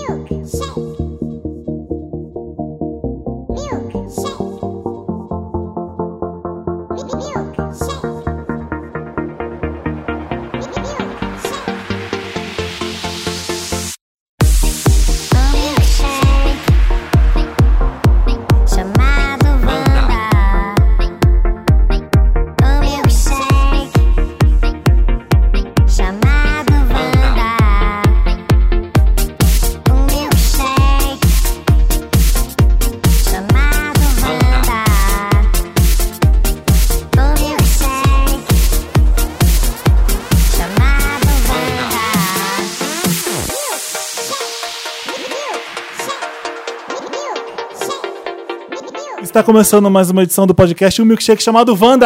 Está começando mais uma edição do podcast Um Milkshake chamado Wanda.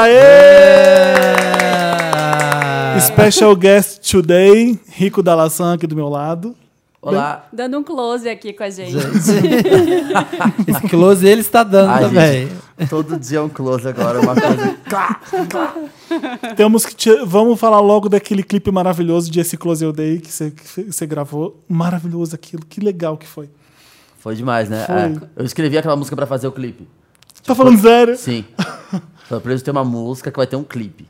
Special guest today, Rico Dalassan aqui do meu lado. Olá. Dando um close aqui com a gente. Esse close ele está dando também. Gente, todo dia é um close agora, uma coisa... Vamos falar logo daquele clipe maravilhoso de Esse Close Eu Dei que você gravou. Maravilhoso aquilo, que legal que foi. Foi demais, né? Eu escrevi aquela música pra fazer o clipe. Tá falando sério? Sim. Só preciso ter uma música que vai ter um clipe.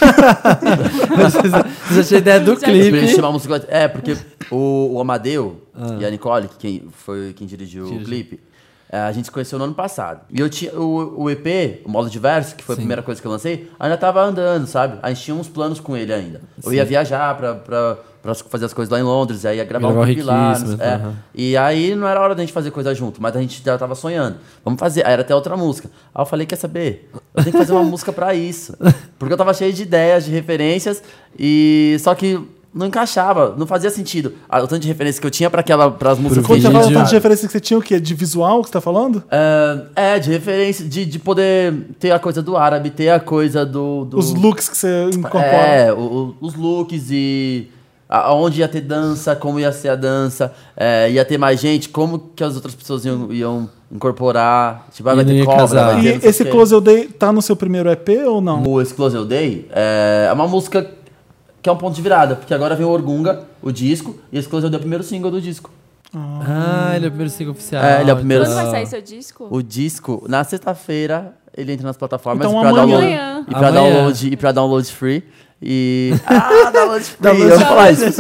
Você achou a ideia do clipe? Uma música... porque o Amadeu e a Nicole, que foi quem dirigiu o clipe, a gente se conheceu no ano passado. E eu tinha o EP, o Modo Diverso, que foi a primeira coisa que eu lancei, ainda tava andando, sabe? A gente tinha uns planos com ele ainda. Eu ia viajar pra fazer as coisas lá em Londres, aí ia gravar um clipe lá. E aí não era hora da gente fazer coisa junto, mas a gente já tava sonhando. Vamos fazer. Aí era até outra música. Aí eu falei, quer saber? Eu tenho que fazer uma música pra isso. Porque eu tava cheio de ideias, de referências, só que não encaixava, não fazia sentido. O tanto de referência que eu tinha para as músicas. Quando você fala o tanto de referência que você tinha, o quê? De visual que você tá falando? De referência, de poder ter a coisa do árabe, ter a coisa do... Os looks que você incorpora. Os looks e... Onde ia ter dança, como ia ser a dança, ia ter mais gente, como que as outras pessoas iam incorporar. Tipo, vai ter cobra, vai ter... E esse Close Eu Dei tá no seu primeiro EP ou não? Esse Close Eu Dei é uma música que é um ponto de virada, porque agora vem o Orgunga, o disco, e esse Close Eu Dei é o primeiro single do disco. Ele é o primeiro single oficial. Ele é o primeiro. Quando vai sair seu disco? O disco, na sexta-feira, ele entra nas plataformas então, amanhã. E pra download free. Download free. Eu vou falar isso.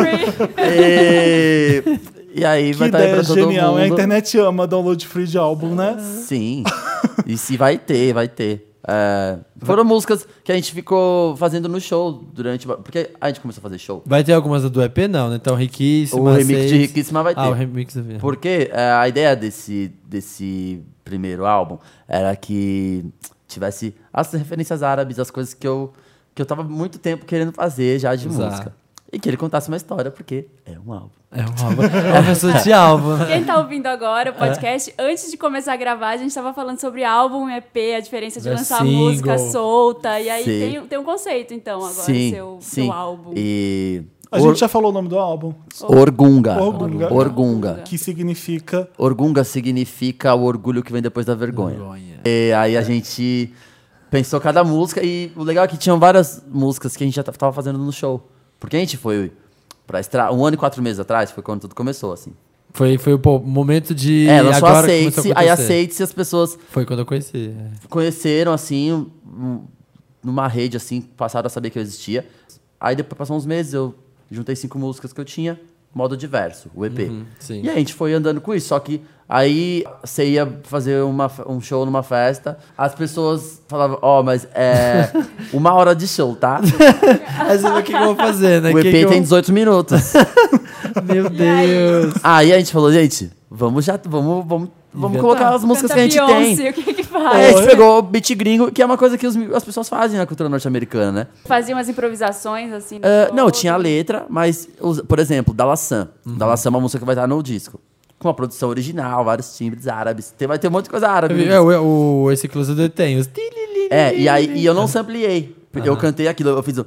E aí vai estar aí pra todo genial. mundo. A internet ama download free de álbum, né? Sim. E se vai ter. Foram músicas que a gente ficou fazendo no show porque a gente começou a fazer show. Vai ter algumas do EP, não, né? Então, Riquíssima. O remix de Riquíssima vai ter. O remix da vida. Porque a ideia desse primeiro álbum era que tivesse as referências árabes, as coisas que eu tava muito tempo querendo fazer já de música. E que ele contasse uma história, porque é um álbum. É um álbum. É uma pessoa de álbum. Quem tá ouvindo agora o podcast, antes de começar a gravar, a gente tava falando sobre álbum, EP, a diferença de lançar single. Música solta. E aí tem um conceito, então, agora, seu álbum. E... A gente já falou o nome do álbum. Orgunga. Que significa... Orgunga significa o orgulho que vem depois da vergonha. E aí a gente pensou cada música, e o legal é que tinham várias músicas que a gente já tava fazendo no show. Porque a gente foi pra estrear 1 ano e 4 meses atrás, foi quando tudo começou, assim. Foi o momento de... lançou a Aceite-se, aí Aceite-se as pessoas... Foi quando eu conheci. Conheceram, assim, numa rede, assim, passaram a saber que eu existia. Aí depois passou uns meses, eu juntei 5 músicas que eu tinha, Modo Diverso, o EP. Sim. E a gente foi andando com isso, só que aí você ia fazer um show numa festa, as pessoas falavam, mas é 1 hora de show, tá? Aí você vê o que eu vou fazer, né? O EP tem 18 minutos. Meu Deus. Aí a gente falou, gente, vamos colocar as músicas que a gente Beyoncé, tem. O que faz? Aí a gente pegou o beat gringo, que é uma coisa que as pessoas fazem na cultura norte-americana, né? Fazia umas improvisações, assim? Não, tinha a letra, mas, por exemplo, Dalassan. Dalassan é uma música que vai estar no disco. Com uma produção original, vários timbres árabes. Vai ter um monte de coisa árabe. Esse Close Eu Dei tem os... E eu não sampleei. Porque eu cantei aquilo, eu fiz o...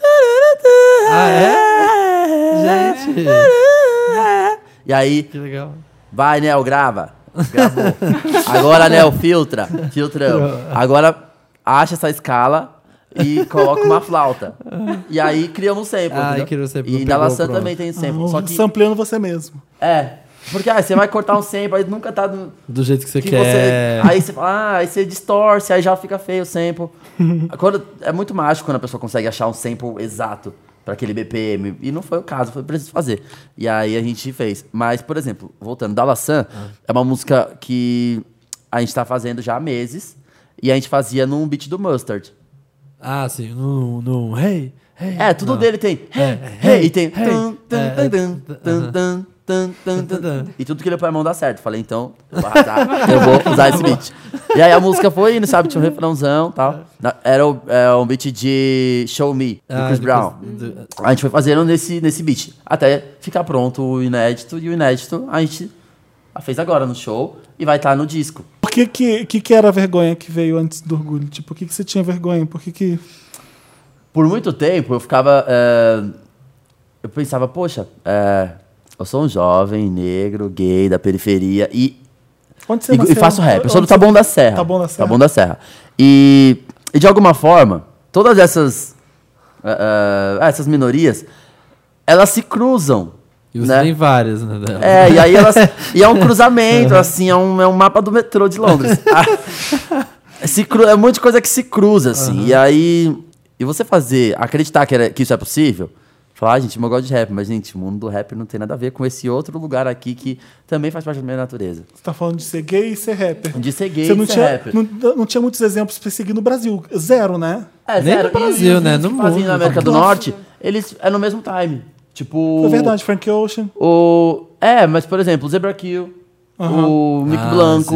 Gente! E aí... Que legal. Vai, Nel, grava. Gravou. Agora, Nel, filtramos. Agora, acha essa escala e coloca uma flauta. E aí, criamos um sample. Criou um sample. E Dalassan também tem sample. Só que... Sampleando você mesmo. Porque você vai cortar um sample, aí nunca tá Do jeito que você quer. Aí você fala, aí você distorce, aí já fica feio o sample. É muito mágico quando a pessoa consegue achar um sample exato para aquele BPM. E não foi o caso, foi preciso fazer. E aí a gente fez. Mas, por exemplo, voltando, Dalasan é uma música que a gente tá fazendo já há meses. E a gente fazia num beat do Mustard. Ah, sim. No hey. Tudo dele tem. E tem. E tudo que ele põe a mão dá certo. Falei, então, eu vou arrasar, eu vou usar esse beat. E aí a música foi indo, sabe? Tinha um refrãozão e tal. Era um beat de Show Me, do Chris Brown. A gente foi fazendo nesse beat. Até ficar pronto o inédito. E o inédito a gente fez agora no show e vai estar no disco. Por que era a vergonha que veio antes do orgulho? Tipo, por que você tinha vergonha? Por que... Por muito tempo eu ficava... eu pensava, poxa... eu sou um jovem, negro, gay, da periferia e faço rap. Eu sou do Taboão da Serra. Taboão da Serra. E de alguma forma, todas essas minorias, elas se cruzam. E você tem várias, né? E aí e é um cruzamento, assim, é um mapa do metrô de Londres. É um monte de coisa que se cruza, assim. E aí, você acreditar que isso é possível... Falar, gente, eu gosto de rap, mas, gente, o mundo do rap não tem nada a ver com esse outro lugar aqui que também faz parte da minha natureza. Você tá falando de ser gay e ser rapper. De ser gay e ser rapper. Não tinha muitos exemplos pra seguir no Brasil. Zero, né? Nem zero. no Brasil, né? No mundo. Na América do Norte, eles no mesmo time. Tipo... É verdade, Frank Ocean. Mas, por exemplo, o Zebra Kill, o Mick Blanco,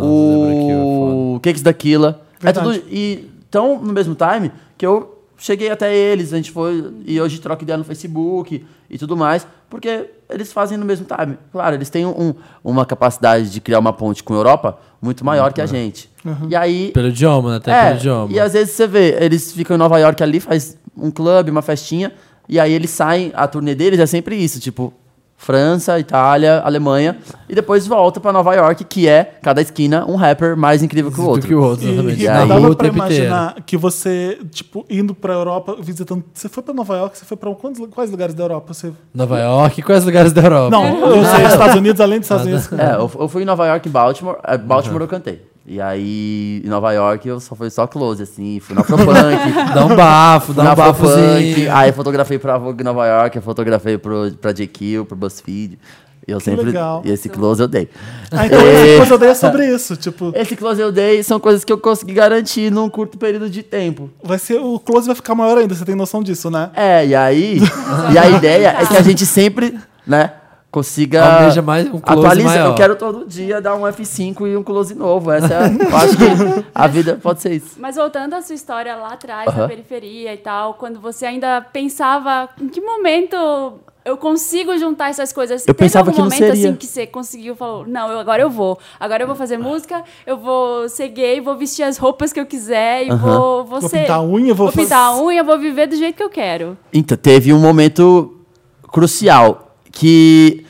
o Cakes da Killa. É tudo... E tão no mesmo time que eu... Cheguei até eles, a gente foi... E hoje troca ideia no Facebook e tudo mais, porque eles fazem no mesmo time. Claro, eles têm uma capacidade de criar uma ponte com a Europa muito maior que a gente. E aí... Pelo idioma, né? Até pelo idioma. E às vezes você vê, eles ficam em Nova York ali, faz um clube, uma festinha, e aí eles saem, a turnê deles é sempre isso, tipo... França, Itália, Alemanha, e depois volta pra Nova York, que é, cada esquina, um rapper mais incrível que o outro. E dava pra imaginar que você, tipo, indo pra Europa, visitando... Você foi pra Nova York, você foi pra quais lugares da Europa? Nova York, quais lugares da Europa? Não, eu sei, Estados Unidos, além dos Estados Unidos. Eu fui em Nova York e Baltimore. Baltimore eu cantei. E aí, em Nova York, eu fui só close, assim. Fui na Afropunk. Dá um bafozinho. Aí, fotografei pra Vogue Nova York, eu fotografei pra JQ, pro BuzzFeed. Legal. E esse close eu dei. Então esse close eu dei é sobre isso, tipo... Esse close eu dei são coisas que eu consegui garantir num curto período de tempo. O close vai ficar maior ainda, você tem noção disso, né? E aí... e a ideia é que a gente sempre, né... consiga atualizar. Maior. Eu quero todo dia dar um F5 e um close novo. Eu acho que a vida pode ser isso. Mas voltando à sua história lá atrás, na periferia e tal, quando você ainda pensava em que momento eu consigo juntar essas coisas. Eu pensava que não seria. Assim que você conseguiu, falou, não, agora eu vou fazer música, eu vou ser gay, vou vestir as roupas que eu quiser e vou pintar a unha, vou pintar a unha, vou viver do jeito que eu quero. Então, teve um momento crucial que...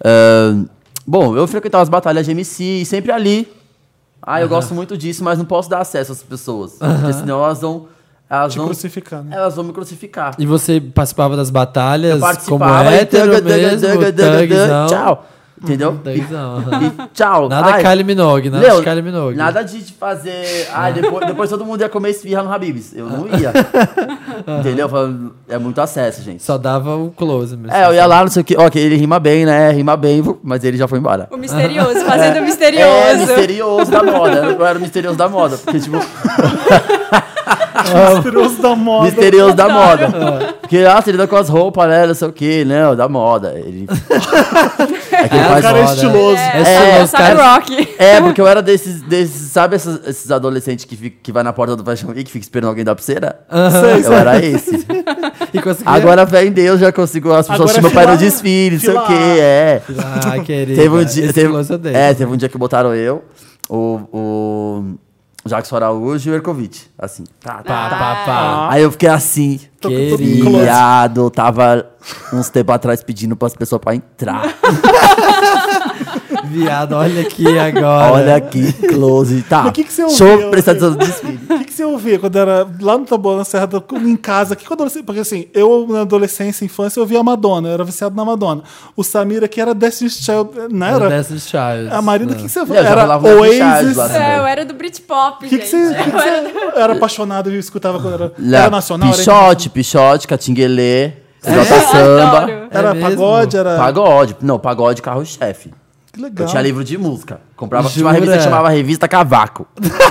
eu frequentava as batalhas de MC e sempre ali. Eu gosto muito disso, mas não posso dar acesso às pessoas. Porque senão elas vão crucificar, né? Elas vão me crucificar. E você participava das batalhas como participava, hétero mesmo? Thugzão. Tchau. Entendeu? E tchau. Nada Kylie Minogue, Kylie Minogue. Nada de fazer... depois todo mundo ia comer esfirra no Habib's. Eu não ia. Entendeu? É muito acesso, gente. Só dava o close mesmo. Eu ia lá, não sei o que. Ok, ele rima bem, né? Rima bem, mas ele já foi embora. O misterioso, fazendo o misterioso. Misterioso da moda. Eu era o misterioso da moda. Porque, tipo... Misterioso da moda. Misterioso da moda. Porque, ele tá com as roupas, né? Não sei o que, né? Da moda. Ele... O cara é estiloso. Sabe rock. Porque eu era desses sabe esses adolescentes que vai na porta do Fashion Week e fica esperando alguém dar pulseira? Eu era esse. Agora, fé em Deus, já consigo. As pessoas chamam meu pai no desfile, não sei o quê. Querido. Teve um dia que botaram eu, o Jackson Araújo e o Erkovic. Assim. Aí eu fiquei assim. Criado. Tava uns tempos atrás pedindo pras pessoas pra entrar. Viado, olha aqui agora. Olha aqui, close. Tá. Mas o que você Deixa eu ouvia? prestar atenção no desfile. O que você ouvia quando era lá no Taboão, na Serra, em casa? Porque assim, eu na adolescência, infância, eu via a Madonna, eu era viciado na Madonna. O Samir aqui era Destiny's Child, não era? Destiny's Child. A Marina, o que você Eu já era? falava no Destiny's Child Oasis. lá também. Eu era do Britpop, O que gente. você era apaixonado e escutava quando era nacional? Pichote, Catinguelê, Exalta Eu Samba. adoro. Era mesmo? pagode, era... Pagode. Não, pagode carro-chefe. Que legal. Eu tinha livro de música. Comprava, tinha uma Jura? revista que chamava Revista Cavaco.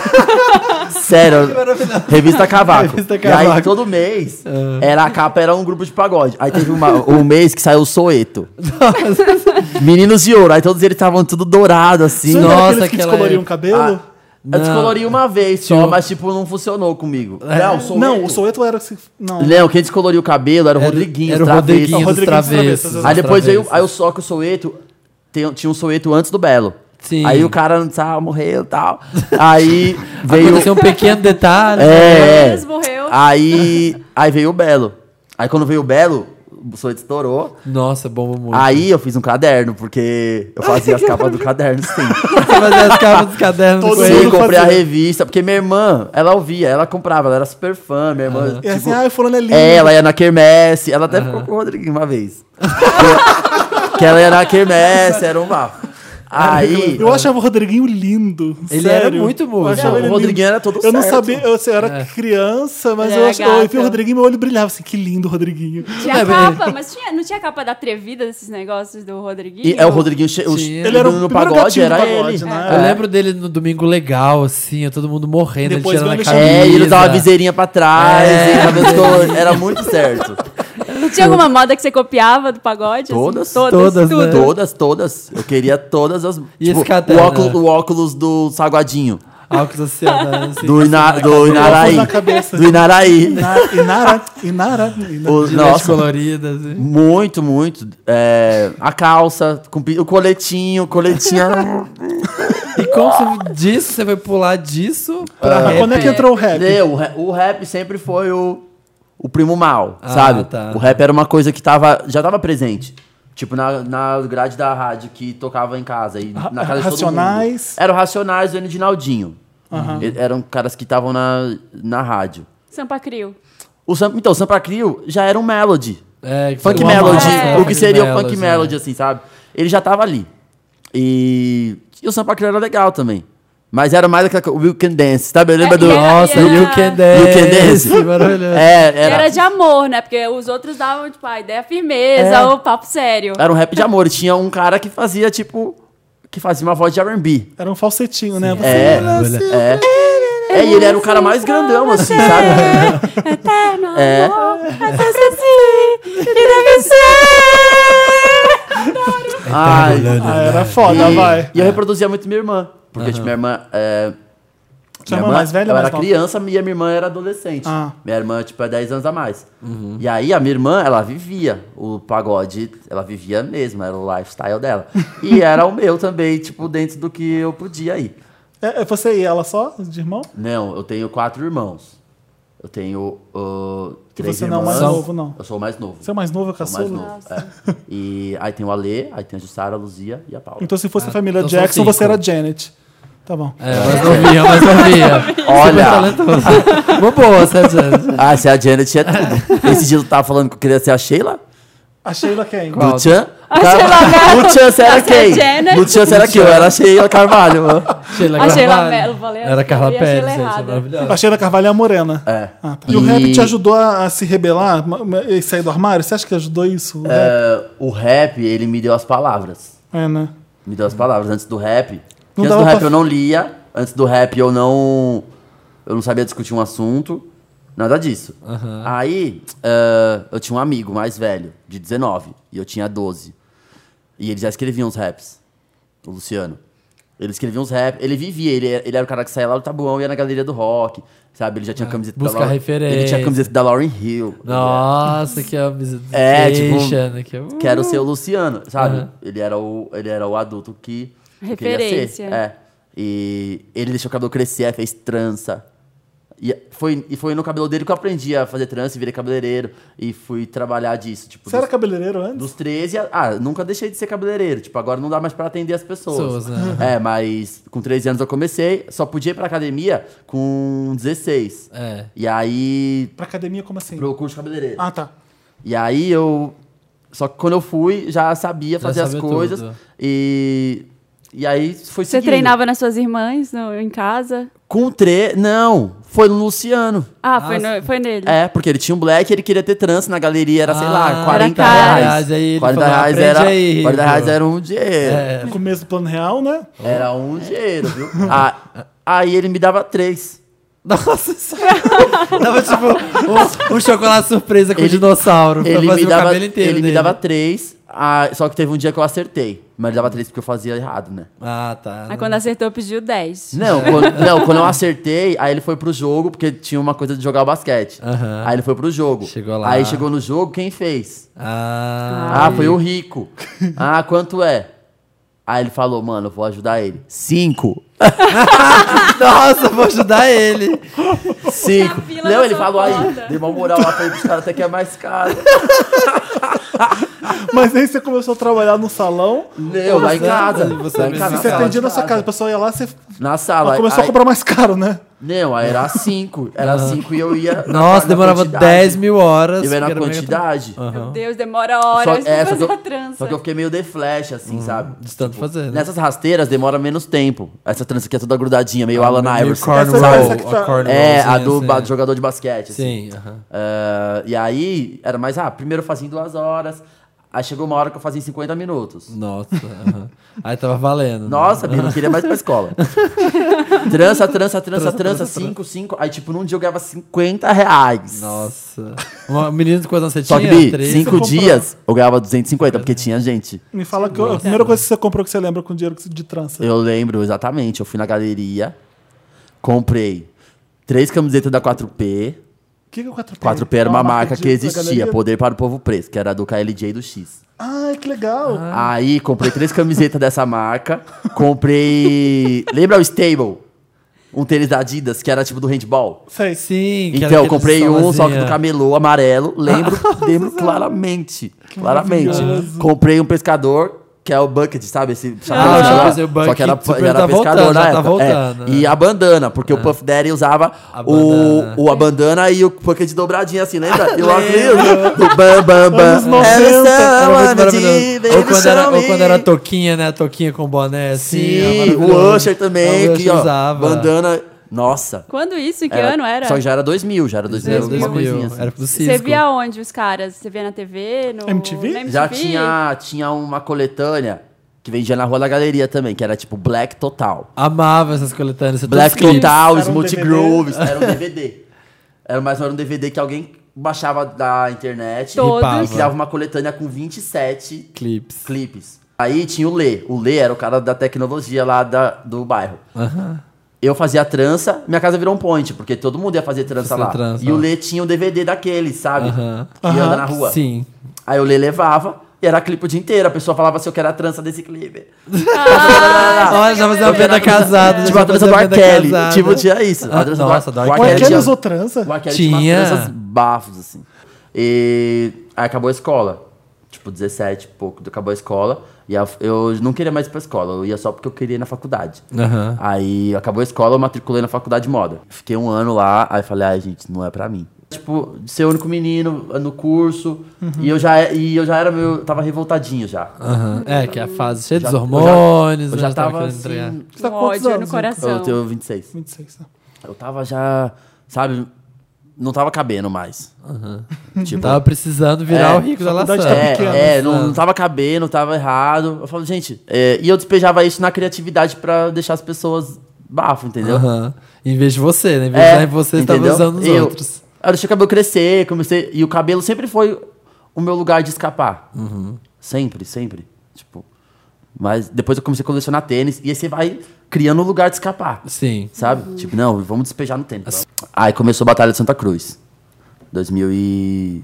Sério, Revista Cavaco. Revista E Cavaco. aí todo mês a capa era um grupo de pagode. Aí teve um mês que saiu o Soeto. Meninos de Ouro. Aí todos eles estavam tudo dourado assim. Você não era Nossa, aqueles que aquela descoloriam o época. cabelo? Eu descolori uma vez só, Tinha- mas tipo, não funcionou comigo. Não, o Soweto era... Não. Não, quem descoloriu o cabelo era o Rodriguinho, Era o Travessos. Rodriguinho O dos Rodriguinho dos Travessos. Travessos, Aí depois veio. Travessos. Aí só que o Soweto. Tinha um Soweto antes do Belo. Sim. Aí o cara, sabe, morreu e tal. Aí veio. Aconteceu um pequeno detalhe. Eles morreu. Aí veio o Belo. Aí quando veio o Belo, o Soweto estourou. Nossa, bomba muito. Aí eu fiz um caderno, porque eu fazia as capas do caderno, sim. Você fazia as capas dos cadernos Todo com mundo Sim, ele. comprei a fazia. revista, porque minha irmã, ela ouvia, ela comprava, ela era super fã, minha irmã. E assim, tipo, fulano é lindo. ela ia na quermesse, ela até ficou com o Rodriguinho uma vez. que ela ia na quermesse, era um bafo. Aí, Eu achava o Rodriguinho lindo. Ele sério. era muito músico. Eu achava o ele Rodriguinho lindo. era todo Eu não certo. sabia, eu era criança, mas Ele eu era acho que eu vi o gato. Rodriguinho, meu olho brilhava assim, que lindo o Rodriguinho. Tinha capa, mas não tinha capa da Atrevida desses negócios do Rodriguinho? e é o Rodriguinho, Tinha. Ele era o no primeiro pagode, gatinho do era pagode, ele. né? Eu lembro dele no Domingo Legal, assim, todo mundo morrendo, Depois ele tirando a veio camisa. Alexandre. É, e ele usava a viseirinha pra trás, e cabelo todo- era muito certo. Tinha alguma moda que você copiava do pagode? Todas? Assim? Todas, tudo. né? Todas. Eu queria todas as. E esse o caderno? óculos do Saguadinho. Álcool social, né? Assim, Do Inaraí. na cabeça. Do Inaraí. Inara. O- Gilete Nossa, colorida, assim. muito. A calça, o coletinho. E como você disse, você vai pular disso pra Mas rap? quando é que entrou o rap? O rap sempre foi o primo mal, Ah, sabe? tá. O rap era uma coisa que já tava presente. Tipo, na grade da rádio que tocava em casa. E na casa de todo mundo. Racionais. Era o Racionais e o Edinaldinho. Eram caras que estavam na rádio. Sampa Crio. O Sampa Crio já era um melody. É, Funk uma melody. massa, O que seria o funk né? melody, assim, sabe? Ele já tava ali. E o Sampa Crio era legal também. Mas era mais aquela coisa, We Can Dance, sabe? Lembra do... Nossa, E era- You Can Dance. You Can Dance. Maravilhoso. Era de amor, né? Porque os outros davam, tipo, a ideia firmeza, o papo sério. Era um rap de amor. E tinha um cara que fazia, tipo... Que fazia uma voz de R&B. Era um falsetinho, né? E ele era o cara mais grandão, assim, sabe? Eterno É. amor, até assim, que deve ser. Ai, Era foda, vai. E eu reproduzia muito minha irmã. Porque, tipo, minha irmã... Sua irmã mais velha eu ou era mais nova? criança e a minha irmã era adolescente. Ah. Minha irmã, tipo, é 10 anos a mais. E aí, a minha irmã, ela vivia o pagode. Ela vivia mesmo, era o lifestyle dela. E era o meu também, tipo, dentro do que eu podia ir. É você e ela só, de irmão? Não, eu tenho 4 irmãos. Eu tenho E 3 você não é o irmãs. mais novo, não? Eu sou o mais novo. Você é o mais novo, eu Sou o mais caçula? novo, é. E aí tem o Alê, aí tem a Jussara, a Luzia e a Paula. Então se fosse a família então são Jackson, 5. você era Janet. Tá bom. É, mas não via. Olha, Uma boa, certo? se a Janet é tudo. Esse dia eu tava falando que eu queria ser a Sheila. A Sheila quem? Qual? Do Tchan. Sheila O Tchan, você era Você é quem? Janet. Do Tchan, você era quem? Eu era a Sheila Carvalho. Sheila A Sheila Carvalho. Mello, falei. Era Carla falei a Pérez, Sheila gente, errada. maravilhosa. A Sheila Carvalho é a morena. É. Ah, tá. E o rap te ajudou a se rebelar e sair do armário? Você acha que ajudou isso? O rap? O rap, ele me deu as palavras. É, né? Me deu as palavras. Antes do rap... Não Antes dava do rap pra- eu não lia. Antes do rap eu não sabia discutir um assunto. Nada disso. Aí eu tinha um amigo mais velho, de 19. E eu tinha 12. E ele já escrevia uns raps. O Luciano. Ele escrevia uns raps. Ele vivia. Ele era o cara que saía lá do Tabuão e ia na galeria do rock. Sabe? Ele já tinha camiseta busca da Lauryn. referência. Ele tinha camiseta da Lauryn Hill. Nossa, que tipo, Quero ser o Luciano, sabe? Uhum. Ele era o adulto que eu Referência. queria ser. E ele deixou o cabelo crescer, fez trança. E foi no cabelo dele que eu aprendi a fazer trança e virei cabeleireiro. E fui trabalhar disso. Tipo, Você era cabeleireiro antes? Dos 13 nunca deixei de ser cabeleireiro. Tipo, agora não dá mais pra atender as pessoas. Né? Mas com 13 anos eu comecei. Só podia ir pra academia com 16. E aí... Pra academia, como assim? Pro curso de cabeleireiro. Ah, tá. E aí Só que quando eu fui, já sabia fazer as coisas. Tudo. E aí foi Você treinava nas suas irmãs em casa? Não, foi no Luciano. Foi nele. Porque ele tinha um black e ele queria ter trança na galeria, era, sei lá, 40 reais. Aí 40 reais era um dinheiro. No começo do plano real, né? Era um dinheiro, viu? Aí ele me dava 3. Nossa senhora. Dava tipo um chocolate surpresa com dinossauro. Ele me dava 3. Só que teve um dia que eu acertei. Mas ele dava 3 porque eu fazia errado, né? Tá. Aí quando acertou, pediu 10. Quando eu acertei, aí ele foi pro jogo, porque tinha uma coisa de jogar o basquete. Aí ele foi pro jogo. Chegou lá. Aí chegou no jogo, quem fez? Foi o Rico. Quanto é? Aí ele falou, mano, eu vou ajudar ele. 5. Nossa, vou ajudar ele. 5. Não, ele falou aí, dei uma moral lá pra ele pros caras até que é mais caro. Mas aí você começou a trabalhar no salão? Não, lá em casa. Você atendia na sua casa, o pessoal ia lá, você... Na sala. Começou a comprar mais caro, né? Não, aí era 5. Era 5 e eu ia... Nossa, demorava 10 mil horas. Eu ia na quantidade. Meu Deus, demora horas pra fazer a trança. Só que eu fiquei meio de flash, assim, sabe? De tanto fazer, né? Nessas rasteiras demora menos tempo. Essa trança aqui é toda grudadinha, meio Allen Iverson. A do jogador de basquete, assim. Sim, E aí, era mais... primeiro eu fazia em 2 horas... Aí chegou uma hora que eu fazia em 50 minutos. Nossa. Aí tava valendo. Nossa, Bia, não queria mais ir pra escola. trança, 5. Aí, tipo, num dia eu ganhava 50 reais. Nossa. Uma menina de quantos anos você tinha? Só que, Bi, 5 dias eu ganhava 250, porque tinha gente. Me fala que a primeira coisa que você comprou que você lembra com dinheiro de trança. Eu lembro, exatamente. Eu fui na galeria, comprei 3 camisetas da 4P. O que é o 4P? 4P era uma marca que existia, Poder para o Povo Preto, que era do KLJ e do X. Que legal. Aí, comprei 3 camisetas dessa marca. Comprei... Lembra o Stable? Um tênis da Adidas, que era tipo do handball? Sei. Sim. Então, eu comprei um, só que do camelô, amarelo. Lembro claramente. Comprei um pescador, que é o bucket, sabe? Esse chapéu. Só que era pescador na época. E a bandana, porque o Puff Daddy usava a bandana e o bucket dobradinho assim, lembra? E o óculos do bam, bam, bam. Ou quando era a toquinha, né? A toquinha com boné assim. Sim, o Usher também, que ó, bandana... Nossa. Quando isso? Em que ano era? Só que já era 2000, alguma coisinha assim. Era pro Cisco. Você via onde os caras? Você via na TV? No MTV? Já tinha uma coletânea que vendia na Rua da Galeria também, que era tipo Black Total. Amava essas coletâneas. Black Total, Smooth Grooves. Era um DVD. Era um DVD que alguém baixava da internet e criava uma coletânea com 27 clipes. Aí tinha o Lê. O Lê era o cara da tecnologia lá do bairro. Eu fazia trança, minha casa virou um point, porque todo mundo ia fazer trança lá. E o Lê tinha um DVD daquele, sabe? Que anda na rua. Sim. Aí o Lê levava e era clipe o dia inteiro. A pessoa falava se eu quero a trança desse clipe. Olha, já fazia uma venda casada. Tipo a trança do R. Kelly. Tipo, tinha isso. A trança do R. Kelly. O R. Kelly usou trança? O R. Kelly tinha umas tranças bafos, assim. E aí acabou a escola. Tipo, 17 e pouco, acabou a escola. E eu não queria mais ir pra escola. Eu ia só porque eu queria ir na faculdade. Aí acabou a escola, eu matriculei na faculdade de moda. Fiquei 1 ano lá, aí falei, gente, não é pra mim. Tipo, de ser o único menino no curso. E eu já era meio... Tava revoltadinho já. Que é a fase cheia dos hormônios. Eu já tava assim... Você tá com quantos anos? No coração. Eu tenho 26. 26, tá. Eu tava já... Sabe... Não tava cabendo mais. Tipo, tava precisando virar o rico da lação. Não tava cabendo, tava errado. Eu falo, gente... e eu despejava isso na criatividade pra deixar as pessoas bafo, entendeu? Em vez de você, né? Em vez de usar em você, você tava usando os outros. Eu deixei o cabelo crescer, comecei... E o cabelo sempre foi o meu lugar de escapar. Sempre. Tipo... Mas depois eu comecei a colecionar tênis. E aí você vai criando um lugar de escapar. Sim. Sabe? Tipo, não, vamos despejar no tênis. Aí começou a Batalha de Santa Cruz. 2013.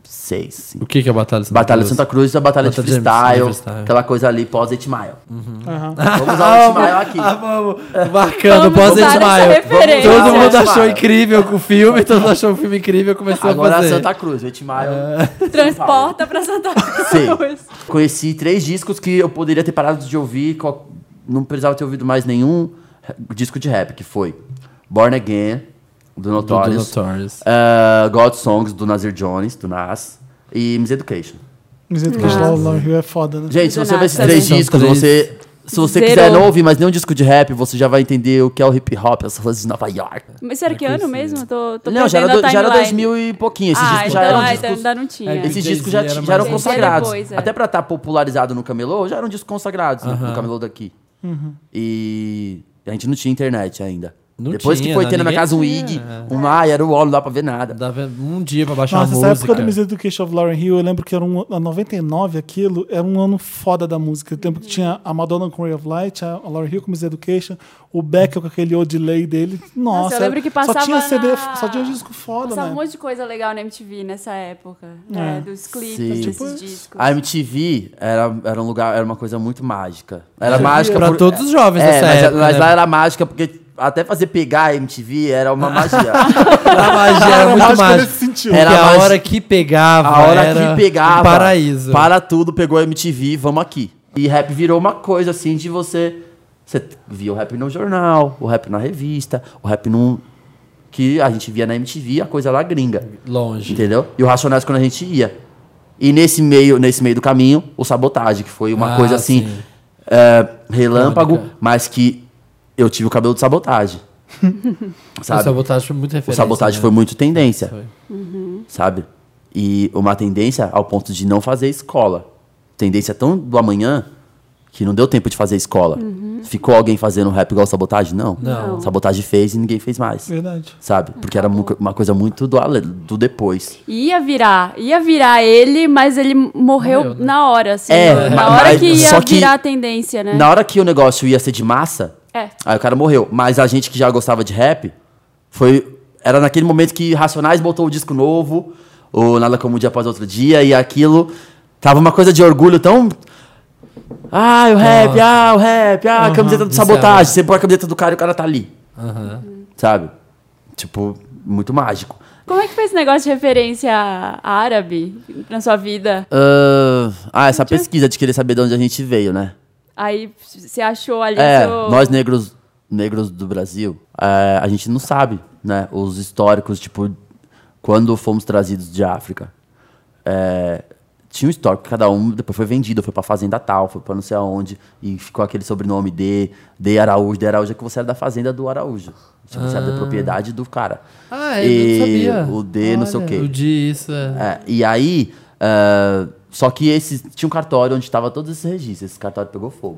6. O que é a Batalha de Santa Batalha de Cruz? Santa Cruz é a batalha de Batalha de freestyle, freestyle. aquela coisa ali pós-8 Mile. Aham. Vamos usar o 8 Mile aqui. Vamos, marcando, Vamos pós usar essa referência. Todo Vamos mundo usar achou esse incrível com o filme, todo mundo achou o filme incrível, começou Agora a fazer. Santa Cruz, 8 Mile. Transporta pra Santa Sim. Cruz. Conheci 3 discos que eu poderia ter parado de ouvir, não precisava ter ouvido mais nenhum disco de rap, que foi Born Again, do Notorious, God Songs, do Nasir Jones, do Nas, e Miseducation. Miseducation da Lauryn Hill é foda, né? Gente, se você ver esses Nossa, 3 são discos, três. se você Zerou. quiser não ouvir mais nenhum disco de rap, você já vai entender o que é o hip hop, as ruas de Nova York. Mas isso era que ano mesmo? Tô Não, já perdendo a era timeline. 2000 e pouquinho. Esses Ah, discos então já eram discos... ainda não tinha. É, Esses discos já, Jay-Z já eram era mais consagrados. depois, é. Até pra estar popularizado no camelô, já eram discos consagrados no camelô daqui. E a gente não tinha internet ainda. Não Depois tinha, que foi não, ter na minha ninguém casa um tinha. IG, um Maia, era o óleo, não dá pra ver nada. Dava um dia pra baixar Nossa, uma essa música. época do Miseducation of Lauryn Hill, eu lembro que era a 99, aquilo, era um ano foda da música. Eu lembro que tinha a Madonna com Ray of Light, a Lauryn Hill com Miseducation, o Becker com aquele delay dele. Nossa, eu lembro que passava só tinha CD, na- só tinha disco foda, Passava né? um monte de coisa legal na MTV nessa época. É. Dos clipes, Sim. desses Tipo discos. A MTV era um lugar, era uma coisa muito mágica. Era mágica Pra todos os jovens dessa mas, época, mas né? lá era mágica porque até fazer pegar a MTV era uma magia. A magia era muito mágica mágica. nesse sentido. Era Porque a mais- hora que pegava A hora era que pegava, um paraíso. para tudo, pegou a MTV, vamos aqui. E rap virou uma coisa assim de você via o rap no jornal, o rap na revista, o rap num... que a gente via na MTV, a coisa lá gringa. Longe. Entendeu? E o Racionais quando a gente ia. E nesse meio do caminho, o Sabotagem, que foi uma coisa assim, sim. relâmpago, Crônica. mas que eu tive o cabelo de Sabotagem. O Sabe? Sabotagem foi muito O referência. Sabotagem né? foi muito tendência, Foi. sabe? E uma tendência ao ponto de não fazer escola. Tendência tão do amanhã que não deu tempo de fazer escola. Ficou alguém fazendo rap igual Sabotagem? Não. Não. Sabotagem fez e ninguém fez mais. Verdade. Sabe? Porque era uma coisa muito do depois. Ia virar ele, mas ele morreu Morreu, né? na hora, assim. É, na hora mas- que ia só que virar a tendência, né? Na hora que o negócio ia ser de massa, É. aí o cara morreu. Mas a gente que já gostava de rap, era naquele momento que Racionais botou o disco novo, o Nada Como Um Dia Após Outro Dia, e aquilo tava uma coisa de orgulho tão... o rap, a camiseta do Isso é Sabotagem. bom. Você põe a camiseta do cara e o cara tá ali, Aham. sabe? Tipo, muito mágico. Como é que foi esse negócio de referência árabe na sua vida? Essa pesquisa de querer saber de onde a gente veio, né? Aí você achou ali seu... Nós negros do Brasil, a gente não sabe, né? Os históricos, tipo, quando fomos trazidos de África, tinha um histórico que cada um depois foi vendido, foi pra fazenda tal, foi pra não sei aonde, e ficou aquele sobrenome de Araújo. De Araújo é que você era da fazenda do Araújo. Tipo, você era da propriedade do cara. Eu não sabia. O D, não sei o Olha, quê. O D, isso é. E aí, só que tinha um cartório onde estava todos esses registros. Esse cartório pegou fogo.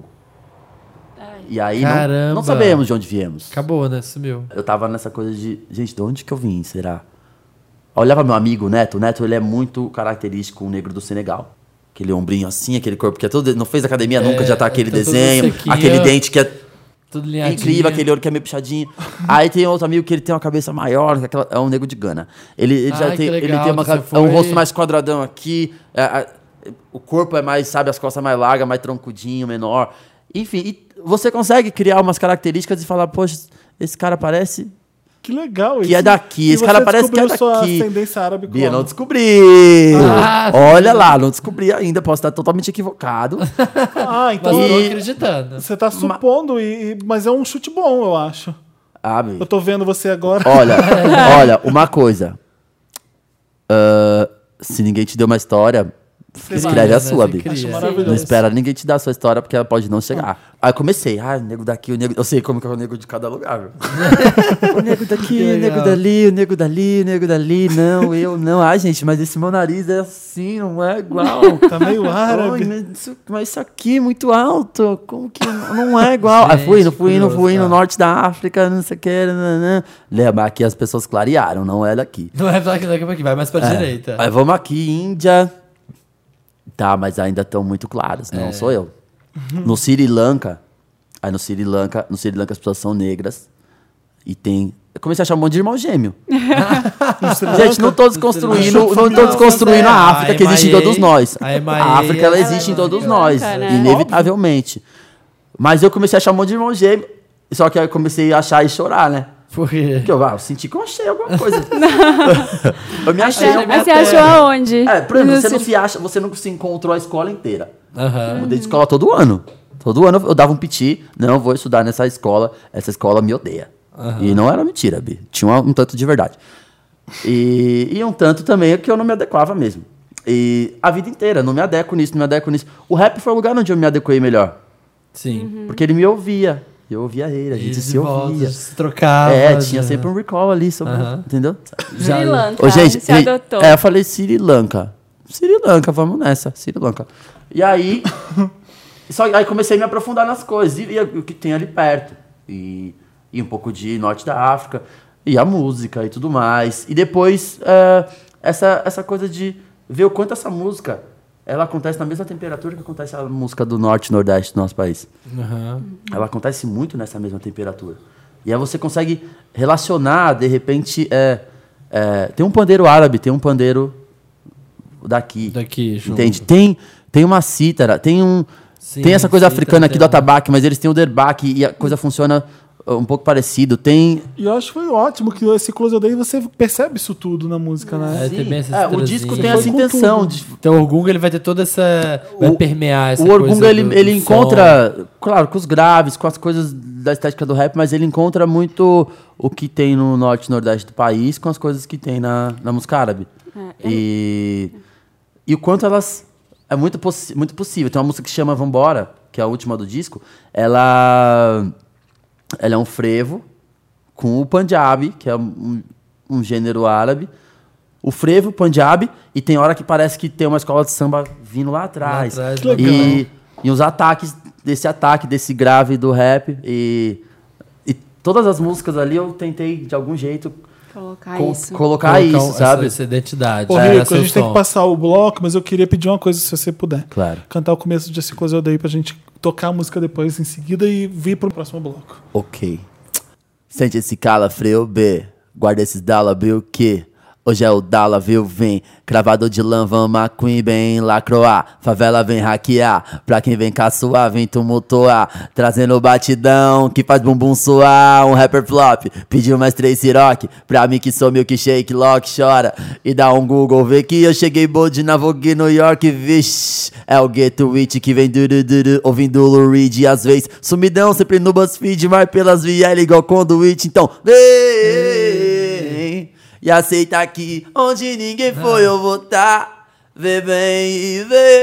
E aí Caramba. não sabemos de onde viemos. Acabou, né? Sumiu. Eu tava nessa coisa de, gente, de onde que eu vim, será? Eu olhava meu amigo, Neto. O Neto, ele é muito característico, um negro do Senegal. Aquele ombrinho assim, aquele corpo que é todo... Não fez academia nunca, já tá aquele tá todo desenho. sequinho. Aquele dente que é Tudo linhadinho. incrível, aquele olho que é meio puxadinho. Aí tem outro amigo que ele tem uma cabeça maior, é um negro de Gana. Ele já Ai, tem, que legal, ele tem você um foi- rosto mais quadradão aqui, o corpo é mais, sabe, as costas mais largas, mais troncudinho, menor. Enfim, e você consegue criar umas características e falar, poxa, esse cara parece Que legal que é daqui, esse cara parece que é descobriu sua daqui. ascendência árabe Bia, como? não descobri. Ah, Olha lá, não descobri ainda, posso estar totalmente equivocado. Então Mas eu tô E- acreditando. você tá supondo, mas é um chute bom, eu acho. Bia. Eu tô vendo você agora. Olha, uma coisa. Se ninguém te deu uma história, escreve a Você sua, cria. Bia. Acho Sim. maravilhoso. Não espera ninguém te dar a sua história, porque ela pode não chegar. Aí eu comecei, o nego daqui, o nego... Eu sei como que é o nego de cada lugar, viu? O nego daqui, Que o nego legal. dali, o nego dali, o nego dali. Não, eu não. Ai, gente, mas esse meu nariz é assim, não é igual. Tá meio Oi, árabe. mas isso aqui é muito alto. Como que não é igual? Aí fui curioso, no tá. norte da África, não sei o que. Lembra, aqui as pessoas clarearam, não é daqui. Não é daqui pra aqui, vai mais pra direita. Aí vamos aqui, Índia. Tá, mas ainda estão muito claros, não sou eu. No Sri Lanka, as pessoas são negras e tem eu comecei a achar um monte de irmão gêmeo. Sri Gente, Lanka? não tô desconstruindo a África que existe em todos nós. A África, ela existe em todos nós, né? inevitavelmente. Mas eu comecei a achar um monte de irmão gêmeo, só que aí eu comecei a achar e chorar, né? Por quê? Porque eu senti que eu achei alguma coisa. Eu me achei. Mas você achou aonde? Por exemplo, você não se acha, você não se encontrou a escola inteira. Aham. Mudei de escola todo ano. Todo ano eu dava um piti, não, eu vou estudar nessa escola, essa escola me odeia. E não era mentira, Bi. Tinha um tanto de verdade. E um tanto também que eu não me adequava mesmo. E a vida inteira, não me adequo nisso. O rap foi o lugar onde eu me adequei melhor. Sim. Porque ele me ouvia. Eu ouvia ele, a gente se ouvia. Se trocava. Tinha sempre um recall ali sobre. Entendeu? Sri Lanka, Ô, gente, se adotou. eu falei Sri Lanka. Sri Lanka, vamos nessa. Sri Lanka. E aí. Aí comecei a me aprofundar nas coisas. E o que tem ali perto. E um pouco de norte da África. E a música e tudo mais. E depois, essa coisa de ver o quanto essa música ela acontece na mesma temperatura que acontece a música do norte e nordeste do nosso país. Ela acontece muito nessa mesma temperatura. E aí você consegue relacionar, de repente, tem um pandeiro árabe, tem um pandeiro daqui. Junto. Entende? Tem uma cítara, tem essa coisa africana aqui do atabaque, mas eles têm o derbaque e a coisa funciona um pouco parecido. E eu acho que foi ótimo que esse Close Your Day você percebe isso tudo na música, né? Tem bem essa o disco tem Foi essa com intenção. tudo. Então o Orgunga ele vai ter toda essa... Vai permear essa O coisa Orgunga, ele do encontra, claro, com os graves, com as coisas da estética do rap, mas ele encontra muito o que tem no norte e nordeste do país com as coisas que tem na música árabe. E o quanto elas... É muito possível. Tem uma música que chama Vambora, que é a última do disco. Ela é um frevo com o Punjabi, que é um gênero árabe. O frevo, Punjabi, e tem hora que parece que tem uma escola de samba vindo lá atrás. Que legal. E os ataques, desse grave do rap. E todas as músicas ali eu tentei, de algum jeito, colocar isso, sabe? Essa identidade. Ô, Rico, a gente tem que passar o bloco, mas eu queria pedir uma coisa, se você puder. Claro. Cantar o começo de Esse Close Your Day pra gente tocar a música depois, em seguida, e vir pro próximo bloco. Ok. Sente esse calafrio, B. Guarda esses dólar, viu, que... Hoje é o Dala, viu, vem. Cravado de lã, vamos a Queen, bem lacroar. Favela vem hackear. Pra quem vem caçoar, vem tumultuar. Trazendo o batidão que faz bumbum suar. Um rapper flop, pediu mais 3 siroc. Pra mim que sou milkshake, lock, chora. E dá um Google, vê que eu cheguei bold na Vogue New York, vixe. É o Get Witch que vem duru, ouvindo o Lou Reed às vezes. Sumidão, sempre no BuzzFeed, mas pelas VL igual conduit. Então, vem. E aceita aqui, onde ninguém foi, eu vou tá. Vê bem e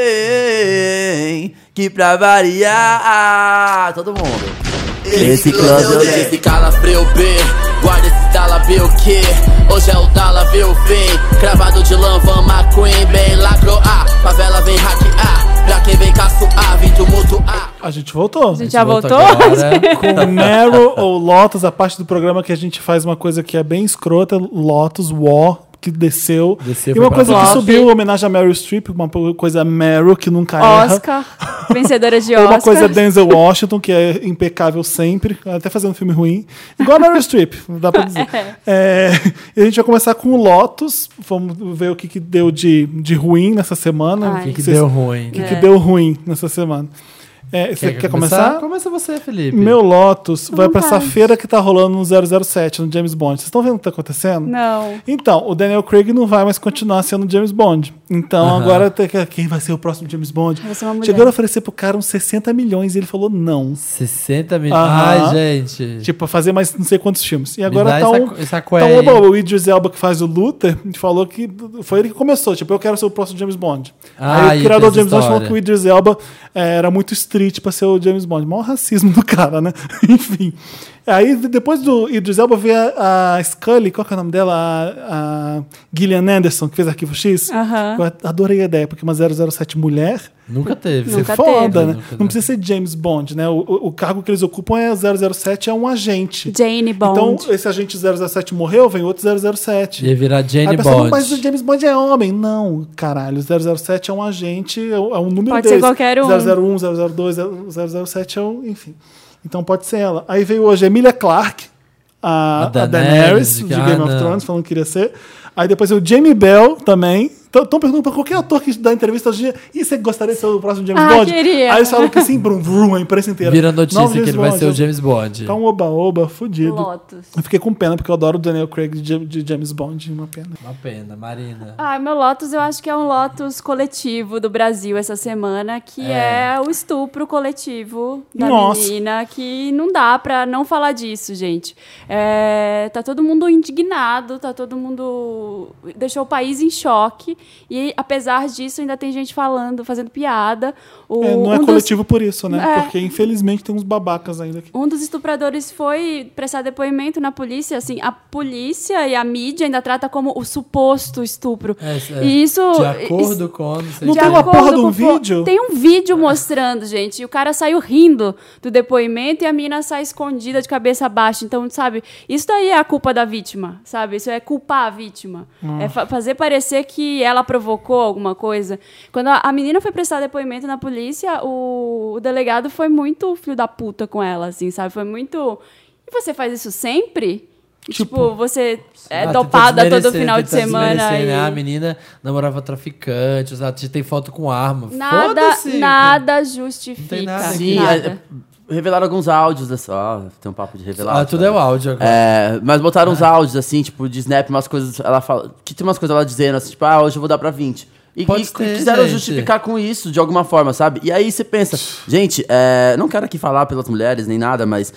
vem, que pra variar, todo mundo. Esse esse calafrio B, guarda esse dala, vê o que? Hoje é o dala, vê o vem. Cravado de lã, vamos a Queen, bem lacroar. Favela vem hackear, pra quem vem caçoar, vem tumultuar. A gente voltou. A gente já voltou? Com Meryl ou Lotus, a parte do programa que a gente faz uma coisa que é bem escrota, Lotus, War, que desceu. Desceu, E uma foi coisa pra que flop. subiu, em homenagem a Meryl Streep, uma coisa Meryl, que nunca erra. Oscar. Vencedora de Ou Oscar. uma coisa Denzel Washington, que é impecável sempre, até fazendo filme ruim. Igual a Meryl Streep, dá pra dizer. E a gente vai começar com o Lotus. Vamos ver o que deu de ruim nessa semana. Ai. O que deu ruim? O que deu ruim nessa semana. Você quer começar? Começa você, Felipe. Meu Lotus vai pra essa vontade. feira que tá rolando no 007, no James Bond. Vocês estão vendo o que tá acontecendo? Não. Então, o Daniel Craig não vai mais continuar sendo James Bond. Então, agora quem vai ser o próximo James Bond? Vai ser uma mulher. Chegaram a oferecer pro cara uns 60 milhões e ele falou não. 60 milhões. Aham. Ai, gente. Tipo, fazer mais não sei quantos filmes. E Me agora dá tá essa tá coisa aí. o Idris Elba que faz o Luther, falou que foi ele que começou. Tipo, eu quero ser o próximo James Bond. Aí o e criador do tem James essa Bond falou história. que o Idris Elba era muito street pra ser o James Bond. Maior racismo do cara, né? Enfim. Aí, depois do Idris Elba, veio a Scully, qual que é o nome dela? A Gillian Anderson, que fez Arquivo X. Aham. Eu adorei a ideia, porque uma 007 mulher... Nunca teve. Isso é Nunca foda, teve. né? Nunca Não precisa ser James Bond, né? O cargo que eles ocupam é 007, é um agente. Jane Bond. Então, esse agente 007 morreu, vem outro 007. Ia virar Aí Jane a pessoa, Bond. mas o James Bond é homem. Não, caralho. 007 é um agente, é um número Pode ser deles. qualquer um. 001, 002, 007 é um... Enfim. Então pode ser ela. Aí veio hoje Emilia Clarke. a Daenerys, Daenerys, de Game of Thrones, falando que queria ser. Aí depois o Jamie Bell também. Estão perguntando pra qualquer ator que dá entrevista hoje, e você gostaria de ser o próximo James Bond? Queria. Aí eles falam que sim, brum, a imprensa inteira. Vira notícia Novo que ele James vai Bond. ser o James Bond. Tá um oba-oba fudido. Lotus. Eu fiquei com pena, porque eu adoro o Daniel Craig de James Bond. Uma pena. Uma pena, Marina. Meu Lotus eu acho que é um Lotus coletivo do Brasil essa semana, que é o estupro coletivo da menina, que não dá pra não falar disso, gente. Tá todo mundo indignado, tá todo mundo... Deixou o país em choque, e apesar disso ainda tem gente fazendo piada. Não é coletivo por isso, né? Porque infelizmente tem uns babacas ainda aqui. Um dos estupradores foi prestar depoimento na polícia, assim, a polícia e a mídia ainda trata como o suposto estupro. E isso... De acordo com... Não tem uma porra de um vídeo? Tem um vídeo mostrando, gente, e o cara saiu rindo do depoimento e a mina sai escondida de cabeça baixa. Então, sabe, isso daí é a culpa da vítima, sabe? Isso é culpar a vítima. É fazer parecer que ela provocou alguma coisa. Quando a menina foi prestar depoimento na polícia, o delegado foi muito filho da puta com ela, assim, sabe? Foi muito... E você faz isso sempre? Tipo, você é dopada todo final de semana. A menina namorava traficantes, tem foto com arma. Nada justifica. Não tem nada. Sim, revelaram alguns áudios tem um papo de revelar. Tudo é o áudio agora. Mas botaram uns áudios, assim, tipo, de Snap, umas coisas. Ela fala. Que tem umas coisas ela dizendo, assim, tipo, hoje eu vou dar pra 20. E quiseram justificar com isso, de alguma forma, sabe? E aí você pensa, gente, não quero aqui falar pelas mulheres nem nada, mas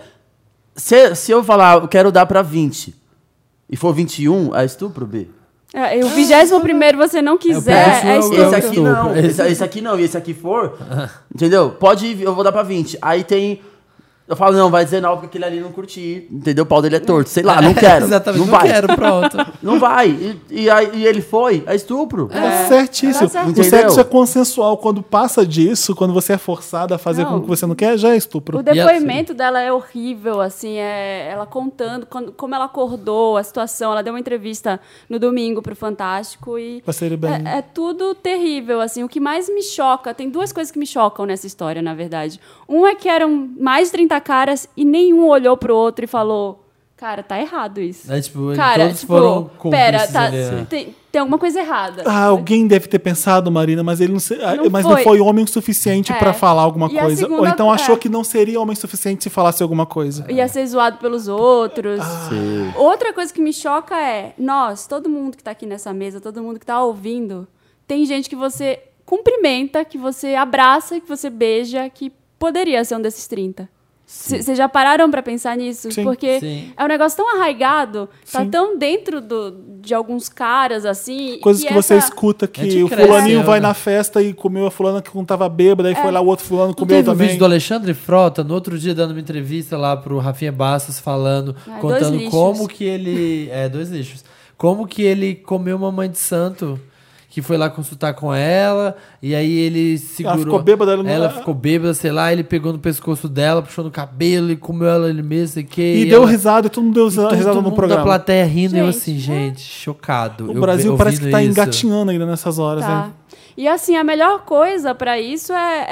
se eu falar, eu quero dar pra 20 e for 21, é estupro, B? O 21º você não quiser, é estupro. Esse aqui não, esse aqui não, e esse aqui for, entendeu? Pode ir, eu vou dar pra 20. Aí tem... Eu falo, não, vai 19 porque aquele ali não curti, entendeu? O pau dele é torto, sei lá, não quero. Exatamente, não vai. quero, pronto. Não vai. E ele foi, é estupro. Certíssimo. Tá o sexo é consensual. Quando passa disso, quando você é forçada a fazer com o que você não quer, já é estupro. O depoimento dela é horrível, assim, ela contando como ela acordou, a situação. Ela deu uma entrevista no domingo pro Fantástico e é tudo terrível, assim. O que mais me choca, tem duas coisas que me chocam nessa história, na verdade. Um é que eram mais de 30 caras e nenhum olhou pro outro e falou, cara, tá errado isso. Todos foram pera, tem alguma coisa errada. Alguém deve ter pensado, Marina, mas ele não foi homem o suficiente pra falar alguma coisa. Ou então achou que não seria homem o suficiente se falasse alguma coisa. Ia ser zoado pelos outros. Outra coisa que me choca é, todo mundo que tá aqui nessa mesa, todo mundo que tá ouvindo, tem gente que você cumprimenta, que você abraça, que você beija, que poderia ser um desses 30. Vocês já pararam pra pensar nisso? Sim. Porque é um negócio tão arraigado, tá tão dentro de alguns caras, assim... Coisas que você escuta que o fulaninho vai na festa e comeu a fulana que não tava bêbada, aí foi lá o outro fulano comeu também. Teve um vídeo do Alexandre Frota, no outro dia, dando uma entrevista lá pro Rafinha Bastos, contando como que ele... 2 lixos. Como que ele comeu uma mãe de santo... que foi lá consultar com ela, e aí ele segurou... Ela ficou bêbada. Ela ficou bêbada, sei lá, ele pegou no pescoço dela, puxou no cabelo, e comeu ela ele mesmo, sei que... E deu risada, todo mundo deu risada no programa. Todo mundo da plateia rindo, e eu assim, gente, chocado. O Brasil parece que tá engatinhando ainda nessas horas, né? E assim, a melhor coisa pra isso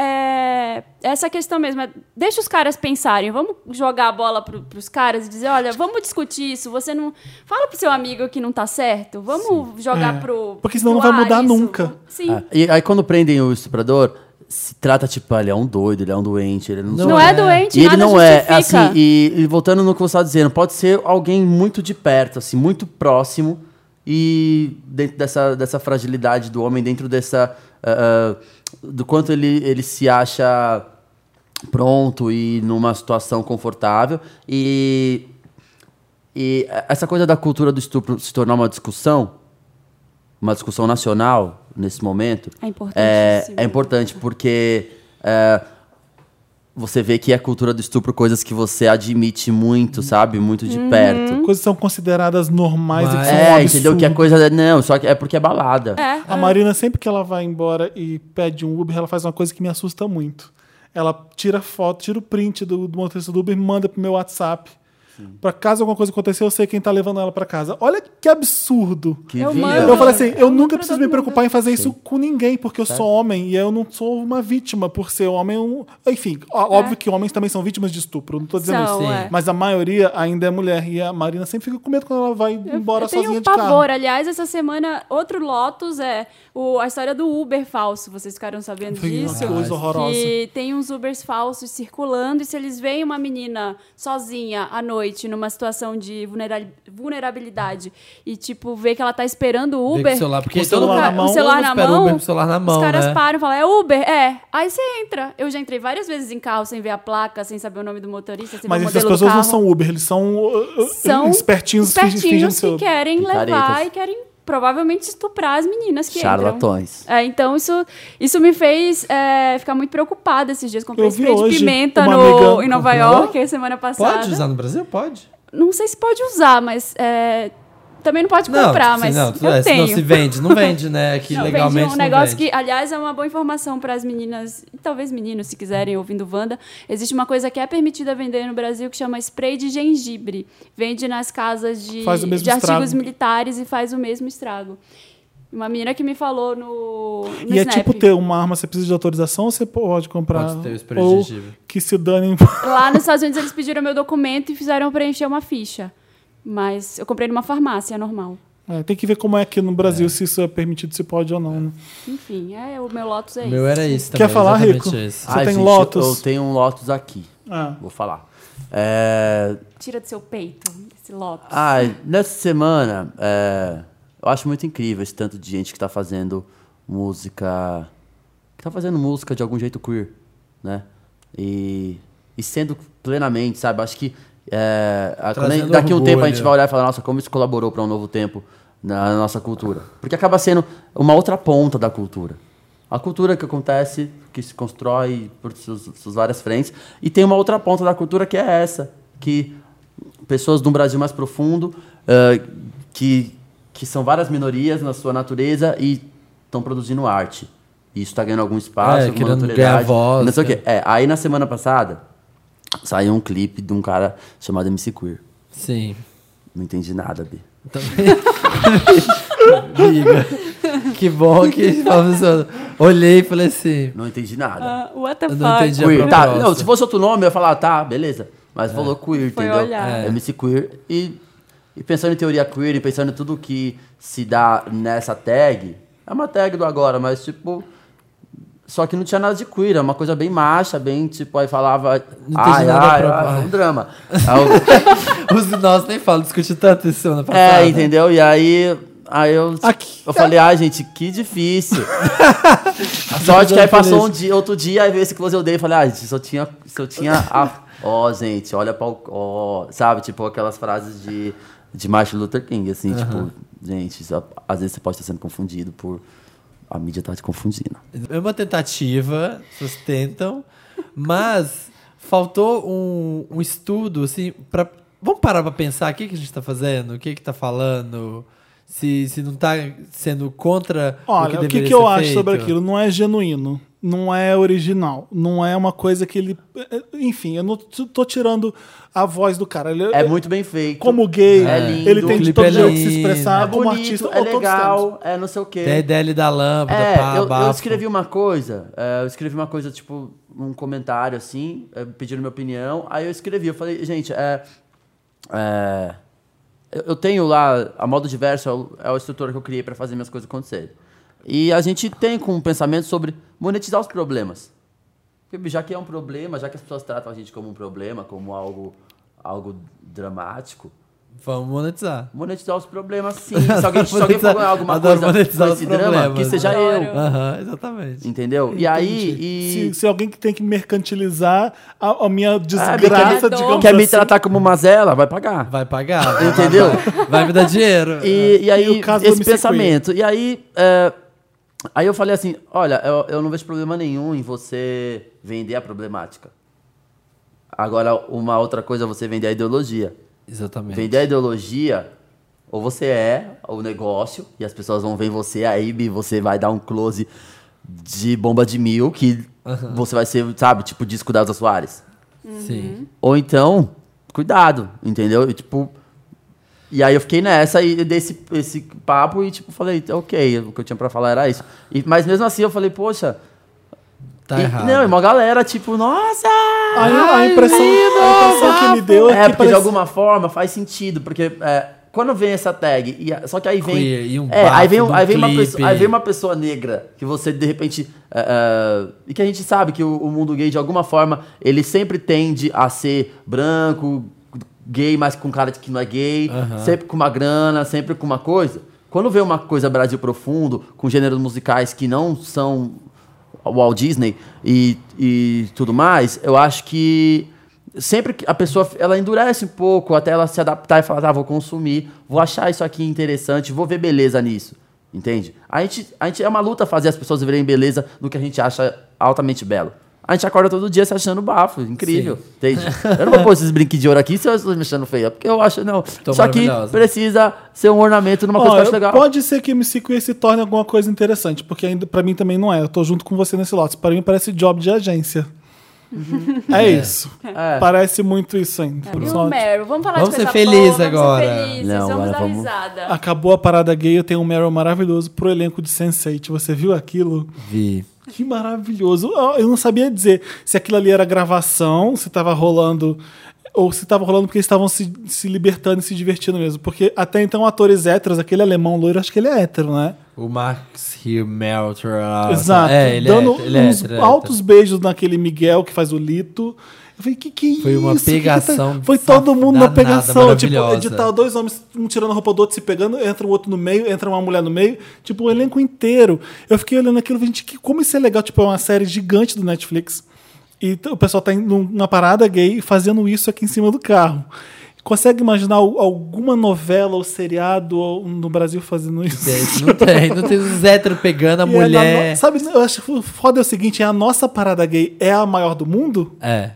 é essa questão mesmo. Deixa os caras pensarem. Vamos jogar a bola pros caras e dizer, olha, vamos discutir isso. Você não... Fala pro seu amigo que não tá certo. Vamos jogar pro... Porque senão não vai mudar isso. nunca. Sim. E aí quando prendem o estuprador, se trata tipo, ele é um doido, ele é um doente, ele não é doente, e nada ele não justifica. é, assim, e voltando no que você estava dizendo, pode ser alguém muito de perto, assim, muito próximo, e dentro dessa fragilidade do homem, dentro dessa... do quanto ele se acha pronto e numa situação confortável. E essa coisa da cultura do estupro se tornar uma discussão nacional nesse momento... É importantíssimo. É importante porque... você vê que a cultura do estupro, coisas que você admite muito, sabe? Muito de perto. Coisas que são consideradas normais e que são um absurdo. Entendeu? Que é coisa... Não, só que é porque é balada. A Marina, sempre que ela vai embora e pede um Uber, ela faz uma coisa que me assusta muito. Ela tira foto, tira o print do motorista do Uber e manda pro meu WhatsApp. Pra caso alguma coisa acontecer, eu sei quem tá levando ela pra casa. Olha que absurdo. mando. Eu falei assim, eu nunca preciso me todo preocupar em fazer isso com ninguém, porque eu sou homem e eu não sou uma vítima por ser homem. Enfim, óbvio que homens também são vítimas de estupro, não tô dizendo São, isso. é. Mas a maioria ainda é mulher e a Marina sempre fica com medo quando ela vai embora Eu tenho sozinha um de carro. pavor. Aliás, essa semana, outro Lotus é a história do Uber falso. Vocês ficaram sabendo disso? Uma coisa horrorosa. Que tem uns Ubers falsos circulando e se eles veem uma menina sozinha à noite numa situação de vulnerabilidade e, tipo, vê que ela tá esperando o Uber... Porque Com o celular na mão. o celular na espera o mão, Uber com o celular na mão, os caras né? param e falam, é Uber? É. Aí você entra. Eu já entrei várias vezes em carro sem ver a placa, sem saber o nome do motorista, sem Mas ver o essas modelo do pessoas carro. não são Uber, eles são espertinhos fingindo ser que Uber. querem levar Picaretas. e querem provavelmente estuprar as meninas que Charlatões. entram. Então isso me fez ficar muito preocupada esses dias. Comprei Eu vi spray de hoje pimenta uma amiga em Nova comprou. York semana passada. Pode usar no Brasil? Pode. Não sei se pode usar, mas também não pode comprar, mas eu se tenho. não se vende, não vende, né? Aqui Não, legalmente vendi um não negócio vende. que, aliás, é uma boa informação para as meninas, e talvez meninos, se quiserem, ouvindo Wanda. Existe uma coisa que é permitida vender no Brasil que chama spray de gengibre. Vende nas casas de Faz o mesmo artigos estrago. militares e faz o mesmo estrago. Uma menina que me falou no E é Snap. tipo ter uma arma, você precisa de autorização ou você pode comprar? Pode ter o spray de ou gengibre. que se dane. Lá nos Estados Unidos eles pediram meu documento e fizeram eu preencher uma ficha. Mas eu comprei numa farmácia normal. Tem que ver como é aqui no Brasil, se isso é permitido, se pode ou não. Né? Enfim, o meu Lotus é O isso. meu era isso também. Quer falar, exatamente Rico? esse. Você tem Lotus? Eu tenho um Lotus aqui. Vou falar. Tira do seu peito esse Lotus. Nessa semana, eu acho muito incrível esse tanto de gente que tá fazendo música... Que tá fazendo música de algum jeito queer, né? E sendo plenamente, sabe? Acho que daqui a um tempo a gente vai olhar e falar, nossa, como isso colaborou para um novo tempo na nossa cultura. Porque acaba sendo uma outra ponta da cultura. A cultura que acontece, que se constrói por suas várias frentes. E tem uma outra ponta da cultura que é essa. Que pessoas de um Brasil mais profundo, que são várias minorias na sua natureza e estão produzindo arte. E isso está ganhando algum espaço, alguma querendo notoriedade. ganhar voz, não sei o quê. Aí na semana passada, saiu um clipe de um cara chamado MC Queer. Sim. Não entendi nada, Bi. Também. Amiga, que bom que olhei e falei assim. Não entendi nada. What the Eu fuck? não entendi a Queer, tá. proposta. Não, se fosse outro nome, eu ia falar, tá, beleza. Mas falou queer, Foi entendeu? olhar. MC Queer. E pensando em teoria queer, e pensando em tudo que se dá nessa tag, é uma tag do agora, mas tipo... Só que não tinha nada de queer, é uma coisa bem macha, bem tipo, aí falava... um drama. Nós nem falam, discuti tanto isso semana passada. Entendeu? E aí eu falei, gente, que difícil. A sorte que aí passou outro dia, aí veio esse close eu dei e falei, gente, se eu tinha gente, olha pra sabe, tipo, aquelas frases de Martin Luther King, assim, tipo, gente, às vezes você pode estar sendo confundido por... A mídia tá te confundindo. É uma tentativa, vocês tentam, mas faltou um estudo, assim, pra... Vamos parar pra pensar o que a gente tá fazendo, o que tá falando, se não tá sendo contra o que Olha, deveria o que ser eu acho feito. sobre aquilo? Não é genuíno, não é original, não é uma coisa que ele... Enfim, eu não tô tirando a voz do cara. Ele, é muito bem feito. Como gay, é lindo. ele tem de todo jeito de se lindo. expressar, como bonito, artista. é legal, não sei o quê. Tem a ideia da lâmpada, eu escrevi uma coisa, tipo, um comentário, assim, pedindo minha opinião, aí eu falei, gente, eu tenho lá, a Modo Diverso é a estrutura que eu criei para fazer minhas coisas acontecerem. E a gente tem com um pensamento sobre monetizar os problemas. Porque já que é um problema, já que as pessoas tratam a gente como um problema, como algo dramático... Vamos monetizar. Monetizar os problemas, sim. Se alguém for ganhar alguma coisa com esse drama, que seja eu. Exatamente. Entendeu? E aí... Se alguém que tem que mercantilizar a minha desgraça, digamos quer assim... me tratar como mazela, vai pagar. Vai pagar. Entendeu? Vai me dar dinheiro. E aí, o caso do esse MC pensamento. E aí... Aí eu falei assim, olha, eu não vejo problema nenhum em você vender a problemática. Agora, uma outra coisa é você vender a ideologia. Exatamente. Vender a ideologia, ou você é o negócio, e as pessoas vão ver você, aí você vai dar um close de bomba de mil, que você vai ser, sabe, tipo disco da Elza Soares. Sim. Ou então, cuidado, entendeu? E, tipo... E aí eu fiquei nessa e dei esse papo e, tipo, falei, ok, o que eu tinha pra falar era isso. Mas mesmo assim eu falei, poxa... Tá errado. Não, uma galera, tipo, nossa! A impressão que me deu é que porque de alguma forma faz sentido, porque quando vem essa tag, só que aí vem... aí vem uma pessoa negra, que você, de repente... e que a gente sabe que o mundo gay, de alguma forma, ele sempre tende a ser branco... gay, mas com cara de que não é gay, sempre com uma grana, sempre com uma coisa. Quando vê uma coisa Brasil profundo, com gêneros musicais que não são o Walt Disney e tudo mais, eu acho que sempre que a pessoa ela endurece um pouco até ela se adaptar e falar, vou consumir, vou achar isso aqui interessante, vou ver beleza nisso, entende? A gente é uma luta fazer as pessoas verem beleza no que a gente acha altamente belo. A gente acorda todo dia se achando bafo. Incrível. Entende? Eu não vou pôr esses brinquedos de ouro aqui se eu estou me achando feio. Porque eu acho, não. Isso aqui precisa ser um ornamento numa coisa que eu acho legal. Pode ser que MC Queer se torne alguma coisa interessante. Porque ainda, pra mim também não é. Eu tô junto com você nesse lote. Pra mim parece job de agência. É isso. Parece muito isso ainda. E o Meryl? Vamos falar vamos de coisa ser felizes boa, agora. Vamos ser felizes, não, vamos dar vamos... risada. Acabou a parada gay, eu tenho um Meryl maravilhoso pro elenco de Sense8. Você viu aquilo? Vi. Que maravilhoso. Eu não sabia dizer se aquilo ali era gravação, se tava rolando... Ou se tava rolando porque eles estavam se libertando e se divertindo mesmo. Porque até então, atores héteros, aquele alemão loiro, acho que ele é hétero, né? O Max Hilmelter. Exato. Ele dando uns altos beijos naquele Miguel que faz o Lito. Eu falei, que é isso? Foi uma pegação. Foi todo mundo na pegação. Tipo, maravilhosa. editar dois homens, um tirando a roupa do outro, se pegando, entra o outro no meio, entra uma mulher no meio. Tipo, o elenco inteiro. Eu fiquei olhando aquilo e falei, gente, como isso é legal. Tipo, é uma série gigante do Netflix. E o pessoal tá indo numa parada gay fazendo isso aqui em cima do carro. Consegue imaginar alguma novela ou seriado no Brasil fazendo isso? Não tem os héteros pegando a mulher. Sabe, eu acho que o foda é o seguinte, a nossa parada gay é a maior do mundo?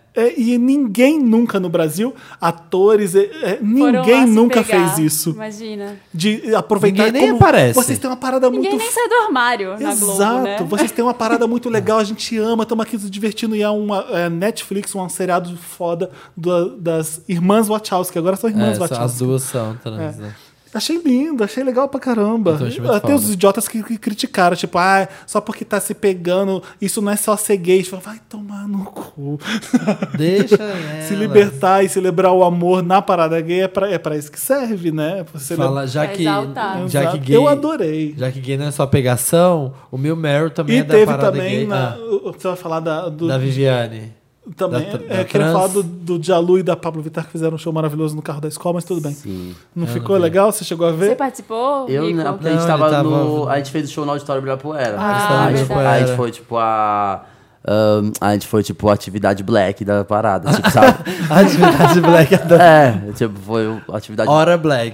E ninguém nunca no Brasil, atores, ninguém nunca fez isso. Imagina. De aproveitar. Ninguém nem aparece. Vocês têm uma parada ninguém muito... nem sai do armário na Globo, né? Exato. Vocês têm uma parada muito legal, a gente ama, estamos aqui se divertindo e é uma Netflix, um seriado foda das irmãs Wachowski, agora são irmãs Wachowski. As duas são trans, né? Achei lindo, achei legal pra caramba. Até os idiotas que criticaram, tipo, só porque tá se pegando, isso não é só ser gay. Tipo, vai tomar no cu. Deixa se libertar e celebrar o amor na parada gay é pra isso que serve, né? Fala, já que gay, eu adorei. Já que gay não é só pegação, o meu Meryl também e é da teve parada também gay. você vai falar da Viviane. Também, eu queria falar do Jalu e da Pablo Vittar que fizeram um show maravilhoso no carro da escola, mas tudo bem. Sim. Não ficou legal? Você chegou a ver? Você participou? Eu não, porque a gente tava no... A gente fez o show no Auditório Ibirapuera. A gente foi tipo a gente foi tipo a atividade black da parada, tipo, sabe? A atividade black tipo, foi a atividade... Hora black.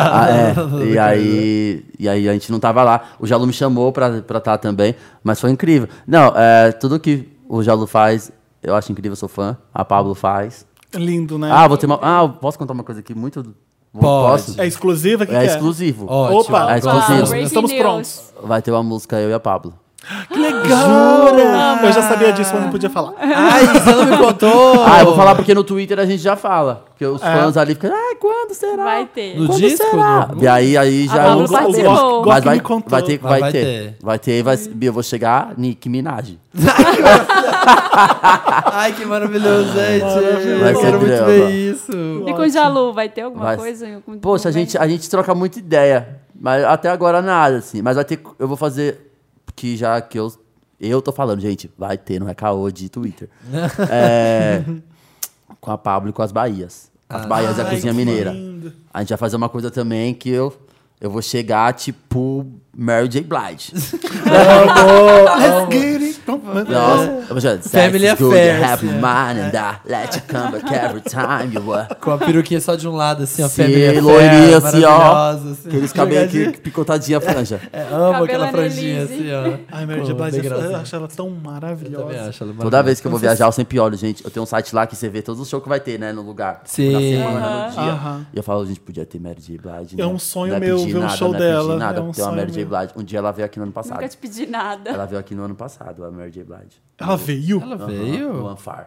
E aí a gente não tava lá. O Jalu me chamou pra estar também, mas foi incrível. Não, tudo que o Jalu faz... Eu acho incrível, eu sou fã. A Pablo faz. Lindo, né? Posso contar uma coisa aqui muito... Pode. Posso? É exclusiva? É exclusivo. Ótimo. Opa, é exclusivo. Estamos prontos. Vai ter uma música, eu e a Pablo. Que legal! Jura? Eu já sabia disso, mas não podia falar. Você não me contou! Eu vou falar porque no Twitter a gente já fala. Porque os fãs ali ficam, quando será? Vai ter. No quando disco? será? E aí já... Pablo participou. Mas vai ter. Eu vou chegar Nicki Minaj. Ai, que maravilhoso, gente. Vai Eu ser quero muito drama. ver isso. E com o Jalu, vai ter alguma coisa? Poxa, a gente troca muita ideia. Mas até agora nada, assim. Mas vai ter... Eu vou fazer... Que já que eu tô falando, gente, vai ter, não é caô de Twitter. Com a Pablo e com as Bahias. As Bahias e a Cozinha Mineira. Lindo. A gente vai fazer uma coisa também que eu vou chegar, tipo, Mary J. Blige. Let's get it. Nossa, eu vou chegar. Family Affairs. Have mine and I let you come back every time you were. Com a peruquinha só de um lado, assim, ó. Sim, Family Affairs. loirinha, assim, ó. Assim, aqueles cabelos aqui, picotadinha a franja. Amo aquela franjinha, assim, ó. Ai, Mary J. Blige, eu acho ela tão maravilhosa. Eu também acho ela maravilhosa. Toda vez que eu vou viajar, eu sempre olho, gente. Eu tenho um site lá que você vê todos os shows que vai ter, né, no lugar. Sim. Na semana, no dia. E eu falo, gente, podia ter Mary J. Blige. É um sonho meu ver um show dela. Tem uma Mary J. Blige. Um dia ela veio aqui no ano passado. Nunca te pedi nada. Ela veio aqui no ano passado, a Mary J. Blige. Ela veio? Ela veio? No Anfar.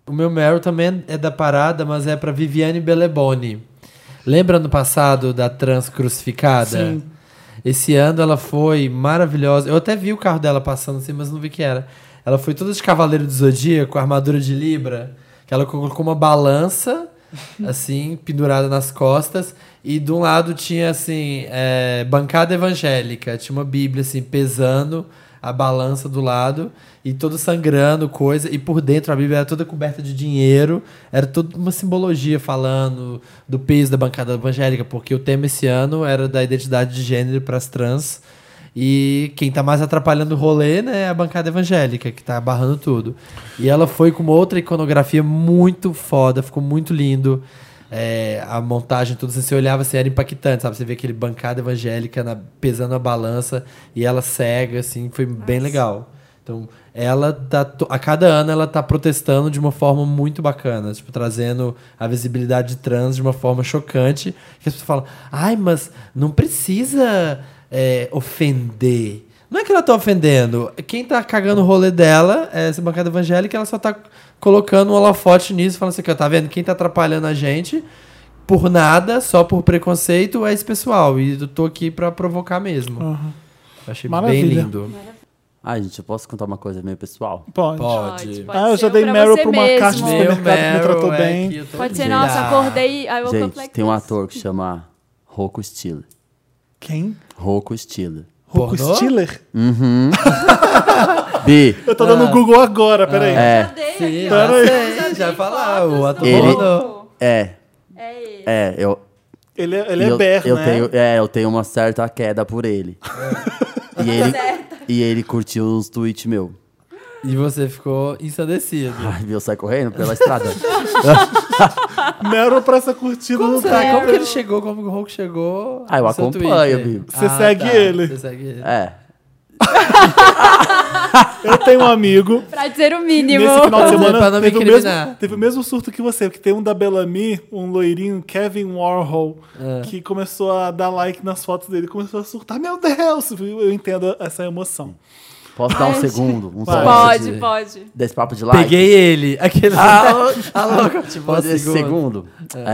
O meu Meryl também é da parada, mas é pra Viviane Beleboni. Lembra no passado da trans crucificada? Sim. Esse ano ela foi maravilhosa. Eu até vi o carro dela passando assim, mas não vi que era. Ela foi toda de Cavaleiro do Zodíaco, com armadura de Libra, que ela colocou uma balança, assim, pendurada nas costas, e de um lado tinha, assim, bancada evangélica, tinha uma Bíblia, assim, pesando a balança do lado, e todo sangrando, coisa, e por dentro a Bíblia era toda coberta de dinheiro, era toda uma simbologia falando do peso da bancada evangélica, porque o tema esse ano era da identidade de gênero para as trans, e quem tá mais atrapalhando o rolê, né, é a bancada evangélica, que tá barrando tudo. E ela foi com uma outra iconografia muito foda, ficou muito lindo. A montagem, tudo, você olhava assim, era impactante, sabe? Você vê aquele bancada evangélica pesando a balança e ela cega, assim, foi bem legal. Então, ela tá, a cada ano ela tá protestando de uma forma muito bacana, tipo, trazendo a visibilidade trans de uma forma chocante, que as pessoas falam, ai, mas não precisa ofender. Não é que ela tá ofendendo. Quem tá cagando o rolê dela, essa bancada evangélica, ela só tá colocando um holofote nisso, falando assim, tá vendo? Quem tá atrapalhando a gente por nada, só por preconceito, é esse pessoal. E eu tô aqui pra provocar mesmo. Uhum. Achei Maravilha. bem lindo. Ai, gente, eu posso contar uma coisa meio pessoal? Pode. Pode. Eu já dei Meryl pra uma caixa de supermercado que me tratou bem. Pode ser, nossa, acordei. Gente, tem um ator que chama Rocco Stiller. Quem? Rocco Stiller. Rocco Stiller? Uhum. B. Eu tô dando Google agora, peraí. Sim, Peraí. já falar, o ator Ele- pornô. Ele é Bear, né? Eu tenho uma certa queda por ele. E ele curtiu os tweets meu. E você ficou ensandecido. Ai, viu, sai correndo pela estrada. Meryl pra essa curtida não tá. Como que ele chegou? Como que o Hulk chegou? Ah, eu no seu acompanho, Twitter? Bibi. Você segue ele. Você segue ele. Eu tenho um amigo. Pra dizer o mínimo. Nesse final de semana Pra não me incriminar. teve o mesmo surto que você, porque tem um da Bellamy, um loirinho, Kevin Warhol, que começou a dar like nas fotos dele, começou a surtar. Meu Deus! Eu entendo essa emoção. Posso dar um segundo? Pode. Desse papo de like? Peguei ele. Aquele. louca. Tipo, Desse segundo.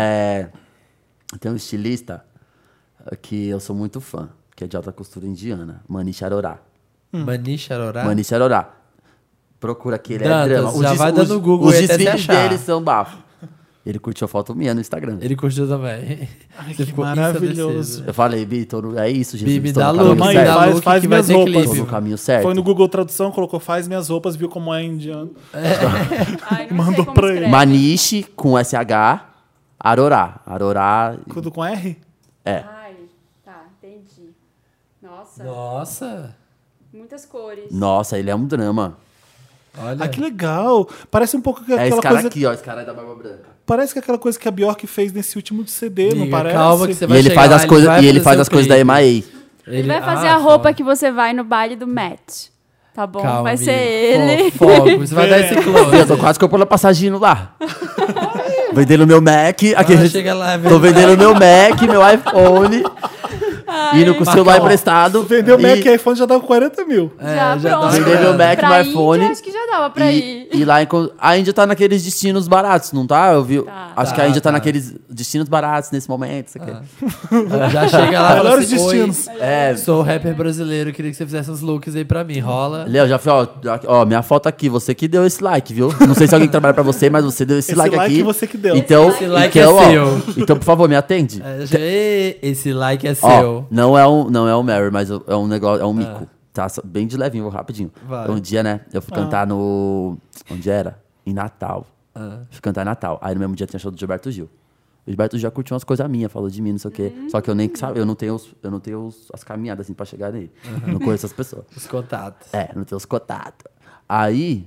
Tem um estilista que eu sou muito fã, que é de alta costura indiana, Manish Arora. Manish Arora? Manish Arora. Procura que ele Dantas, é drama. já vai dando no Google Os e até desfiles se achar. dele são bafo. Ele curtiu a foto minha no Instagram. Ele curtiu também. Ai, Você que ficou maravilhoso. ensandecido. Eu falei, Vitor, é isso, gente. Bi, me estou dá no look, caminho Mãe, me certo. dá look faz que vai minhas ter roupas. Estou clipe. no caminho certo. Foi no Google Tradução, colocou faz minhas roupas, viu como é indiano. Ai, não Mandou sei como pra ele. escreve. Manish com SH, Arorá. Arorá. Tudo com R? É. Ai, tá, entendi. Nossa, Nossa. muitas cores. Nossa, ele é um drama. Olha. Ah, que legal. Parece um pouco que É esse aquela cara coisa. aqui, ó. Esse cara é da barba branca. Parece que aquela coisa que a Bjork fez nesse último CD, não Amiga, parece? calma que você E vai ele chegar faz lá, as coisas, vai e ele fazer faz seu as coisas da clipe. MIA. Ele vai fazer a roupa que você vai no baile do Met. Tá bom? Vai ser ele. Fogo. Você vai dar esse Eu close. tô quase comprando a passagem indo lá. Vendendo meu Mac. Chega lá, Tô vendendo meu Mac, meu iPhone. Indo com o celular Marcão, emprestado. Vendeu o Mac e iPhone já dava 40 mil. Já, já pronto. dá. Vender meu Mac Pra no Índia, iPhone. acho que já dava pra ir. E lá a Índia tá naqueles destinos baratos, não tá? Eu vi. Tá. Acho que a Índia tá naqueles destinos baratos nesse momento. Isso aqui. Já chega lá e fala Melhores assim, destinos. "Oi, É. sou rapper brasileiro, queria que você fizesse uns looks aí pra mim. Rola? Léo, já foi, ó, minha foto aqui, você que deu esse like, viu? Não sei se alguém que trabalha pra você, mas você deu esse Esse like like aqui. você que deu. Então, Esse like então, é ó, seu. então, por favor, me atende. Esse like é Ó, seu. não é um Mary, mas é um negócio, é um mico. Tá bem de levinho, vou rapidinho. Vai. Um dia, né, eu fui cantar no... Onde era? Em Natal. Fui cantar em Natal. Aí no mesmo dia tinha show do Gilberto Gil. O Gilberto Gil já curtiu umas coisas minhas, falou de mim, não sei o quê. Só que eu nem sabe, eu não tenho as caminhadas assim pra chegar nele. Não conheço as pessoas. Os contatos. Não tenho os contatos. Aí,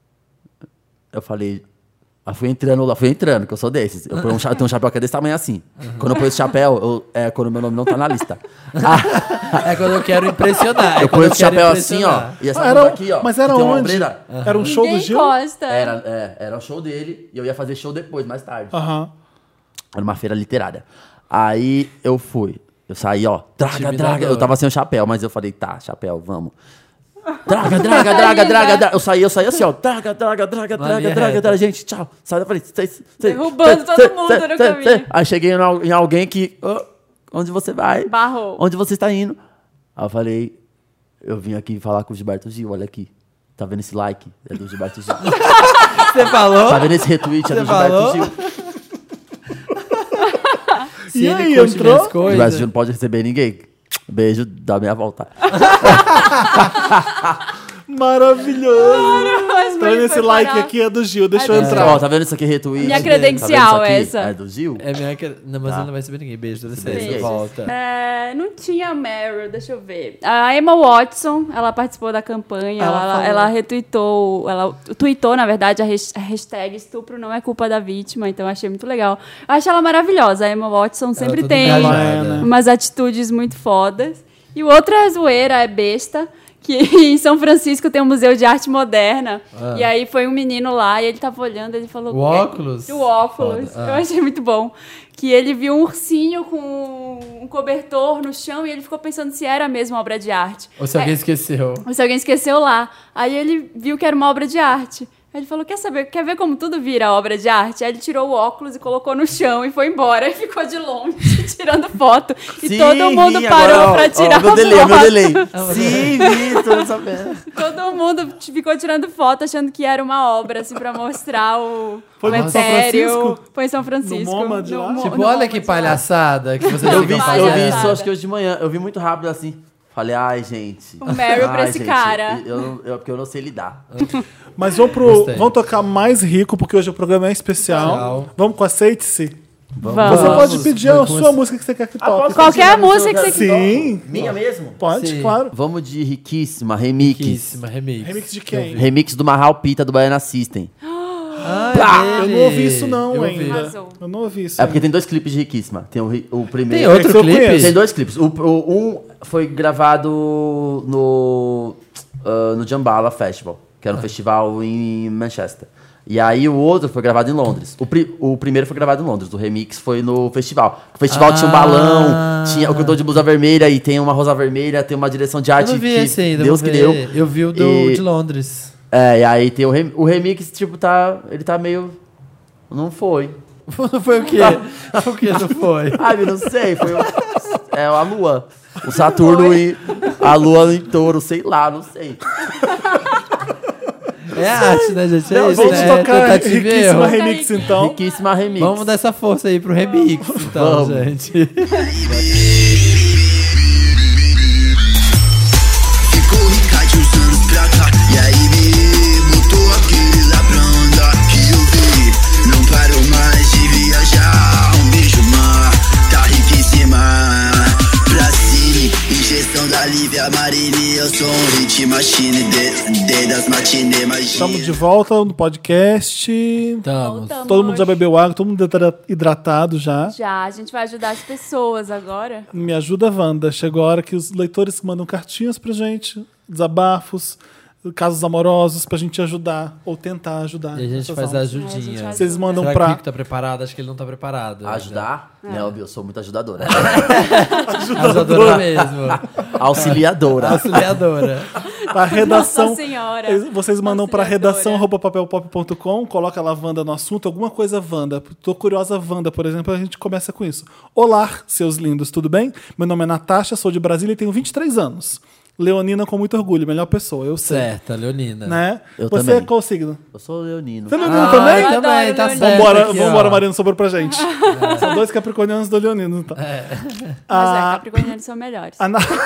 eu falei... Aí fui entrando, que eu sou desses. Eu tenho um chapéu que é desse tamanho assim. Quando eu ponho esse chapéu, quando meu nome não tá na lista. É quando eu quero impressionar. Eu ponho esse chapéu assim, ó. E essa blusa aqui, ó. Mas era que tem uma onde? ombreira. Era um show do Ninguém Gil? gosta. Era o show dele e eu ia fazer show depois, mais tarde. Aham. Era uma feira literária. Aí eu fui. Eu saí, ó. Traga. Intimidador. Eu tava sem o chapéu, mas eu falei, tá, chapéu, vamos. Draga. Eu saí assim, ó. Draga, gente, tchau. Sai da frente. Derrubando todo mundo no caminho. Aí cheguei em alguém que... onde você vai? Barrou. Onde você está indo? Aí eu falei, eu vim aqui falar com o Gilberto Gil, olha aqui. Tá vendo esse like? É do Gilberto Gil. Você falou? Tá vendo esse retweet? É do Gilberto Gil. E aí, entrou? O Gilberto Gil não pode receber ninguém. Beijo da minha volta. Maravilhoso. Tá vendo esse like aqui? É do Gil. Deixa eu entrar. Ó, tá vendo isso aqui, retweet? Minha credencial, tá essa. É do Gil? Não, mas ele não vai receber ninguém. Beijo, dá licença. Volta. Não tinha Meryl, deixa eu ver. A Emma Watson, ela participou da campanha. Ela retweetou, ela tweetou, na verdade, a hashtag estupro não é culpa da vítima. Então, achei muito legal. Eu acho ela maravilhosa. A Emma Watson sempre tem umas atitudes muito fodas. E o outro é zoeira, é besta. Que em São Francisco tem um museu de arte moderna. E aí foi um menino lá e ele tava olhando, ele falou... O óculos? O óculos. Eu achei muito bom. Que ele viu um ursinho com um cobertor no chão e ele ficou pensando se era mesmo obra de arte. Ou se alguém esqueceu. Ou se alguém esqueceu lá. Aí ele viu que era uma obra de arte. Aí ele falou, quer ver como tudo vira obra de arte? Aí ele tirou o óculos e colocou no chão e foi embora. E ficou de longe, tirando foto. E Sim, todo mundo parou pra tirar foto. Meu delay. Sim, vi, tô sabendo. Todo mundo ficou tirando foto, achando que era uma obra, assim, pra mostrar o Foi em São Francisco? Foi em São Francisco. No MoMA de lá? Tipo, olha que palhaçada que vocês Eu vi fazendo. isso, acho que hoje de manhã. Eu vi muito rápido assim. Falei, ai, gente. Um Meryl pra esse cara. Porque eu não sei lidar. Mas vamos tocar mais rico, porque hoje o programa é especial. Legal. Vamos com Aceite-se? Vamos. Você pode pedir a sua música que você quer que toque. Qualquer música que você Sim. Minha mesmo? Pode, Sim. claro. Vamos de Riquíssima, remix. Riquíssima, remix. Remix de quem? Remix do Marral Pita do Baiana System. Eu não ouvi isso não Eu ainda. Arrasou. Eu não ouvi isso. É porque tem 2 clipes de Riquíssima. Tem o primeiro. Tem outro Esse eu clipe? conheço. Tem 2 clipes. Um foi gravado no Jambala Festival, que era um festival em Manchester. E aí o outro foi gravado em Londres. O primeiro foi gravado em Londres, o remix foi no festival. O festival tinha um balão, tinha o cantor de blusa vermelha e tem uma rosa vermelha, tem uma direção de arte Eu não vi que esse ainda, Deus vou que ver. deu. Eu vi o de Londres. E aí tem o remix, tipo, ele tá meio... Não foi. Não foi o quê? O que não foi? Eu não sei, foi a Lua. O Saturno e a Lua em touro, sei lá, não sei. É arte, né, gente? É Não, isso, vamos né? tocar Tentativa e Riquíssima erro. Remix, então. Riquíssima remix. Vamos dar essa força aí pro remix, então, Vamos. gente. Ficou rica de uns anos pra cá. E aí me botou aquele lá pra andar. Que eu vi, não parou mais de viajar. Um beijo, mar, tá riquíssima. Pra Cine, injeção da Lívia Marini. Eu sou um hit machine, de das matinê, mas Estamos de volta no podcast. Estamos. Todo mundo já bebeu água, todo mundo hidratado já. Já, a gente vai ajudar as pessoas agora. Me ajuda, Wanda. Chegou a hora que os leitores mandam cartinhas pra gente, desabafos, casos amorosos pra gente ajudar ou tentar ajudar. E a gente essas faz a almas. ajudinha. Vocês mandam Será que o pra Rico tá preparado? Acho que ele não tá preparado. Ajudar? Não, eu sou muito ajudadora. Ajudadora mesmo. Auxiliadora. Auxiliadora. a redação. Nossa Senhora. Vocês mandam pra Auxiliadora. redação@papelpop.com, coloca lá Wanda no assunto, alguma coisa Wanda. Tô curiosa, Wanda, por exemplo, a gente começa com isso. Olá, seus lindos, tudo bem? Meu nome é Natasha, sou de Brasília e tenho 23 anos. Leonina com muito orgulho, melhor pessoa, eu sei. Certo, Leonina. Né? Eu Você também. é qual signo? Eu sou leonino. Você é leonino também? eu também, adoro tá Leonina. certo. Vambora, aqui, vambora, ó. Mariana, sobrou pra gente. São 2 capricornianos e 2 leoninos. Então. Mas capricornianos são melhores.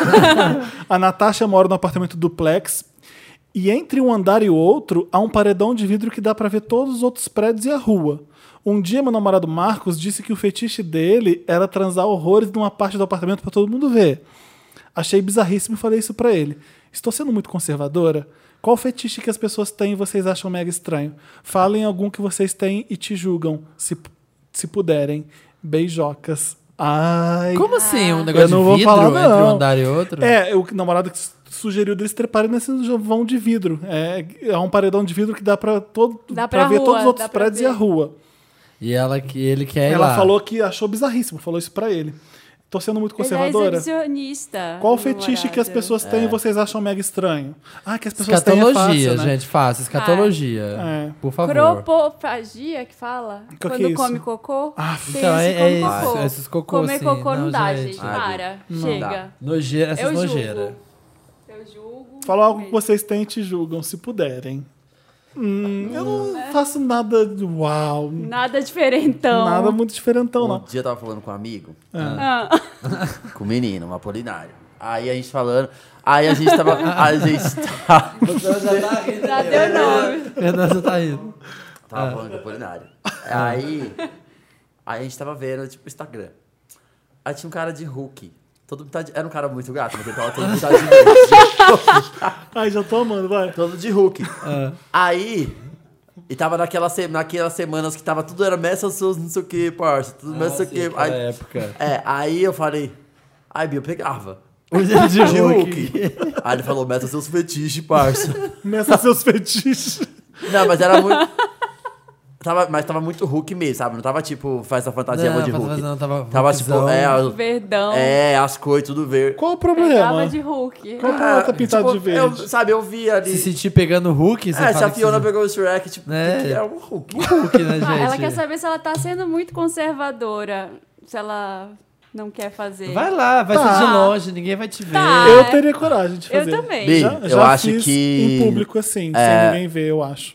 A Natasha mora no apartamento duplex e entre um andar e o outro há um paredão de vidro que dá pra ver todos os outros prédios e a rua. Um dia meu namorado Marcos disse que o fetiche dele era transar horrores numa parte do apartamento pra todo mundo ver. Achei bizarríssimo e falei isso pra ele. Estou sendo muito conservadora? Qual fetiche que as pessoas têm e vocês acham mega estranho? Falem algum que vocês têm e te julgam, se puderem. Beijocas. Ai. Como assim? Um Eu negócio não de vou vidro falar, entre não. um andar e outro? É, o namorado que sugeriu deles treparem nesse vão de vidro. É um paredão de vidro que dá pra Dá pra pra ver rua, todos os outros dá pra prédios e ver. a rua. E ele quer ir Ela lá. falou que achou bizarríssimo, falou isso pra ele. Tô sendo muito Ele é conservadora. exibicionista. Qual o fetiche que as pessoas têm e vocês acham mega estranho? Que as pessoas têm Escatologia, fácil, né? gente, fácil. Escatologia. Por favor. Cropofagia que fala? Que Quando é come isso? cocô? Então, Tem isso, cocô. esses cocô Comer assim, cocô não dá, gente. gente. Para. Chega. Nojeira, essas Eu julgo. nojeiras. Eu julgo. Fala algo que vocês têm e te julgam, se puderem. Eu não faço nada de uau. Nada diferentão. Nada muito diferentão, Um não. dia eu tava falando com um amigo, Ah. com um menino, um Apolinário. Aí a gente falando. Aí a gente tava. Já deu nome. Fernanda tá rindo. Tava falando com o Apolinário. Aí a gente tava vendo, tipo, o Instagram. Aí tinha um cara de Hulk. Era um cara muito gato, mas ele tava todo pintado de Hulk. Já tô amando, vai. Todo de Hulk. Aí. E tava naquelas semanas que tava tudo era Messi, seus não sei o que, parça. Tudo Messi, não sei o que. Aí, época. Aí eu falei. Aí, Bia, eu pegava. De Hulk. Aí ele falou, meça seus fetiches, parça. Meça seus fetiches. Não, mas era muito... Mas tava muito Hulk mesmo, sabe? Não tava tipo, faz a fantasia de Hulk. Não, tava tipo, Verdão. as cores tudo verde. Qual o Pegava problema? de Hulk. Qual o problema tá pintado de verde? Eu vi ali... Se sentir pegando o Hulk, você se fala a Fiona pegou o Shrek, tipo, É. que é um Hulk. Hulk, né, gente? Ela quer saber se ela tá sendo muito conservadora. Se ela não quer fazer. Vai lá, vai ser de longe, ninguém vai te ver. Tá. Eu teria coragem de Eu fazer. também. Bi, Já eu acho fiz que... em público assim, sem ninguém ver, eu acho.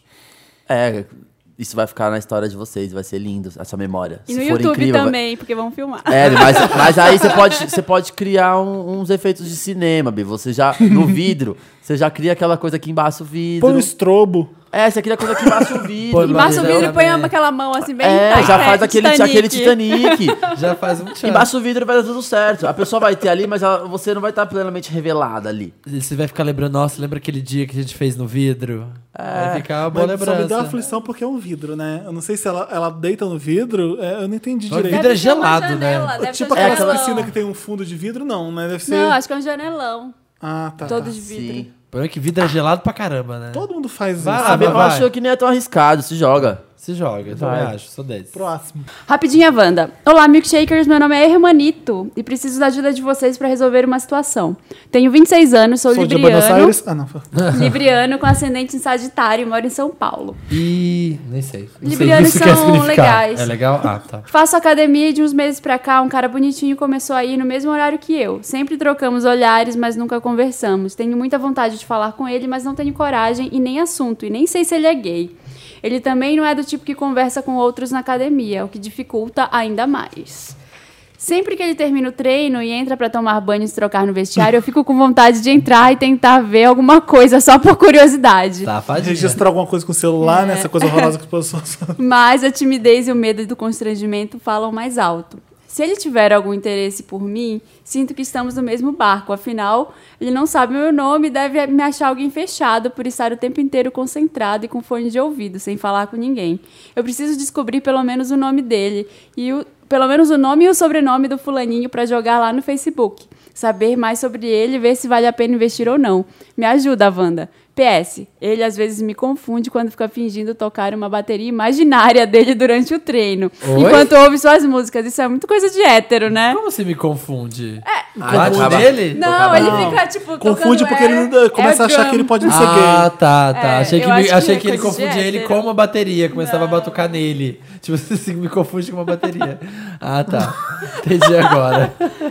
Isso vai ficar na história de vocês, vai ser lindo essa memória. E Se no for YouTube incrível, também, porque vão filmar. Mas aí você pode criar uns efeitos de cinema, Bi. Você já, no vidro, você já cria aquela coisa que embaça o vidro. Põe um estrobo. Você cria coisa que embaça o vidro. Pô, Embaça o vidro e põe também. aquela mão assim bem... Já faz aquele Titanic. Já faz um tchan. Embaixo do vidro vai dar tudo certo. A pessoa vai ter ali, mas você não vai estar plenamente revelada ali. Você vai ficar lembrando, nossa, lembra aquele dia que a gente fez no vidro? Vai ficar uma boa Mas só me dá lembrança. aflição porque é um vidro, né? Eu não sei se ela deita no vidro, eu não entendi O direito. vidro é gelado, né? Tipo aquela piscina que tem um fundo de vidro, não, né? Deve ser... Não, acho que é um janelão. Ah, tá. Todo de vidro. Sim. O problema é que vidro é gelado pra caramba, né? Todo mundo faz Vai isso. lá, Sabe? Eu acho que nem é tão arriscado, se joga. Se joga, eu também acho, sou 10. Próximo. Rapidinha, Wanda. Olá, milkshakers. Meu nome é Hermanito e preciso da ajuda de vocês para resolver uma situação. Tenho 26 anos, sou Sou de Buenos libriano. Aires. Ah, não. Libriano com ascendente em Sagitário e moro em São Paulo. E... nem sei. Não sei Librianos o que isso quer são significar. legais. É legal? Ah, tá. Faço academia e de uns meses pra cá, um cara bonitinho começou a ir no mesmo horário que eu. Sempre trocamos olhares, mas nunca conversamos. Tenho muita vontade de falar com ele, mas não tenho coragem e nem assunto. E nem sei se ele é gay. Ele também não é do tipo que conversa com outros na academia, o que dificulta ainda mais. Sempre que ele termina o treino e entra pra tomar banho e se trocar no vestiário, eu fico com vontade de entrar e tentar ver alguma coisa só por curiosidade. Safadinha. Registrar alguma coisa com o celular, né? Essa coisa horrorosa que as pessoas... Mas a timidez e o medo do constrangimento falam mais alto. Se ele tiver algum interesse por mim, sinto que estamos no mesmo barco. Afinal, ele não sabe meu nome e deve me achar alguém fechado por estar o tempo inteiro concentrado e com fone de ouvido, sem falar com ninguém. Eu preciso descobrir pelo menos o nome dele pelo menos o nome e o sobrenome do fulaninho para jogar lá no Facebook. Saber mais sobre ele e ver se vale a pena investir ou não. Me ajuda, Wanda. PS, ele às vezes me confunde quando fica fingindo tocar uma bateria imaginária dele durante o treino. Oi? Enquanto ouve suas músicas. Isso é muito coisa de hétero, né? Como você me confunde? Confunde Confunde dele? Não, ele fica, tipo, Confunde tocando porque ele começa a achar que ele pode não ser Ah, gay. tá. É, eu acho achei que que ele é coisa de confundia ele hétero. com uma bateria, começava a batucar nele. Tipo, você me confunde com uma bateria. Ah, tá. Entendi agora.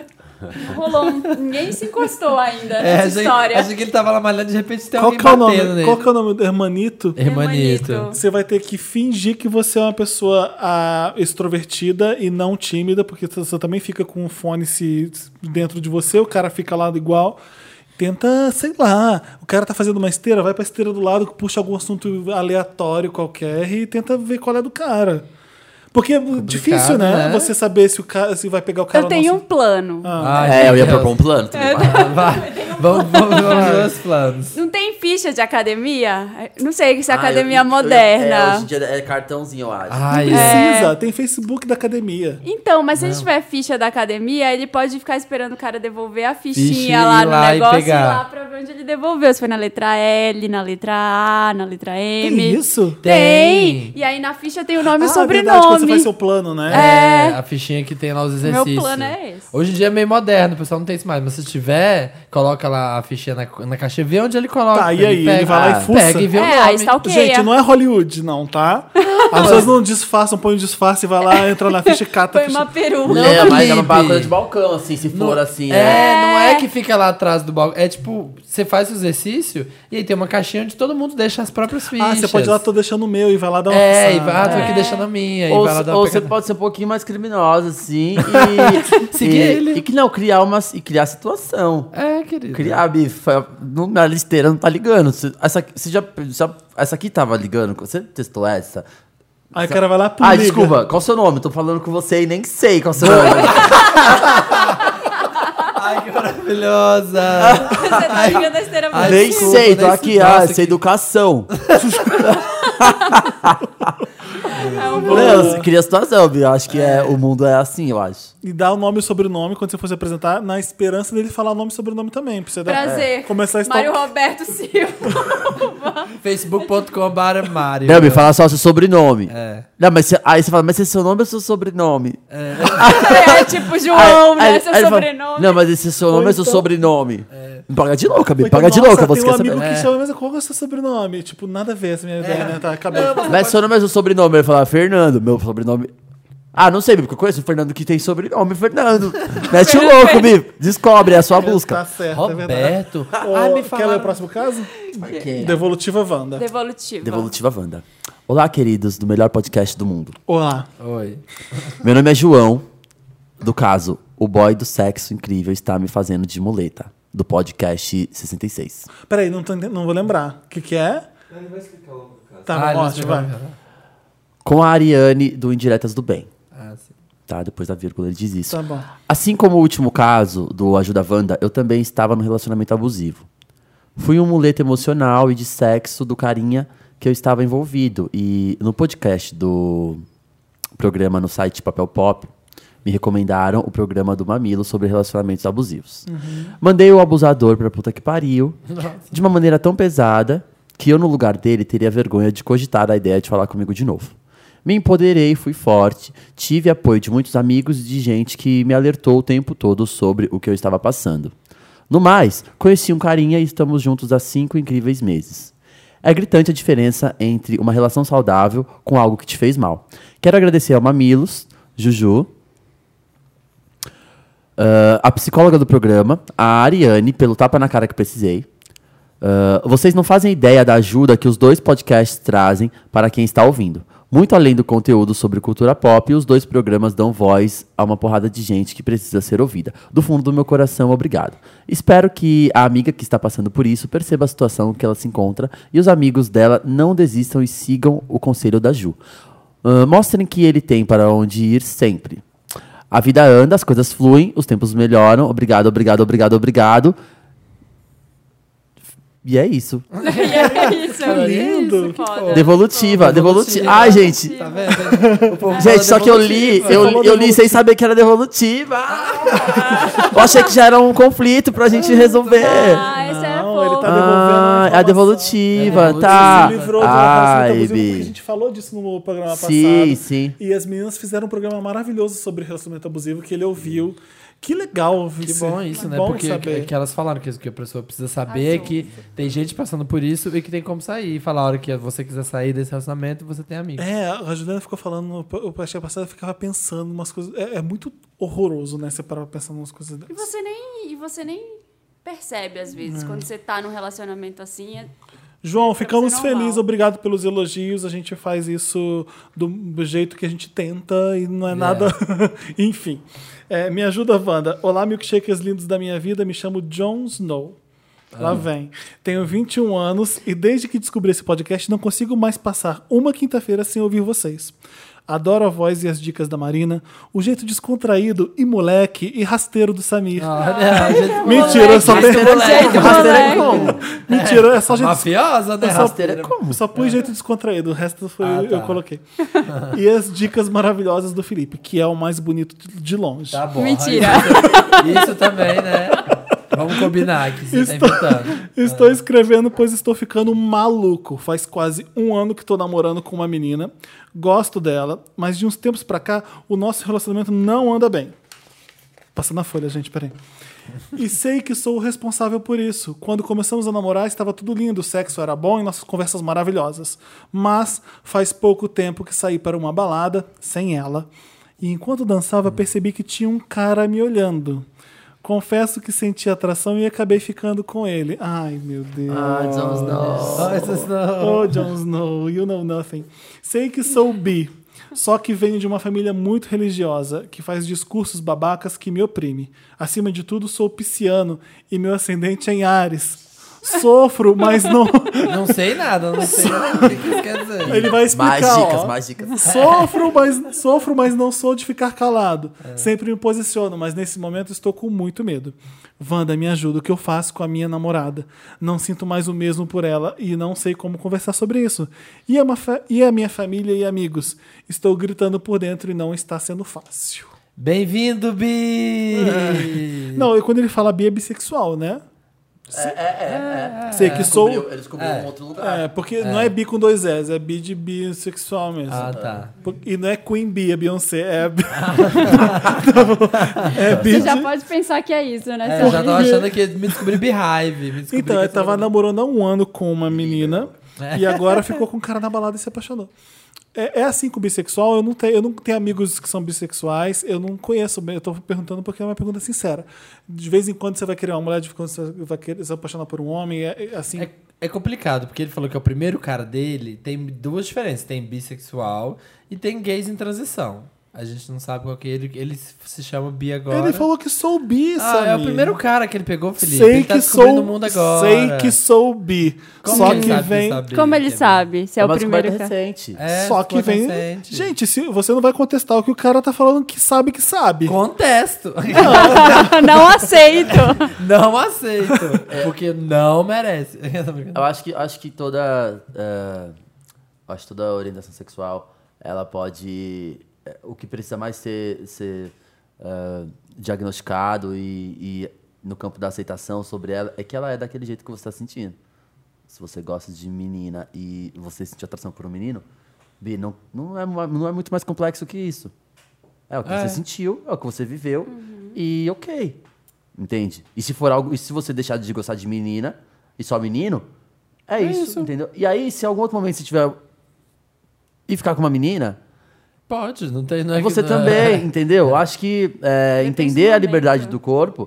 Rolou ninguém se encostou ainda nessa história. Achei que ele tava lá malhando, de repente tem Qual alguém que é o batendo nome? nele. Qual que é o nome do Hermanito? Hermanito. Você vai ter que fingir que você é uma pessoa extrovertida e não tímida, porque você também fica com o fone dentro de você, o cara fica lá igual. Tenta, sei lá, o cara tá fazendo uma esteira, vai pra esteira do lado, puxa algum assunto aleatório qualquer e tenta ver qual é do cara. Porque é difícil, né? Você saber se vai pegar o cara Eu ou tenho não. um plano. Eu ia propor um plano também. Vai. Vamos ver os planos. Não tem ficha de academia? Não sei se é academia moderna. Hoje em dia é cartãozinho, eu acho. Ai, Precisa, tem Facebook da academia. Então, mas se ele tiver ficha da academia, ele pode ficar esperando o cara devolver a fichinha Fichinha, lá no lá e negócio e ir pegar. lá pra ver onde ele devolveu. Se foi na letra L, na letra A, na letra M. Tem isso? Tem! E aí na ficha tem o nome e o Verdade, quando você sobrenome. faz seu plano, né? A fichinha que tem lá os Meu exercícios. plano é esse. Hoje em dia é meio moderno, o pessoal não tem isso mais. Mas se tiver, coloca lá a fichinha na caixa e vê onde ele coloca. Tá, e aí? Ele vai lá e fuça? Pega e vê o aí nome. stalkeia. Gente, não é Hollywood, não, tá? As pessoas não disfarçam, põem um disfarce e vai lá, entra na ficha e cata a Foi uma ficha. peru. Não, É, mas é Felipe. uma coisa de balcão, assim, se for assim. Não é que fica lá atrás do balcão. É tipo, você faz o exercício e aí tem uma caixinha onde todo mundo deixa as próprias fichas. Ah, você pode ir lá, tô deixando o meu e vai lá dar uma É, e fuçada. vai, tô aqui deixando a minha. E Ou, vai lá dar uma ou você pegada. pode ser um pouquinho mais criminosa, assim, Seguir ele. e que não, criar situação. É, querido. Criar, bifa, na listeira não tá ligando. Essa aqui tava ligando? Você testou essa? Aí o cara vai lá, pum, Ah, liga. desculpa, qual o seu nome? Tô falando com você e nem sei qual o seu nome. Ai, que maravilhosa. Você tá ligando a esteira pra Ai, Nem desculpa, sei, tô nem aqui, sei. Nossa, essa que- educação. É um Não, eu queria situação, Bia. Acho que o mundo é assim, eu acho. E dá o nome e o sobrenome quando você for se apresentar, na esperança dele falar o nome e sobrenome também. Pra você dar, prazer. começar a Mário stalk- Roberto Silva. Facebook.com/Mário. Não, me fala só seu sobrenome. É. Não, mas aí você fala, mas esse é seu nome ou seu sobrenome? É tipo João, né? Seu ele fala, sobrenome. não, mas esse é seu nome Ou ou seu então- sobrenome? Me paga de louca, Ou me então, paga de nossa, louca. Você tem um quer amigo saber? que chama, mas qual é o seu sobrenome? Tipo, nada a ver essa minha ideia, né? Tá, acabei. Mas seu nome é seu sobrenome. Ele fala, Fernando, meu sobrenome. Ah, não sei, porque eu conheço o Fernando que tem sobrenome, Fernando. Mete o louco, Bi. Descobre, é a sua Tá busca. certo, é verdade. Roberto. Ô, me quer ler falaram. o próximo caso? Quem? Devolutiva Wanda. Devolutivo. Devolutiva Wanda. Olá, queridos do melhor podcast do mundo. Olá. Oi. Meu nome é João, do caso O Boy do Sexo Incrível está me fazendo de muleta, do podcast 66. Peraí, não vou lembrar. O que é? Ele vai explicar logo do caso. Tá bom, ótimo, vai. Com a Ariane do Indiretas do Bem. Ah, sim. Tá, depois da vírgula ele diz isso. Tá bom. Assim como o último caso do Ajuda Wanda, eu também estava no relacionamento abusivo. Fui um muleta emocional e de sexo do carinha que eu estava envolvido. E no podcast do programa no site Papel Pop, me recomendaram o programa do Mamilo sobre relacionamentos abusivos. Mandei o abusador pra puta que pariu, de uma maneira tão pesada que eu, no lugar dele, teria vergonha de cogitar a ideia de falar comigo de novo. Me empoderei, fui forte, tive apoio de muitos amigos e de gente que me alertou o tempo todo sobre o que eu estava passando. No mais, conheci um carinha e estamos juntos há 5 incríveis meses. É gritante a diferença entre uma relação saudável com algo que te fez mal. Quero agradecer ao Mamilos, Juju, a psicóloga do programa, a Ariane, pelo tapa na cara que precisei. Vocês não fazem ideia da ajuda que os dois podcasts trazem para quem está ouvindo. Muito além do conteúdo sobre cultura pop, os dois programas dão voz a uma porrada de gente que precisa ser ouvida. Do fundo do meu coração, obrigado. Espero que a amiga que está passando por isso perceba a situação que ela se encontra e os amigos dela não desistam e sigam o conselho da Ju. Mostrem que ele tem para onde ir sempre. A vida anda, as coisas fluem, os tempos melhoram. Obrigado, obrigado, obrigado, obrigado. E é isso. Isso, lindo. isso, foda. Devolutiva. Ai, gente. Tá vendo? O povo fala Gente, só que eu li devolutiva. sem saber que era devolutiva. Eu achei que já era um conflito pra gente resolver. Ah, esse era Não, ele fofo. tá devolvendo a A devolutiva, É, tá. Se livrou do relacionamento Ai, abusivo, porque a Bi. gente falou disso no programa Sim, passado. sim. E as meninas fizeram um programa maravilhoso sobre relacionamento abusivo que ele ouviu. Que legal. Que bom isso, né? Bom Porque saber. que elas falaram que isso que a pessoa precisa saber é que tem gente passando por isso e que tem como sair. E falar a hora que você quiser sair desse relacionamento, você tem amigos. É, a Juliana ficou falando, o podcast passado eu ficava pensando umas coisas. É muito horroroso, né? Você parar pensando umas coisas E dessas. você nem percebe, às vezes, quando você tá num relacionamento assim. João, ficamos normal. felizes, obrigado pelos elogios. A gente faz isso do jeito que a gente tenta e não é nada. Enfim. Me ajuda, Wanda. Olá, milkshakers lindos da minha vida. Me chamo Jon Snow. Lá vem. Tenho 21 anos e desde que descobri esse podcast não consigo mais passar uma quinta-feira sem ouvir vocês. Adoro a voz e as dicas da Marina, o jeito descontraído e moleque e rasteiro do Samir. Mentira, eu só Mentira, é só gente... Mafiosa, né? Rasteira é como? Só pus jeito descontraído, o resto foi eu coloquei. E as dicas maravilhosas do Felipe, que é o mais bonito de longe. Tá bom. Mentira. Isso também, né? Vamos combinar que você tá inventando. Estou escrevendo, pois estou ficando maluco. Faz quase 1 ano que estou namorando com uma menina. Gosto dela, mas de uns tempos pra cá, o nosso relacionamento não anda bem. Passando a folha, gente, peraí. E sei que sou o responsável por isso. Quando começamos a namorar, estava tudo lindo, o sexo era bom e nossas conversas maravilhosas. Mas faz pouco tempo que saí para uma balada, sem ela, e enquanto dançava percebi que tinha um cara me olhando. Confesso que senti atração e acabei ficando com ele. Ai, meu Deus. Jon Snow. Oh, Jon Snow, you know nothing. Sei que sou bi, só que venho de uma família muito religiosa, que faz discursos babacas que me oprime. Acima de tudo, sou pisciano e meu ascendente é em Áries. Sofro, mas não... Não sei nada, não sei o que isso quer dizer. Ele vai explicar, Mais dicas. Sofro, mas não sou de ficar calado. Sempre me posiciono, mas nesse momento estou com muito medo. Wanda, me ajuda, o que eu faço com a minha namorada? Não sinto mais o mesmo por ela e não sei como conversar sobre isso. E a minha família e amigos? Estou gritando por dentro e não está sendo fácil. Bem-vindo, Bi! Não, e quando ele fala bi é bissexual, né? Sei que sou... Ele descobriu um outro lugar. Porque não é bi com 2 S, é bi de bissexual mesmo. Ah, tá. E não é Queen Bee, é Beyoncé, é bi Você já pode pensar que é isso, né? Eu já tava achando que me descobri Beehive. Então, eu tava namorando há 1 ano com uma menina e agora ficou com um cara na balada e se apaixonou. É assim com o bissexual, eu não tenho amigos que são bissexuais, eu não conheço, eu tô perguntando porque é uma pergunta sincera. De vez em quando você vai querer uma mulher, de vez em quando você vai querer se apaixonar por um homem, assim... É complicado, porque ele falou que é o primeiro cara dele tem 2 diferenças. Tem bissexual e tem gays em transição. A gente não sabe qual que é ele. Ele se chama Bi agora. Ele falou que sou bi, Samir. É o primeiro cara que ele pegou, Felipe. Sei ele tá que descobrindo sou, o mundo agora. sei que sou bi. Como só ele que sabe vem... Como ele sabe se é o uma primeiro descoberta cara? recente. Só que vem... Recente. Gente, se você não vai contestar o que o cara tá falando que sabe que sabe. Contesto. Não aceito. Não aceito. Porque não merece. Eu acho que toda orientação sexual, ela pode... O que precisa mais ser diagnosticado e no campo da aceitação sobre ela é que ela é daquele jeito que você está sentindo. Se você gosta de menina e você sentiu atração por um menino, Bi, não é muito mais complexo que isso. É o que você sentiu, é o que você viveu e ok. Entende? E se for algo, e se você deixar de gostar de menina e só menino, é isso, entendeu? E aí, se em algum outro momento você tiver e ficar com uma menina, pode, não tem... Não é você que, também, entendeu? Eu acho que entender a liberdade do corpo,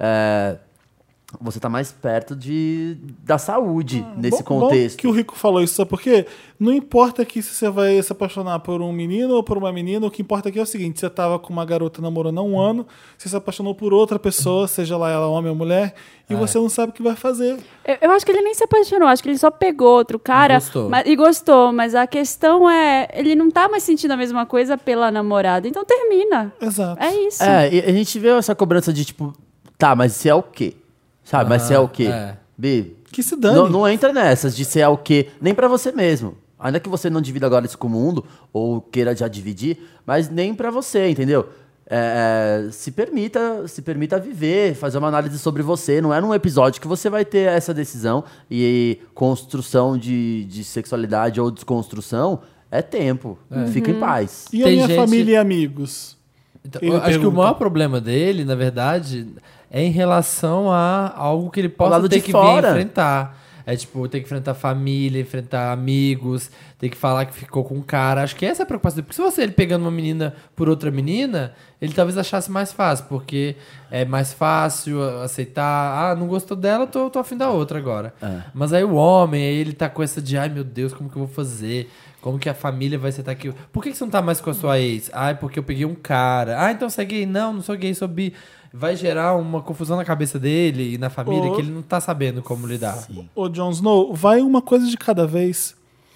você tá mais perto da saúde nesse contexto. Bom que o Rico falou isso, sabe por quê? Não importa aqui se você vai se apaixonar por um menino ou por uma menina, o que importa aqui é o seguinte, você tava com uma garota namorando há 1 ano, você se apaixonou por outra pessoa, seja lá ela homem ou mulher, e você não sabe o que vai fazer. Eu acho que ele nem se apaixonou, acho que ele só pegou outro cara e gostou, mas a questão é, ele não tá mais sentindo a mesma coisa pela namorada, então termina. Exato. É isso. E a gente vê essa cobrança de tipo, tá, mas se é o quê? Sabe, mas se é o quê? Bi, que se dane. Não entra nessas de ser é o quê, nem pra você mesmo. Ainda que você não divida agora isso com o mundo, ou queira já dividir, mas nem pra você, entendeu? Se permita viver, fazer uma análise sobre você. Não é num episódio que você vai ter essa decisão e construção de sexualidade ou desconstrução. É tempo. Fica em paz. E a minha família e amigos? Então, eu acho que o maior problema dele, na verdade, é em relação a algo que ele possa ter que vir enfrentar. É tipo, ter que enfrentar família, enfrentar amigos, ter que falar que ficou com um cara. Acho que essa é a preocupação. Porque se você ele pegando uma menina por outra menina, ele talvez achasse mais fácil, porque é mais fácil aceitar. Ah, não gostou dela, tô afim da outra agora. Mas aí o homem, aí ele tá com essa de, ai meu Deus, como que eu vou fazer? Como que a família vai aceitar aqui? Por que você não tá mais com a sua ex? Ah, porque eu peguei um cara. Ah, então você é gay? Não sou gay, sou bi. Vai gerar uma confusão na cabeça dele e na família que ele não tá sabendo como lidar. Ô, Jon Snow, vai uma coisa de cada vez.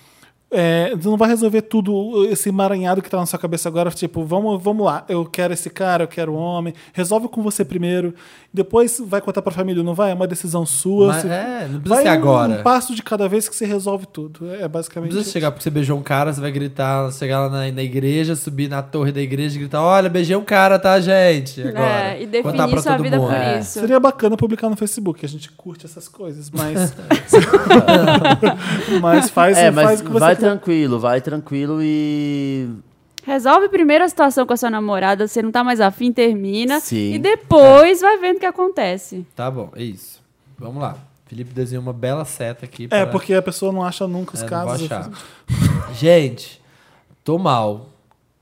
Você não vai resolver tudo, esse emaranhado que tá na sua cabeça agora, tipo, vamos lá, eu quero esse cara, eu quero o homem, resolve com você primeiro, depois vai contar pra família, não vai? É uma decisão sua. Mas, não precisa ser agora. Um passo de cada vez que você resolve tudo, basicamente não precisa chegar porque você beijou um cara, você vai gritar, chegar lá na igreja, subir na torre da igreja e gritar, olha, beijei um cara, tá, gente? Agora. E definir sua vida por isso. Seria bacana publicar no Facebook, a gente curte essas coisas, mas... mas faz o que você vai tranquilo e... Resolve primeiro a situação com a sua namorada, você não tá mais afim, termina. Sim. E depois vai vendo o que acontece. Tá bom, é isso. Vamos lá. Felipe desenhou uma bela seta aqui. Porque a pessoa não acha nunca os casos. Gente, tô mal.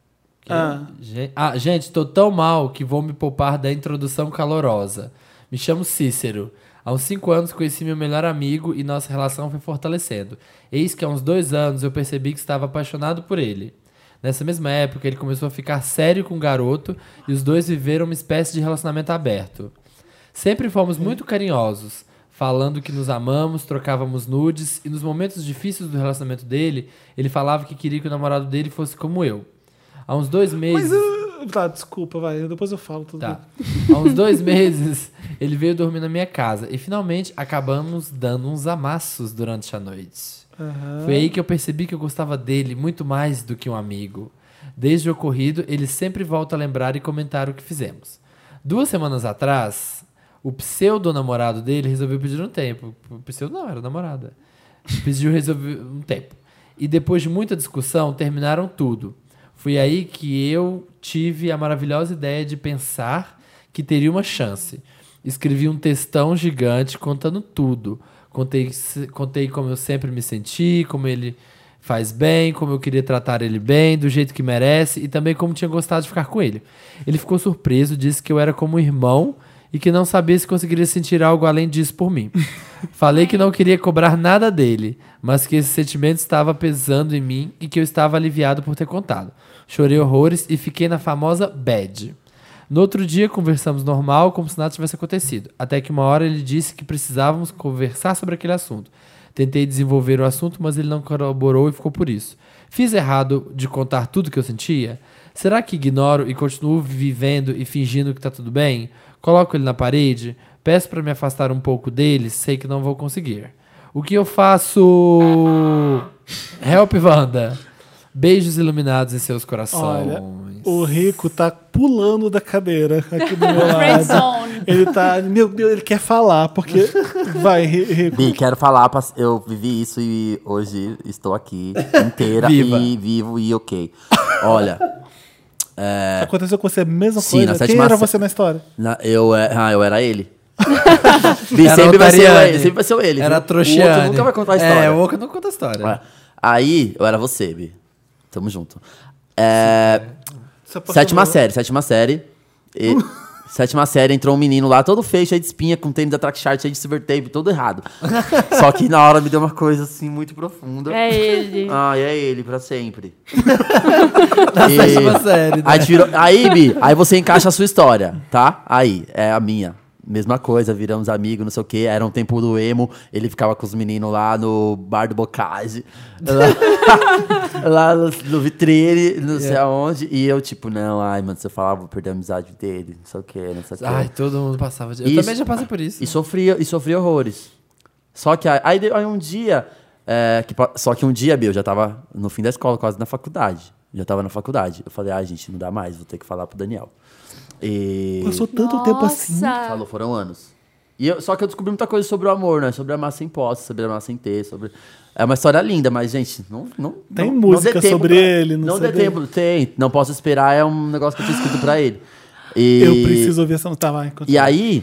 Gente, tô tão mal que vou me poupar da introdução calorosa. Me chamo Cícero. Há uns 5 anos conheci meu melhor amigo e nossa relação foi fortalecendo. Eis que há uns 2 anos eu percebi que estava apaixonado por ele. Nessa mesma época, ele começou a ficar sério com o garoto e os dois viveram uma espécie de relacionamento aberto. Sempre fomos muito carinhosos, falando que nos amamos, trocávamos nudes e nos momentos difíceis do relacionamento dele, ele falava que queria que o namorado dele fosse como eu. Há uns 2 meses... desculpa, depois eu falo tudo. Há uns 2 meses, ele veio dormir na minha casa e finalmente acabamos dando uns amassos durante a noite. Foi aí que eu percebi que eu gostava dele muito mais do que um amigo. Desde o ocorrido, ele sempre volta a lembrar e comentar o que fizemos. 2 semanas atrás, o pseudo-namorado dele resolveu pedir um tempo. O pseudo não, era namorada. Pediu resolver um tempo. E depois de muita discussão, terminaram tudo. Foi aí que eu tive a maravilhosa ideia de pensar que teria uma chance. Escrevi um textão gigante contando tudo. Contei como eu sempre me senti, como ele faz bem, como eu queria tratar ele bem, do jeito que merece e também como tinha gostado de ficar com ele. Ele ficou surpreso, disse que eu era como um irmão e que não sabia se conseguiria sentir algo além disso por mim. Falei que não queria cobrar nada dele, mas que esse sentimento estava pesando em mim e que eu estava aliviado por ter contado. Chorei horrores e fiquei na famosa bad. No outro dia, conversamos normal, como se nada tivesse acontecido. Até que uma hora ele disse que precisávamos conversar sobre aquele assunto. Tentei desenvolver o assunto, mas ele não colaborou e ficou por isso. Fiz errado de contar tudo que eu sentia? Será que ignoro e continuo vivendo e fingindo que tá tudo bem? Coloco ele na parede? Peço para me afastar um pouco dele? Sei que não vou conseguir. O que eu faço? Help, Wanda. Beijos iluminados em seus corações. Olha, o Rico tá pulando da cadeira aqui do meu lado. Ele tá... Meu Deus, ele quer falar, porque... Vai, Rico. Bi, quero falar. Eu vivi isso e hoje estou aqui inteira e vivo e ok. Olha... Aconteceu com você a mesma Sim, coisa? Quem era você na história? Eu era ele. Bi, sempre vai ser ele. Era trouxiane. O outro nunca vai contar a história. O outro não conta a história. Aí, eu era você, Bi. Tamo junto. Sétima série. Sétima série, entrou um menino lá, todo feio, cheio de espinha, com tênis da Track Chart, cheio de silver tape, todo errado. Só que na hora me deu uma coisa, assim, muito profunda. É ele. É ele, pra sempre. Na sétima série, né? Aí, Bi, aí você encaixa a sua história, tá? Aí, é a minha. Mesma coisa, viramos amigos, não sei o quê. Era um tempo do emo, ele ficava com os meninos lá no bar do Bocage. Lá no vitrine, não sei aonde. E eu, tipo, mano, se eu falar, vou perder a amizade dele, não sei o quê, não sei o quê. Ai, todo mundo passava. Eu também já passei por isso. E sofria horrores. Só que aí um dia... Só que um dia, Bi, eu já tava no fim da escola, quase na faculdade. Já tava na faculdade. Eu falei, gente, não dá mais, vou ter que falar pro Daniel. Passou tanto tempo assim. Falou, foram anos. Só que eu descobri muita coisa sobre o amor, né? Sobre amar sem posse, sobre amar sem ter, sobre... É uma história linda, mas, gente, não tem música sobre ele, não dê tempo. Tem. Não Posso Esperar é um negócio que eu tinha escrito pra ele. Eu preciso ouvir essa... Tá, vai. E aí,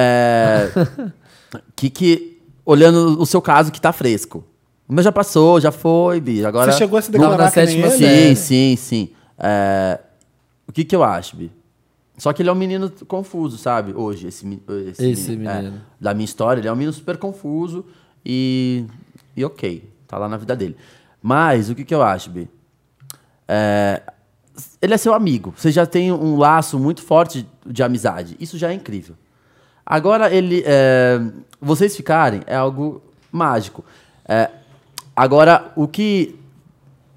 olhando o seu caso que tá fresco. O meu já passou, já foi, Bi. Agora... Você chegou a se declarar na sétima série? Sim. O que eu acho, Bi? Só que ele é um menino confuso, sabe? Hoje, esse menino. Da minha história, ele é um menino super confuso e ok, tá lá na vida dele. Mas, o que eu acho, Bi? Ele é seu amigo. Você já tem um laço muito forte de amizade. Isso já é incrível. Agora, vocês ficarem é algo mágico. Agora, o que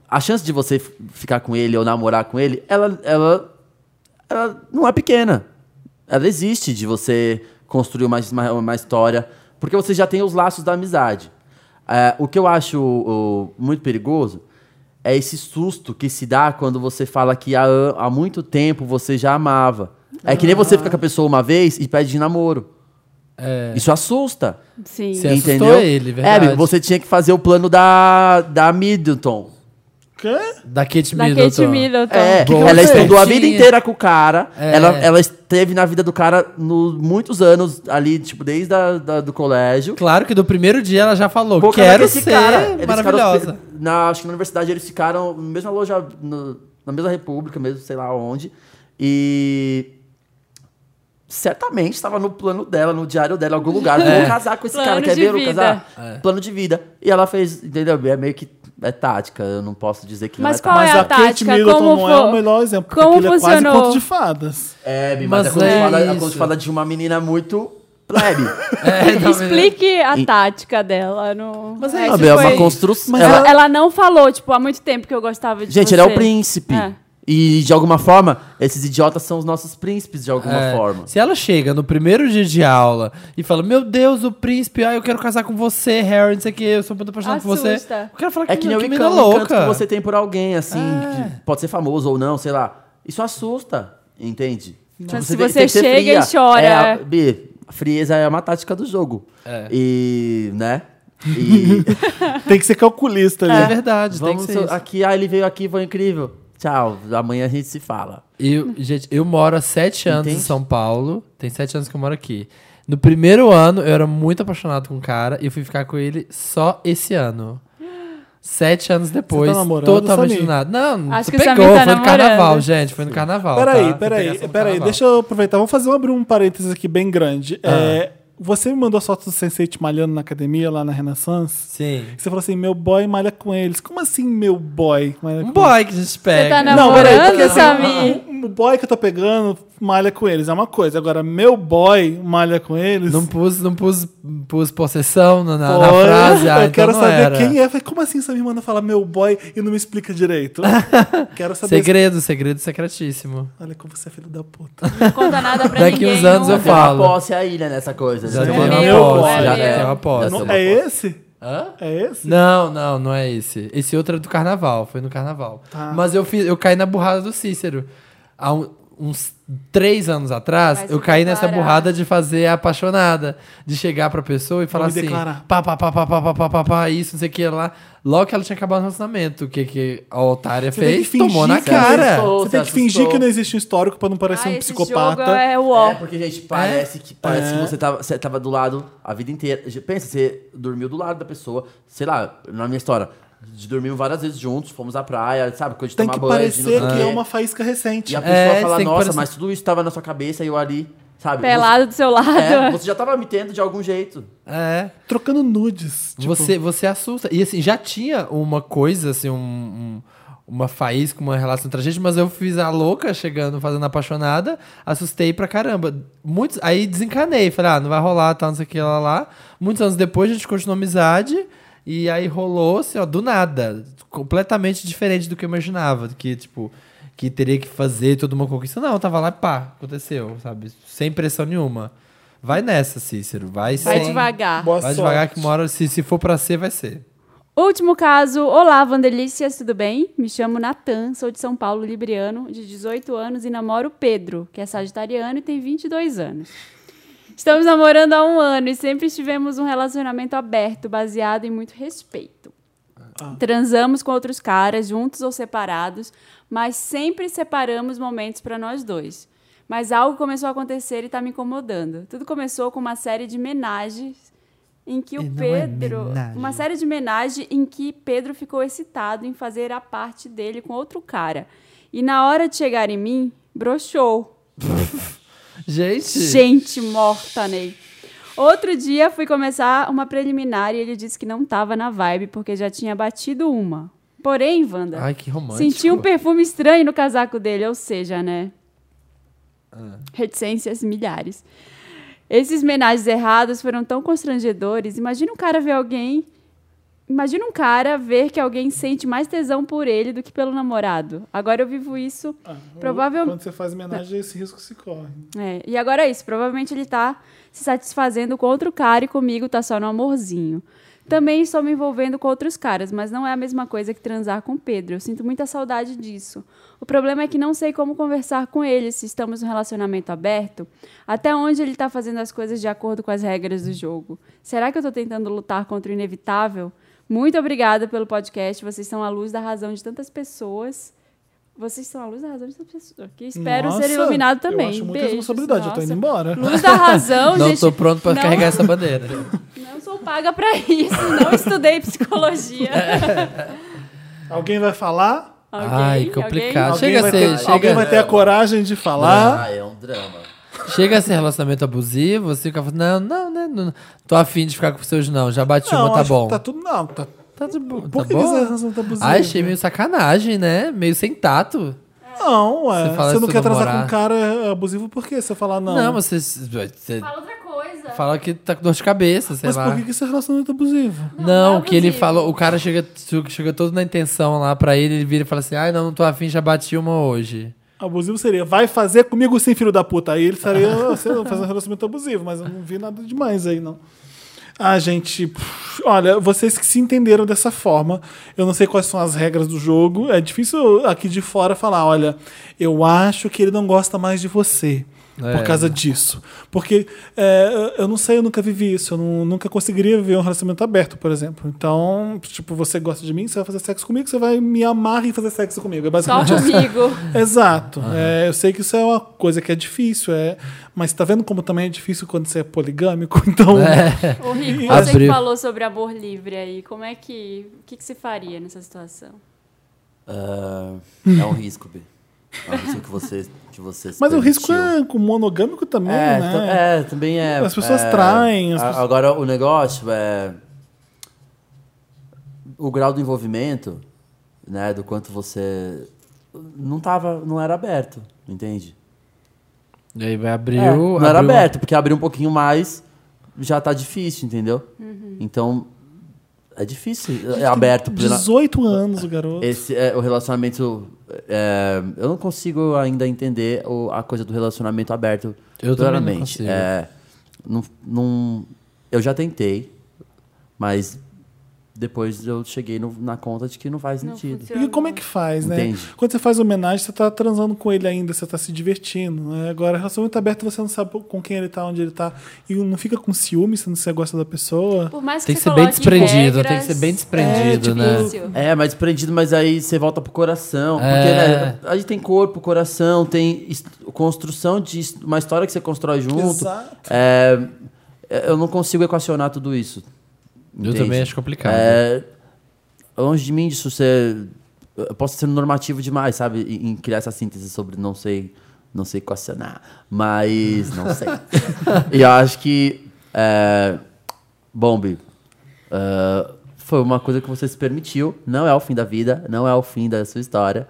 a chance de você ficar com ele ou namorar com ele, ela não é pequena. Ela existe de você construir uma história, porque você já tem os laços da amizade. O que eu acho muito perigoso é esse susto que se dá quando você fala que há muito tempo você já amava. É que nem você fica com a pessoa uma vez e pede de namoro. Isso assusta. Sim. Você entendeu? assustou ele, verdade. Você tinha que fazer o plano da Middleton. Quê? Da Kate Da Middleton. Kate Middleton. Ela estudou a vida Certinha. inteira com o cara. Ela esteve na vida do cara muitos anos ali, tipo, desde do colégio. Claro que do primeiro dia ela já falou, Por causa quero desse ser cara. Eles maravilhosa. Acho que na universidade eles ficaram na mesma loja, na mesma república mesmo, sei lá onde. E certamente estava no plano dela, no diário dela, em algum lugar. Vou casar com esse Plano cara, quer de ver? Vou vida. casar? Plano de vida. E ela fez, entendeu? É meio que tática, eu não posso dizer que Mas não é qual tática. é Mas a a Kate tática? Middleton Como não é for- o melhor exemplo, porque como aquilo é quase funcionou? conto de fadas. Mas Mas é é quando isso. fala de uma menina muito plebe. Explique a tática dela. No... Mas é, é isso isso, É foi- uma construção. Mas Ela não falou, tipo, há muito tempo que eu gostava de Gente, você. ele é o príncipe. É. E, de alguma forma, esses idiotas são os nossos príncipes, de alguma forma. Se ela chega no primeiro dia de aula e fala, meu Deus, o príncipe, eu quero casar com você, Harry, não sei o que, eu sou muito apaixonado por você. Assusta. Eu quero falar É que nem o menina encanto louca. que você tem por alguém, assim, que pode ser famoso ou não, sei lá. Isso assusta, entende? Mas se tem- você tem que ser chega fria. e chora. A frieza é uma tática do jogo. É. E, né? E Tem que ser calculista ali. É verdade, vamos tem que ser isso. aqui, ele veio aqui, foi incrível. Tchau, amanhã a gente se fala. Gente, eu moro há 7 anos em Entende? São Paulo. Tem 7 anos que eu moro aqui. No primeiro ano, eu era muito apaixonado com um cara e eu fui ficar com ele só esse ano. 7 anos depois, Você tá namorando, totalmente Samir? do nada. Não, Acho você que o Samir pegou, tá foi no namorando. carnaval, gente. Foi no carnaval. tá? Foi Peraí, pegação do deixa eu aproveitar. Vamos abrir um parênteses aqui bem grande. Você me mandou as fotos do Sense8 malhando na academia, lá na Renaissance. Sim. Você falou assim, meu boy malha com eles. Como assim, meu boy? malha Um com boy que a gente pega. Você tá Não, namorando, peraí, porque Samir? o boy que eu tô pegando malha com eles, é uma coisa. Agora, meu boy malha com eles... Não pus possessão na Foi. frase. Eu Então quero não saber era. quem é. Falei, como assim você me manda falar meu boy e não me explica direito? Quero saber. Segredo secretíssimo. Olha como você é filho da puta. Não conta nada pra Daqui ninguém. uns anos não. eu Tem falo. uma posse aí, né, nessa coisa. Já Tem tem uma- uma meu, posse. é Já meu. tem uma posse. Já Não, tem uma é posse. esse? Hã? É esse? Não é esse. Esse outro é do carnaval, foi no carnaval. Tá. Mas eu caí na burrada do Cícero. Há uns 3 anos atrás, Vai se eu caí nessa declarar. burrada de fazer a apaixonada. De chegar pra pessoa e falar me assim, declarar. pá, isso, não sei o que lá. Logo que ela tinha acabado o relacionamento, o que a otária Você tem fez, que fingir tomou na que não cara. assustou. Você tem que fingir que não existe um histórico pra não parecer um Esse psicopata. jogo é o ó. Porque, gente, parece que você tava do lado a vida inteira. Pensa, você dormiu do lado da pessoa, sei lá, na minha história. Dormimos várias vezes juntos, fomos à praia, sabe? Coisa de Tem tomar que banho, de parecer não sei que o é quê. uma faísca recente. E a pessoa É, fala, tem que nossa, parecer- mas tudo isso tava na sua cabeça e eu ali, sabe? Pelado do seu lado. Você já tava me tendo de algum jeito. É. Trocando nudes. Tipo, Você assusta. E assim, já tinha uma coisa, assim, uma faísca, uma relação entre a gente, mas eu fiz a louca chegando, fazendo apaixonada, assustei pra caramba. Aí desencanei, falei, não vai rolar, tal, não sei o que lá. Muitos anos depois a gente continuou amizade, e aí rolou, assim, ó, do nada. Completamente diferente do que eu imaginava. Que, tipo, que teria que fazer toda uma conquista. Não, eu tava lá e pá, aconteceu, sabe? Sem pressão nenhuma. Vai nessa, Cícero. Vai Vai devagar. boa Vai sorte. devagar que uma hora, se for pra ser, vai ser. Último caso. Olá, Vandelícias, tudo bem? Me chamo Natan, sou de São Paulo, libriano, de 18 anos e namoro o Pedro, que é sagitariano e tem 22 anos. Estamos namorando há 1 ano e sempre tivemos um relacionamento aberto, baseado em muito respeito. Transamos com outros caras, juntos ou separados, mas sempre separamos momentos para nós dois. Mas algo começou a acontecer e está me incomodando. Tudo começou com uma série de homenagens em que o E não é Pedro... homenagem. Uma série de homenagens em que Pedro ficou excitado em fazer a parte dele com outro cara. E na hora de chegar em mim, broxou. Gente, Gente morta, Ney. Outro dia fui começar uma preliminar e ele disse que não tava na vibe porque já tinha batido uma. Porém, Wanda, ai, que romântico. senti um perfume estranho no casaco dele, ou seja, né? Reticências milhares. Esses homenagens errados foram tão constrangedores. Imagina um cara ver alguém Imagina um cara ver que alguém sente mais tesão por ele do que pelo namorado. Agora eu vivo isso, provavelmente... Quando você faz homenagem, esse risco se corre. E agora é isso. Provavelmente ele tá se satisfazendo com outro cara e comigo tá só no amorzinho. Também estou me envolvendo com outros caras, mas não é a mesma coisa que transar com o Pedro. Eu sinto muita saudade disso. O problema é que não sei como conversar com ele, se estamos num relacionamento aberto, até onde ele está fazendo as coisas de acordo com as regras do jogo. Será que eu estou tentando lutar contra o inevitável? Muito obrigada pelo podcast. Vocês são a luz da razão de tantas pessoas. Vocês são a luz da razão de tantas pessoas. Que espero ser iluminado também. Eu acho muita responsabilidade. Eu tô indo embora. Luz da razão, Não gente. tô pronto pra carregar essa bandeira. Não sou paga pra isso. Não estudei psicologia. Alguém vai falar? Ai, complicado. Alguém vai ter a coragem de falar? É um drama. Chega a ser relacionamento abusivo, você fica falando, não, tô afim de ficar com vocês, não. Já bati uma, tá bom. Tá tudo, não, tá de boa. Por que bom? essa relação tá abusiva? Ai, achei meio sacanagem, né? Meio sem tato. Não, você não quer transar namorar. com um cara abusivo, por que você falar não? Não, você Fala outra coisa. fala que tá com dor de cabeça, sei Mas lá. por que esse relacionamento é abusivo? Não, é que ele abusivo. falou, o cara chega todo na intenção lá pra ele vira e fala assim, ai, não tô afim, já bati uma hoje. Abusivo seria, vai fazer comigo sim, filho da puta. Aí ele estaria fazendo um relacionamento abusivo, mas eu não vi nada demais aí, não. Ah, gente, olha, vocês que se entenderam dessa forma, eu não sei quais são as regras do jogo, é difícil aqui de fora falar, olha, eu acho que ele não gosta mais de você. Por causa disso. Porque eu não sei, eu nunca vivi isso. Eu nunca conseguiria viver um relacionamento aberto, por exemplo. Então, tipo, você gosta de mim, você vai fazer sexo comigo, você vai me amar e fazer sexo comigo. É Só basicamente comigo. Exato. Eu sei que isso é uma coisa que é difícil, mas tá vendo como também é difícil quando você é poligâmico? Então. Ô, Rico, você Abriu. que falou sobre amor livre aí, como é que... O que se faria nessa situação? É um risco, B. É um risco que você Mas o risco permitiu. é com monogâmico também, né? Também é. As pessoas traem. As pessoas... Agora, o negócio é... O grau do envolvimento, né? Do quanto você... Não era aberto, entende? E aí vai abrir Não era aberto, porque abrir um pouquinho mais já tá difícil, entendeu? Então, é difícil. É aberto. 18 anos o garoto. O relacionamento... eu não consigo ainda entender a coisa do relacionamento aberto. Eu também não consigo. Eu já tentei, mas depois eu cheguei na conta de que não faz sentido. Porque como é que faz, né? Entende? Quando você faz homenagem, você tá transando com ele ainda, você tá se divertindo, né? Agora, relacionamento aberto, você não sabe com quem ele tá, onde ele tá. E não fica com ciúme se você gosta da pessoa. Por mais que Tem que você ser bem coloque desprendido, regras, tem que ser bem desprendido, né? difícil. Mas desprendido, mas aí você volta pro coração. Porque né, a gente tem corpo, coração, tem construção de uma história que você constrói junto. Exato. Eu não consigo equacionar tudo isso. Eu também acho complicado. Longe de mim disso ser... Eu posso ser normativo demais, sabe? Em criar essa síntese sobre não sei equacionar. Mas não sei. E eu acho que... Bombi, foi uma coisa que você se permitiu. Não é o fim da vida. Não é o fim da sua história.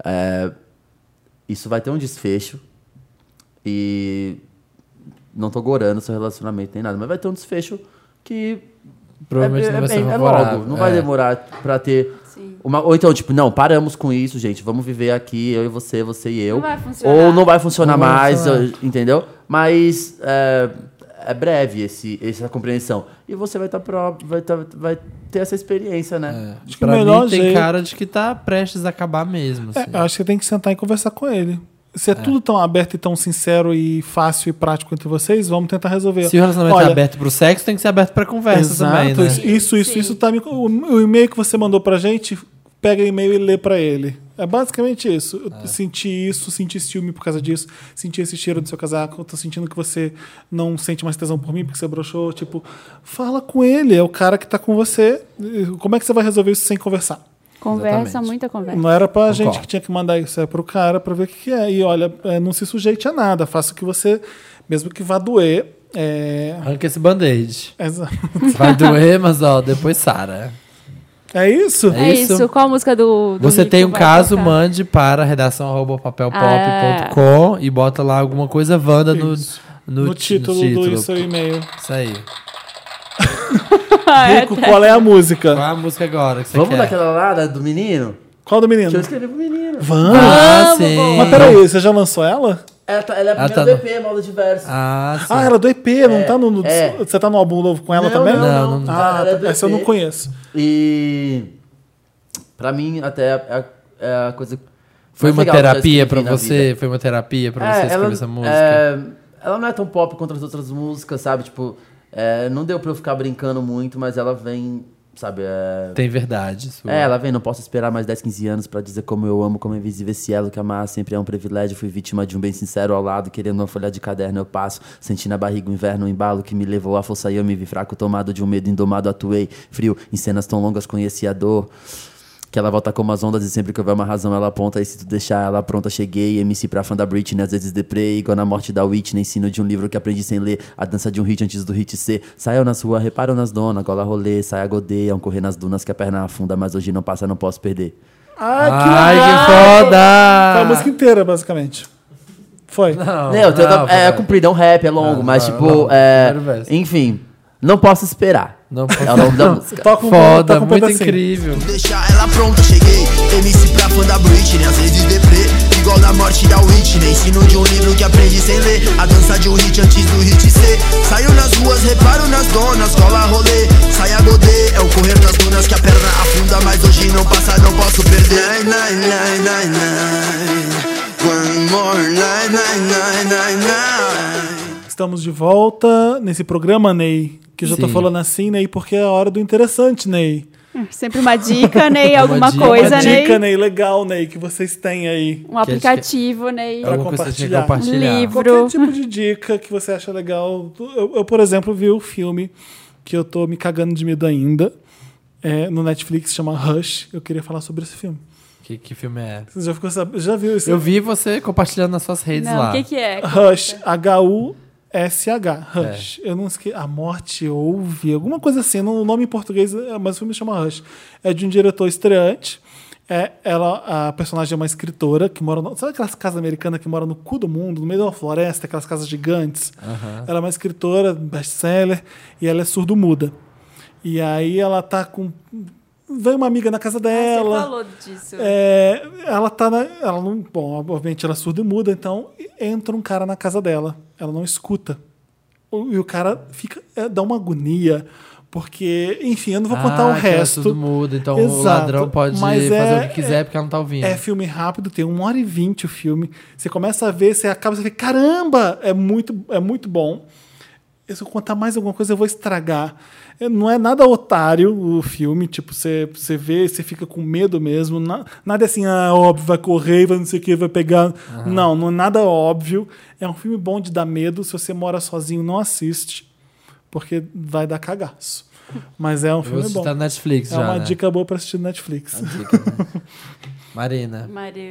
Isso vai ter um desfecho. E... Não tô gorando seu relacionamento nem nada. Mas vai ter um desfecho que... Provavelmente não vai ser favorável. logo, não vai demorar pra ter ou então, tipo, não, paramos com isso, gente, vamos viver aqui, eu e você e eu. Não vai funcionar. Ou não vai funcionar mais, entendeu? Mas é breve essa compreensão. E você vai ter essa experiência, né? Acho que o Pra melhor mim tem jeito- cara de que tá prestes a acabar mesmo. Assim. Eu acho que você tem que sentar e conversar com ele. Se é tudo tão aberto e tão sincero e fácil e prático entre vocês, vamos tentar resolver. Se o relacionamento Olha, é aberto pro sexo, tem que ser aberto pra conversa exato, também, né? Isso tá me... O e-mail que você mandou pra gente, pega o e-mail e lê pra ele. É basicamente isso. Eu senti ciúme por causa disso, senti esse cheiro do seu casaco, eu tô sentindo que você não sente mais tesão por mim porque você broxou. Tipo, fala com ele, é o cara que tá com você. Como é que você vai resolver isso sem conversar? Conversa, Exatamente. muita conversa. Não era pra Concordo. gente que tinha que mandar isso, é pro cara pra ver o que é. E olha, não se sujeite a nada, faça o que você, mesmo que vá doer. Arranca esse band-aid. Exato. Vai doer, mas ó, depois sara. É isso? É isso. Qual a música do Você Rico tem um vai caso, tocar? mande para redação@papelpop.com e bota lá alguma coisa Wanda no No título do seu e-mail. Isso aí. Rico, qual é a música? Qual é a música agora que você Vamos quer? daquela lá, do menino? Qual do menino? Que eu escrevi pro menino. Vamos! Sim. Mas peraí, você já lançou ela? Ela é a primeira do EP, moda de verso. Ah, sim. Ah, ela é do EP, não tá no... Você tá no álbum novo com ela também? não. Ah, Ela é do essa eu não EP. conheço. E pra mim, até é a coisa... Foi mais uma legal que eu já terapia escrevi pra na você? vida. Foi uma terapia pra você escrever essa música? Ela não é tão pop quanto as outras músicas, sabe? Tipo, não deu pra eu ficar brincando muito, mas ela vem, sabe? Tem verdade. Sua. Ela vem, não posso esperar mais 10, 15 anos pra dizer como eu amo, como é invisível esse elo que amar sempre é um privilégio. Fui vítima de um bem sincero ao lado, querendo uma folha de caderno eu passo. Senti na barriga o inverno, um embalo que me levou à força e eu me vi fraco, tomado de um medo indomado, atuei frio. Em cenas tão longas conheci a dor. Que ela volta como as ondas e sempre que houver uma razão ela aponta. E se tu deixar ela pronta, cheguei. MC pra fã da Britney, às vezes deprê. Igual na morte da Whitney, ensino de um livro que aprendi sem ler. A dança de um hit antes do hit ser. Saiu nas ruas, reparam nas donas, gola rolê. Saia godê, é um correr nas dunas que a perna afunda. Mas hoje não passa, não posso perder. Ah, Ai, que que Foi a foda! música inteira, basicamente. Foi. É comprido, é um rap, é longo. Mas tipo, enfim, não posso esperar. Não É o nome da música. Toca um Foda, toca um muito pedacinho. incrível. Deixar ela pronta, cheguei. MC pra fã da Britney, às vezes deprê. Igual na morte da Whitney, ensino de um livro que aprendi sem ler. A dança de um hit antes do hit ser. Saiu nas ruas, reparo nas donas, cola rolê. Saia godê, é o correr nas dunas que a perna afunda. Mas hoje não passa, não posso perder. Nine, nine, nine, nine. One more nine, nine, nine, nine, nine. Estamos de volta nesse programa, Ney. Que eu já tô Sim. falando assim, Ney, porque é a hora do interessante, Ney. Sempre uma dica, Ney, alguma dica, coisa, Uma Ney. dica, Ney, legal, Ney, que vocês têm aí. Um aplicativo, Ney. Pra Alguma coisa que você quer compartilhar. compartilhar. Livro. Qualquer tipo de dica que você acha legal. Eu, por exemplo, vi o filme que eu tô me cagando de medo ainda. No Netflix, chama Rush. Eu queria falar sobre esse filme. Que filme é? Você já viu esse? Eu vi você compartilhando nas suas redes Não, lá. o que é? Rush, H-U-S-H. Rush. Eu não esqueci. A Morte Ouve. Alguma coisa assim. O nome em português, mas o filme chama Rush. É de um diretor estreante. A personagem é uma escritora que mora... Sabe aquelas casas americanas que moram no cu do mundo, no meio de uma floresta, aquelas casas gigantes? Ela é uma escritora, best-seller, e ela é surdo-muda. E aí ela tá com... Vem uma amiga na casa dela. Você falou disso. Ela tá ela não, bom, obviamente ela é surda e muda, então entra um cara na casa dela. Ela não escuta. E o cara dá uma agonia, porque, enfim, eu não vou contar o resto. Tudo muda, então Exato, o ladrão pode mas fazer o que quiser porque ela não tá ouvindo. É filme rápido, tem 1h20 o filme. Você começa a ver, você acaba, você fica, caramba, é muito bom. Se eu contar mais alguma coisa, eu vou estragar. Não é nada otário o filme, tipo, você vê, você fica com medo mesmo. Nada assim, óbvio, vai correr, vai não sei o que, vai pegar. Não é nada óbvio. É um filme bom de dar medo. Se você mora sozinho, não assiste, porque vai dar cagaço. Mas é um filme bom. Tá na Netflix É uma dica boa pra assistir no Netflix. Dica, né? Marina.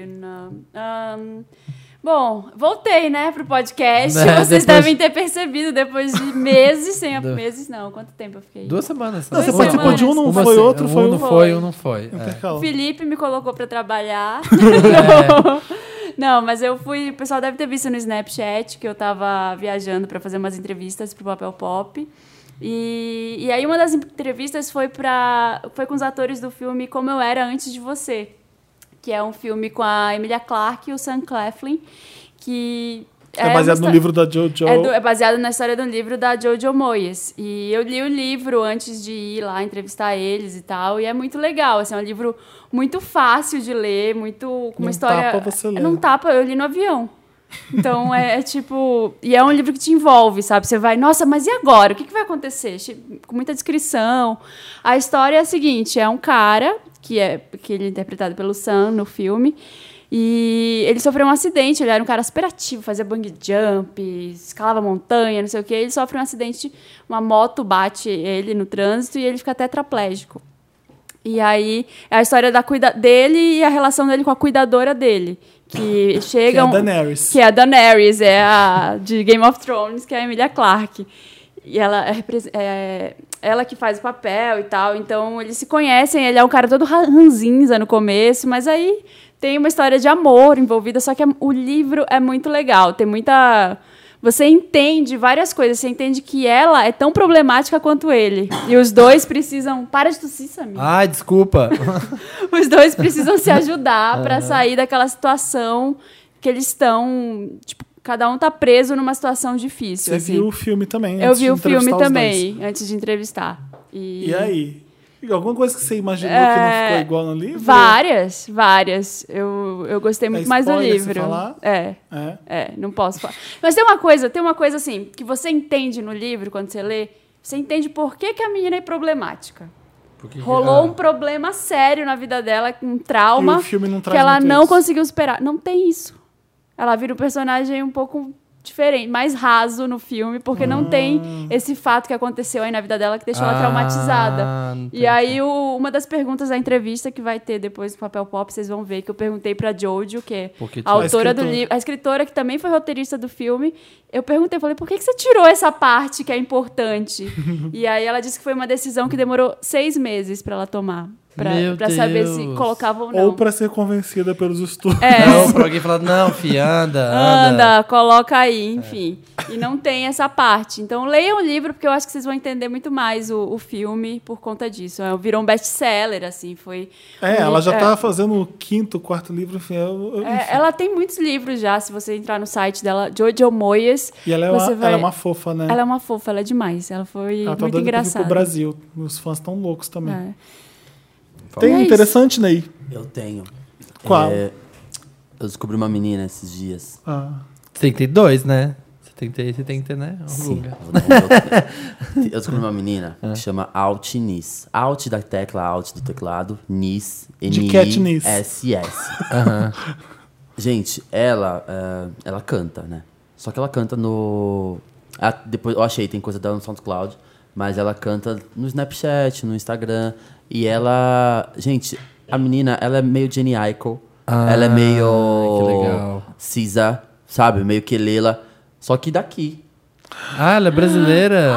Bom, voltei, né, pro podcast. depois- Vocês devem ter percebido depois de meses sem... Meses não, quanto tempo eu fiquei? 2 semanas. Não, você Duas participou de um, não semanas. foi outro, foi um um. não foi, um não foi. Intercalou. O Felipe me colocou pra trabalhar. Não, mas eu fui... O pessoal deve ter visto no Snapchat que eu tava viajando pra fazer umas entrevistas pro Papel Pop. E aí uma das entrevistas foi com os atores do filme Como Eu Era Antes de Você, que é um filme com a Emilia Clarke e o Sam Claflin, que... É baseado no livro da Jojo. É baseado na história do livro da Jojo Moyes. E eu li o livro antes de ir lá entrevistar eles e tal. E é muito legal. Assim, é um livro muito fácil de ler, com uma história... Não tapa você ler. Não tapa, eu li no avião. Então, é tipo... E é um livro que te envolve, sabe? Você vai, nossa, mas e agora? O que vai acontecer? Com muita descrição. A história é a seguinte, é um cara, que ele é interpretado pelo Sam no filme, e ele sofreu um acidente, ele era um cara super ativo, fazia bungee jump, escalava montanha, não sei o quê. Ele sofre um acidente, uma moto bate ele no trânsito e ele fica tetraplégico. E aí, é a história dele e a relação dele com a cuidadora dele. Que chega... Que é a Daenerys. Que é a Daenerys, é a de Game of Thrones, que é a Emilia Clarke. E ela que faz o papel e tal. Então, eles se conhecem. Ele é um cara todo ranzinza no começo, mas aí tem uma história de amor envolvida. Só que o livro é muito legal. Tem muita... você entende várias coisas. Você entende que ela é tão problemática quanto ele. E os dois precisam... Para de tossir, Samir. Ai, desculpa. Os dois precisam se ajudar pra sair daquela situação que eles estão... Tipo, cada um tá preso numa situação difícil. Você assim. viu o filme também? Eu vi o filme entrevistar os também, antes de entrevistar. E aí? Alguma coisa que você imaginou que não ficou igual no livro? Várias. Eu gostei muito mais do spoiler livro. você falar? Não posso falar. Mas tem uma coisa assim, que você entende no livro, quando você lê, você entende por que a menina é problemática. Rolou um problema sério na vida dela, um trauma, E o filme não que traz ela muito não isso. conseguiu superar. Não tem isso. Ela vira um personagem um pouco diferente, mais raso no filme, porque não tem esse fato que aconteceu aí na vida dela que deixou ela traumatizada. E aí, uma das perguntas da entrevista que vai ter depois no Papel Pop, vocês vão ver que eu perguntei pra Jojo, que é a autora do livro, a escritora que também foi roteirista do filme. Eu perguntei, falei, por que você tirou essa parte que é importante? E aí ela disse que foi uma decisão que demorou 6 meses pra ela tomar. Pra saber se colocava ou não. Ou pra ser convencida pelos estudos. Não, pra alguém falar, não, filha, anda. Coloca aí, enfim. E não tem essa parte. Então, leiam o livro, porque eu acho que vocês vão entender muito mais o filme por conta disso. Virou um best-seller, assim, foi... Ela já tá fazendo o 5º, 4º livro, enfim. Ela tem muitos livros já, se você entrar no site dela, Jojo Moyes. E ela é uma fofa, né? Ela é uma fofa, ela é demais. Ela foi muito engraçada. Pro Brasil. Os fãs estão loucos também. Tem interessante, Ney. Eu tenho. Qual? Eu descobri uma menina esses dias. Você tem que ter 2, né? Você tem que ter, né? Sim. Eu descobri uma menina que chama Altnis. Alt da tecla, Alt do teclado, Nis, N-I-S-S. Gente, ela canta, né? Só que ela canta no... Depois eu achei, tem coisa dela no SoundCloud. Mas ela canta no Snapchat, no Instagram. E ela... Gente, a menina, ela é meio Jenny Aiko. Ela é meio... Que legal. Cisa, sabe? Meio Kelela. Só que daqui. Ela é brasileira?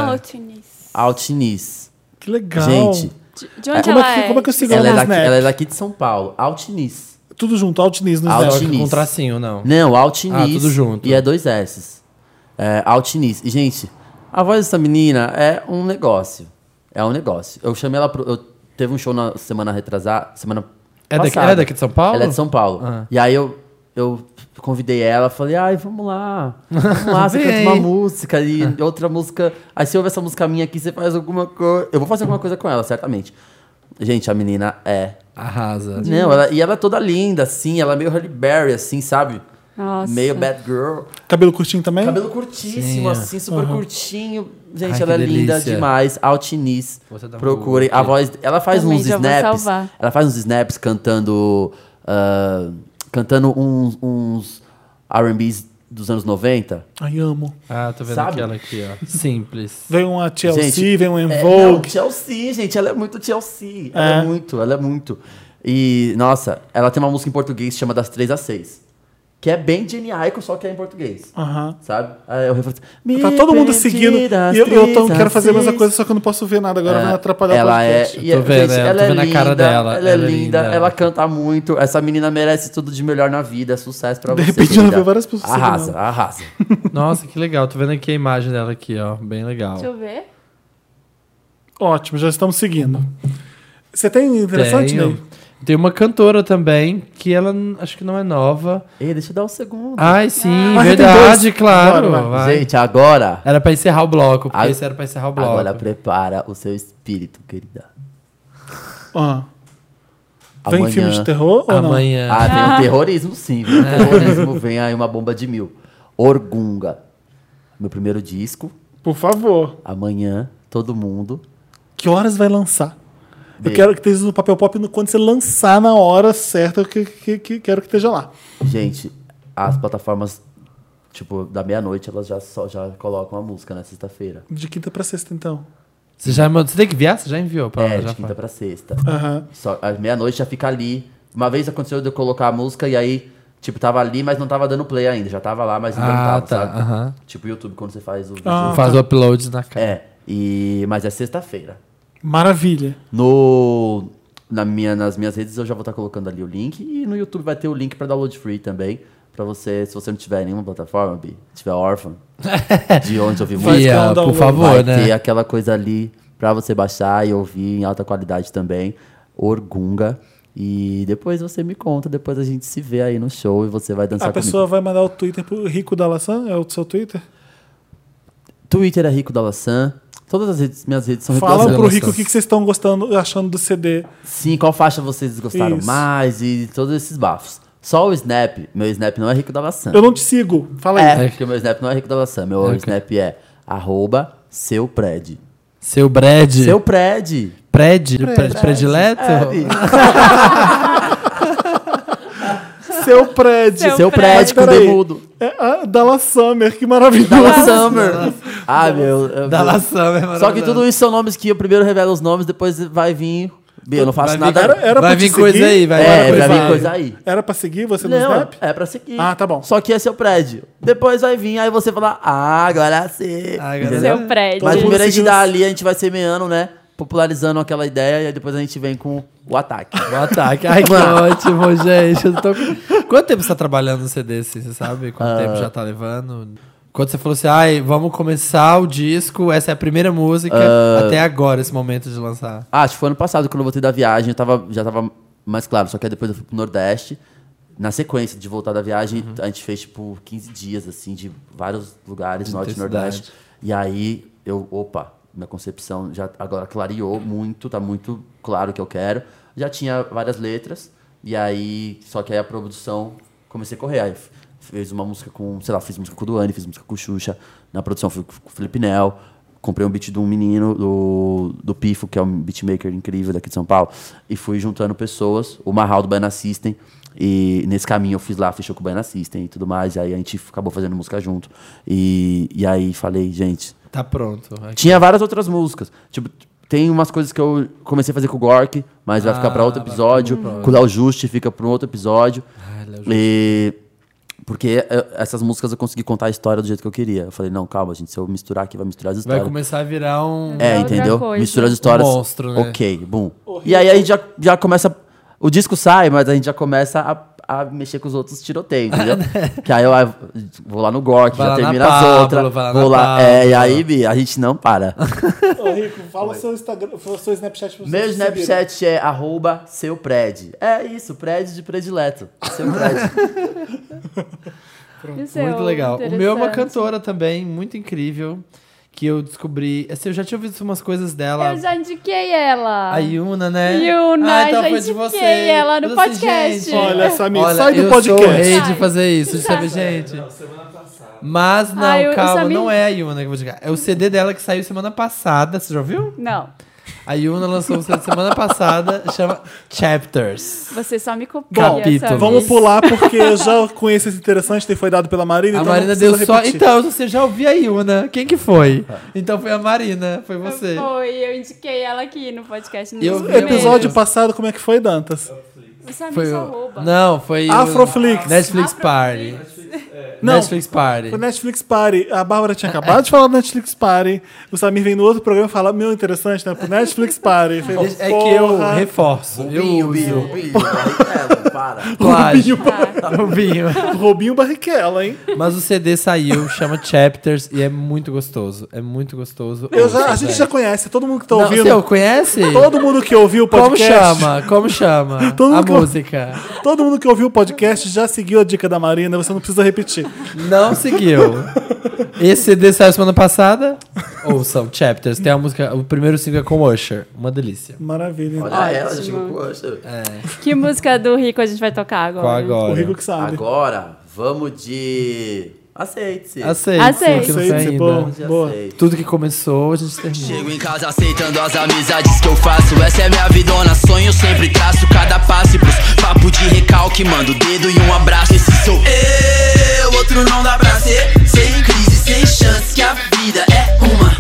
Altnis. Que legal. Gente... De onde ela é? Como é que eu sigo ela? ela no Snap? Ela é daqui de São Paulo. Altnis. Tudo junto, Altnis no Altnis. Snap. Com tracinho, não? Não, Altnis. Tudo junto. E é 2 S's. Altnis. E, gente, a voz dessa menina é um negócio. Eu chamei ela teve um show na semana retrasada. Ela é daqui de São Paulo? Ela é de São Paulo. E aí eu convidei ela, falei, vamos lá, você canta uma música e outra música. Aí se ouve essa música minha aqui, você faz alguma coisa. Eu vou fazer alguma coisa com ela, certamente. Gente, a menina arrasa. Não, ela é toda linda, assim, ela é meio Halle Berry, assim, sabe? Nossa. Meio bad girl. Cabelo curtinho também? Cabelo curtíssimo, assim, super curtinho. Gente, Ai, ela é que linda delícia. demais. Altnis. Você dá um Procurem. Google A voz. Ela faz Também uns já vou snaps. salvar. Ela faz uns snaps cantando. Cantando uns R&Bs dos anos 90. Ai, amo. Tô vendo Sabe? aquela aqui, ó. Simples. Vem uma Chelsea, Gente, vem um En Não, Vogue. Chelsea, gente. Ela é muito Chelsea. Ela é muito. E, nossa, ela tem uma música em português que chama Das 3 às 6. Que é bem Jenny Aiko, só que é em português. Sabe? Aí eu refalo assim, Tá todo mundo seguindo. E eu quero fazer a mesma coisa, só que eu não posso ver nada agora, vai atrapalhar ela o podcast. Tô vendo, gente, tô ela é vendo a linda, cara dela. Ela é linda, ela canta muito. Essa menina merece tudo de melhor na vida. Sucesso pra De você. repente ela vê várias pessoas seguindo. Arrasa. Nossa, que legal. Tô vendo aqui a imagem dela aqui, ó. Bem legal. Deixa eu ver. Ótimo, já estamos seguindo. Você tem interessante, Ney? Tem uma cantora também, que ela acho que não é nova. Ei, deixa eu dar um segundo. Ai, sim, Ah, verdade, tem 2. claro. Vai. Gente, agora... Era pra encerrar o bloco, porque esse era pra encerrar o bloco. Agora prepara o seu espírito, querida. Vem filme de terror ou não? Amanhã. Tem um terrorismo, sim. Viu? Terrorismo, vem aí uma bomba de 1000. Orgunga. Meu primeiro disco. Por favor. Amanhã, todo mundo. Que horas vai lançar? Eu quero que esteja no Papel Pop quando você lançar na hora certa, eu quero que esteja lá. Gente, as plataformas, tipo, da meia-noite, elas já colocam a música na sexta-feira. De quinta pra sexta, então. Você tem que enviar? Você já enviou pra ela? De quinta pra sexta. Aham. Só, à meia-noite já fica ali. Uma vez aconteceu de eu colocar a música e aí, tipo, tava ali, mas não tava dando play ainda. Já tava lá, mas ainda não tava, sabe? Aham. Tipo o YouTube, quando você faz o vídeo. Faz o upload na cara. Mas é sexta-feira. Maravilha. Nas minhas redes eu já vou estar colocando ali o link. E no YouTube vai ter o link para download free também. pra você, se você não tiver nenhuma plataforma, Bi, tiver órfã, de onde ouvir música, Bia, por favor, vai né? ter aquela coisa ali pra você baixar e ouvir em alta qualidade também, Orgunga. E depois você me conta, depois a gente se vê aí no show e você vai dançar comigo. A pessoa vai mandar o Twitter pro Rico da Laçã? É o seu Twitter? Twitter é Rico da Laçã. Todas as minhas redes são Rico da Fala Laçã. pro Rico o que vocês estão gostando, achando do CD. Sim, qual faixa vocês gostaram Isso. mais e todos esses bafos. Só o Snap, meu Snap não é Rico da Laçã. Eu não te sigo. Fala aí. É, porque o meu Snap não é Rico da Laçã. Meu Snap é @seupred. Seu Brad. Seu Pred. Predileto? Seu prédio. Seu Pred com Peraí. demudo. É a Dallas Summer, que maravilhoso. Dallas Summer. Ah, meu. Dallas Summer, Só que tudo isso são nomes que eu primeiro revelo os nomes, depois vai vir. Eu não faço Vai nada. vir- Era vai pra vir te coisa seguir? aí, vai Vai vir coisa aí. Era pra seguir você no Não, Snap? é pra seguir. Ah, tá bom. Só que é seu prédio. Depois vai vir, aí você fala, agora sim. Agora Entendeu? Seu prédio. Mas Todo primeiro a mundo gente seguiu dá os- ali, a gente vai semeando, né? Popularizando aquela ideia e aí depois a gente vem com o ataque. O ataque. Ai, que ótimo, gente. Eu tô... Quanto tempo você tá trabalhando no CD, assim, você sabe? Quanto tempo já tá levando? Quando você falou assim, vamos começar o disco, essa é a primeira música, até agora, esse momento de lançar. Acho que foi ano passado, quando eu voltei da viagem, já tava mais claro. Só que aí depois eu fui pro Nordeste. Na sequência de voltar da viagem, a gente fez, tipo, 15 dias, assim, de vários lugares, Norte e intensidade. Nordeste. E aí, minha concepção já agora clareou muito, tá muito claro o que eu quero. Já tinha várias letras, e aí, só que aí a produção, comecei a correr. Aí fiz uma música com, sei lá, fiz música com o Duane, fiz música com o Xuxa. Na produção fui com o Felipe Nel. Comprei um beat de um menino, do Pifo, que é um beatmaker incrível daqui de São Paulo. E fui juntando pessoas, o Marral do Baiana System. E nesse caminho eu fiz show com o Baiana System e tudo mais. E aí a gente acabou fazendo música junto. E aí falei, gente... Tá pronto. Aqui. Tinha várias outras músicas. Tipo, tem umas coisas que eu comecei a fazer com o Gork, mas vai ficar pra outro episódio. Com o Léo Juste fica pra um outro episódio. Léo E... Porque essas músicas eu consegui contar a história do jeito que eu queria. Eu falei, não, calma, gente, se eu misturar aqui, vai misturar as Vai histórias. começar a virar um... outra Entendeu? coisa. Mistura as histórias. Um monstro, né? Ok, bum. E aí a gente já começa... O disco sai, mas a gente já começa a mexer com os outros tiroteios, entendeu? Que aí eu vou lá no Gork, Vai já lá na termina as Pablo, outras. vai lá Vou na lá. Pablo. E aí, Bi, a gente não para. Ô, Rico, fala o seu Snapchat pra vocês Meu seguirem. Snapchat é @seupred. É isso, prédio de predileto. Seu prédio. Isso é Muito legal. O meu é uma interessante. cantora também, muito incrível, que eu descobri... Assim, eu já tinha ouvido umas coisas dela. Eu já indiquei ela. A Yuna, né? Yuna, então já foi de indiquei você. ela no Eu falei assim, podcast. gente, Olha, Samir, olha, sai do eu podcast. sou o rei de Sai. fazer isso, sabe, gente? Mas não, Ah, o calma, Samir- não é a Yuna que eu vou dizer. É o CD dela que saiu semana passada, você já ouviu? Não, A Yuna lançou um CD semana passada, chama Chapters. você só me copia. Capítulo. Samir. Vamos pular, porque eu já conheço esse interessante, que foi dado pela Marina. A então Marina não deu precisa só... repetir. Então, você já ouviu a Yuna. Quem que foi? Então foi a Marina, foi você. Foi, eu indiquei ela aqui no podcast. No Eu dos vi Episódio primeiros. passado, como é que foi, Dantas? O Samir Foi só o... rouba. Não, foi Afroflix. Netflix Party. Não. Netflix Party. Foi Netflix Party. A Bárbara tinha acabado de falar do Netflix Party. O Samir vem no outro programa e fala, meu, interessante, né? Pro Netflix Party. Eu falei, É que eu porra. reforço. Eu uso. Para. Plágio. Rubinho. Robinho Barrichello, hein? Mas o CD saiu, chama Chapters e é muito gostoso. É muito gostoso. A gente já conhece. Todo mundo que tá Não, ouvindo. você conhece? Todo mundo que ouviu o Como podcast. chama? Como chama? Todo A mundo que- música. Todo mundo que ouviu o podcast já seguiu a dica da Marina. Você não precisa repetir. Não seguiu. Esse CD saiu semana passada. Ouçam, Chapters. Tem a música, o primeiro single é com Usher. Uma delícia. Maravilha. Olha ela, já chegou com Usher. Que música do Rico a gente vai tocar agora? Qual agora? O Rico que sabe. Agora, vamos de... Aceite-se. Aceite. Aceite. Que não foi Aceite-se, ainda. bom. Vamos de Boa. aceite. Tudo que começou, a gente termina. Chego em casa aceitando as amizades que eu faço. Essa é minha vidona, sonho sempre traço cada passo e pros papo de recalque. Mando o dedo e um abraço. Esse sou eu, outro não dá pra ser. Sem crise, sem chance, que a vida é uma.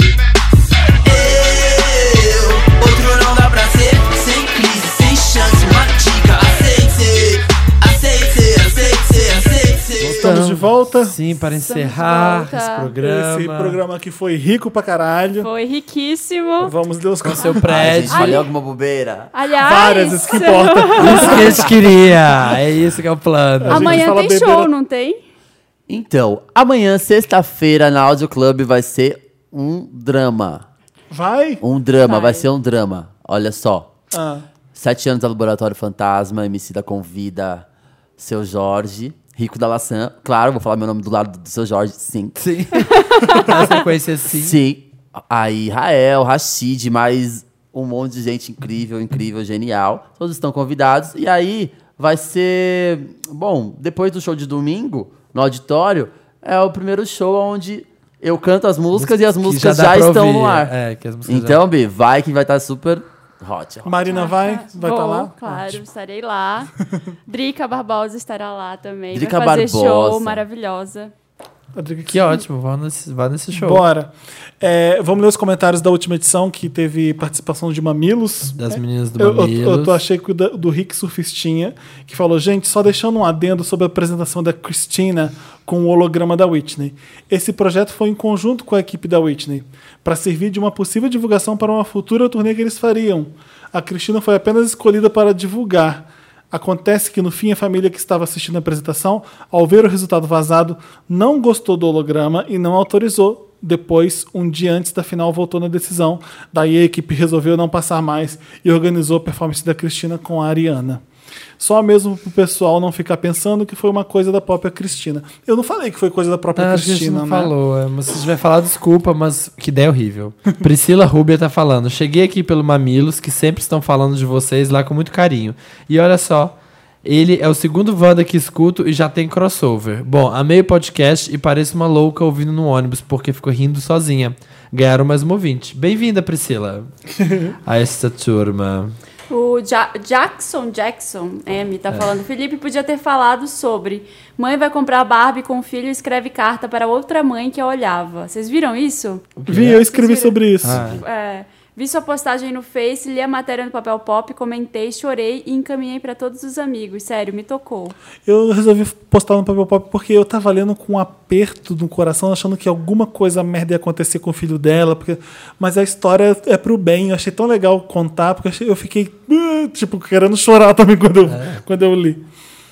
Eu, outro não dá pra ser. Sem crise, sem chance, uma dica. Aceite-se, aceite-se, aceite-se, aceite-se. Estamos de volta. Sim, para encerrar volta. esse programa. Esse programa que foi rico pra caralho. Foi riquíssimo. Vamos ler os Com seu Ai, prédio. gente, falei alguma bobeira. Aliás, várias, isso que importa. Isso que a gente queria. É isso que é o plano. gente amanhã fala tem bebeira- show, não tem? Então, amanhã, sexta-feira, na Audio Club, vai ser um drama. Vai? Vai ser um drama. Olha só. 7 anos da Laboratório Fantasma, Emicida convida Seu Jorge, Rico da Laçã. Claro, vou falar meu nome do lado do Seu Jorge, sim. Sim. Na sequência, sim. Sim. Aí, Rael, Rashid, mais um monte de gente incrível, genial. Todos estão convidados. E aí, vai ser... Bom, depois do show de domingo, no auditório, é o primeiro show onde eu canto as músicas e as músicas dá já pra estão ouvir. no ar. É, que as músicas Então, Bi, vai que vai estar super hot. Marina vai Vou, estar lá? claro, estarei lá. Drica Barbosa estará lá também. Drica vai fazer Barbosa. show maravilhosa. Que ótimo, vá nesse show. Bora. Vamos ler os comentários da última edição, que teve participação de Mamilos. Das meninas do Eu Mamilos. achei que o do Rick Surfistinha, que falou, gente, só deixando um adendo sobre a apresentação da Christina com o holograma da Whitney. Esse projeto foi em conjunto com a equipe da Whitney, para servir de uma possível divulgação para uma futura turnê que eles fariam. A Christina foi apenas escolhida para divulgar. Acontece que, no fim, a família que estava assistindo a apresentação, ao ver o resultado vazado, não gostou do holograma e não autorizou. Depois, um dia antes da final, voltou na decisão. Daí a equipe resolveu não passar mais e organizou a performance da Christina com a Ariana. Só mesmo pro pessoal não ficar pensando que foi uma coisa da própria Christina. Eu não falei que foi coisa da própria Acho que a gente Christina, não né? falou. Mas se tiver falado, desculpa, mas que ideia horrível. Priscila Rubia tá falando. Cheguei aqui pelo Mamilos, que sempre estão falando de vocês lá com muito carinho. E olha só, ele é o segundo Wanda que escuto e já tem crossover. Bom, amei o podcast e pareço uma louca ouvindo no ônibus, porque ficou rindo sozinha. Ganharam mais um ouvinte. Bem-vinda, Priscila, a esta turma. O Jackson M tá falando. Felipe podia ter falado sobre mãe vai comprar Barbie com o filho e escreve carta para outra mãe que a olhava. Vocês viram isso? Vi, eu escrevi sobre isso. Vi sua postagem no Face, li a matéria no Papel Pop, comentei, chorei e encaminhei para todos os amigos. Sério, me tocou. Eu resolvi postar no Papel Pop porque eu tava lendo com um aperto no coração, achando que alguma coisa merda ia acontecer com o filho dela, mas a história é pro bem. Eu achei tão legal contar, porque eu fiquei querendo chorar também quando eu li.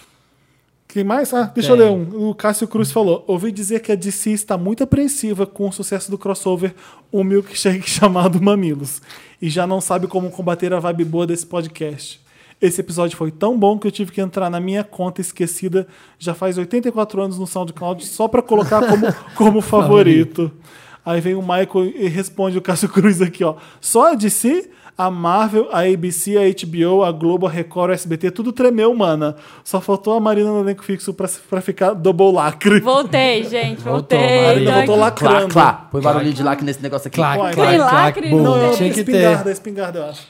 Quem mais? Deixa eu ler um. O Cássio Cruz falou: ouvi dizer que a DC está muito apreensiva com o sucesso do crossover Um Milkshake chamado Mamilos e já não sabe como combater a vibe boa desse podcast. Esse episódio foi tão bom que eu tive que entrar na minha conta esquecida já faz 84 anos no SoundCloud só para colocar como favorito. Aí vem o Michael e responde o Cássio Cruz aqui, ó. Só a DC, a Marvel, a ABC, a HBO, a Globo, a Record, a SBT, tudo tremeu, mana. Só faltou a Marina no elenco fixo pra ficar double lacre. Voltei, gente, Voltou, voltei. Marina, Tô voltou aqui. lacrando. Clá. Põe barulhinho de lacre nesse negócio aqui. Clac, Tem clac, lacre? clac, boom. Não, é Tinha que ter. espingarda, eu acho.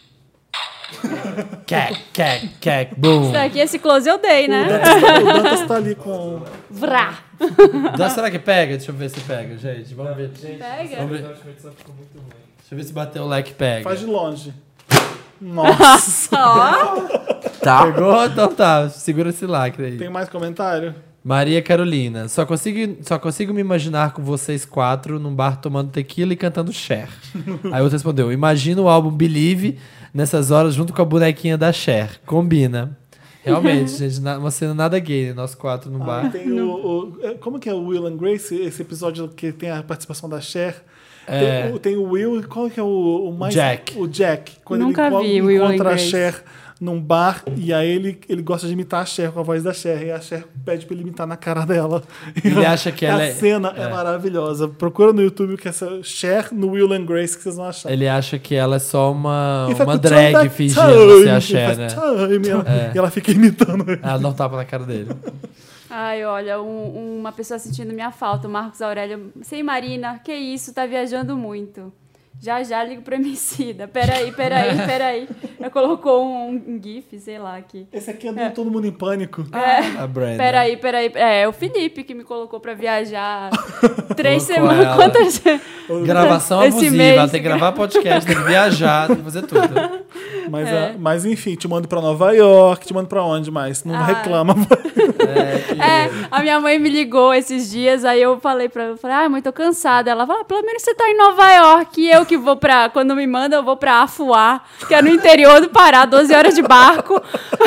Cac, boom. Isso aqui, esse close eu dei, né? O Dantas tá ali com... Vrá. Será que pega? Deixa eu ver se pega, gente. Vamos ver. Pega. Vamos ver. Deixa eu ver se bater o like pega. Faz de longe. Nossa. Tá? Pegou? Então tá. Segura esse lacre aí. Tem mais comentário? Maria Carolina. Só consigo me imaginar com vocês 4 num bar tomando tequila e cantando Cher. Aí outra respondeu: imagina o álbum Believe nessas horas junto com a bonequinha da Cher. Combina. Realmente, gente, uma cena nada gay, né? Nós 4 no bar. Tem como que é o Will and Grace? Esse episódio que tem a participação da Cher. Tem o Will, qual que é o mais... Jack. O Jack. Quando Nunca ele vi Will and encontra a Grace. Cher num bar, e aí ele gosta de imitar a Cher com a voz da Cher, e a Cher pede pra ele imitar na cara dela. Ele acha que ela A cena é maravilhosa. Procura no YouTube que essa Cher no Will and Grace que vocês vão achar. Ele acha que ela é só uma E faz drag time, fingindo ser a ele Cher, faz né? time, e ela fica imitando ele. Ela dá um tapa na cara dele. Ai, olha, uma pessoa sentindo minha falta, o Marcos Aurélio. Sei, Marina, que isso, tá viajando muito. Já ligo pra Emicida. Peraí. Já colocou um gif, sei lá, aqui. Esse aqui é do Todo Mundo em Pânico. A Brenda. Peraí. É o Felipe que me colocou pra viajar 3 Colocou semanas. ela. Quantas? Gravação Esse abusiva. mês. Ela tem que gravar podcast, tem que viajar, tem que fazer tudo. Mas enfim, te mando pra Nova York, te mando pra onde mais? Não reclama. A minha mãe me ligou esses dias, aí eu falei pra ela, mãe, tô cansada. Ela falou, pelo menos você tá em Nova York. E eu que vou quando me manda, eu vou pra Afuá, que é no interior do Pará, 12 horas de barco.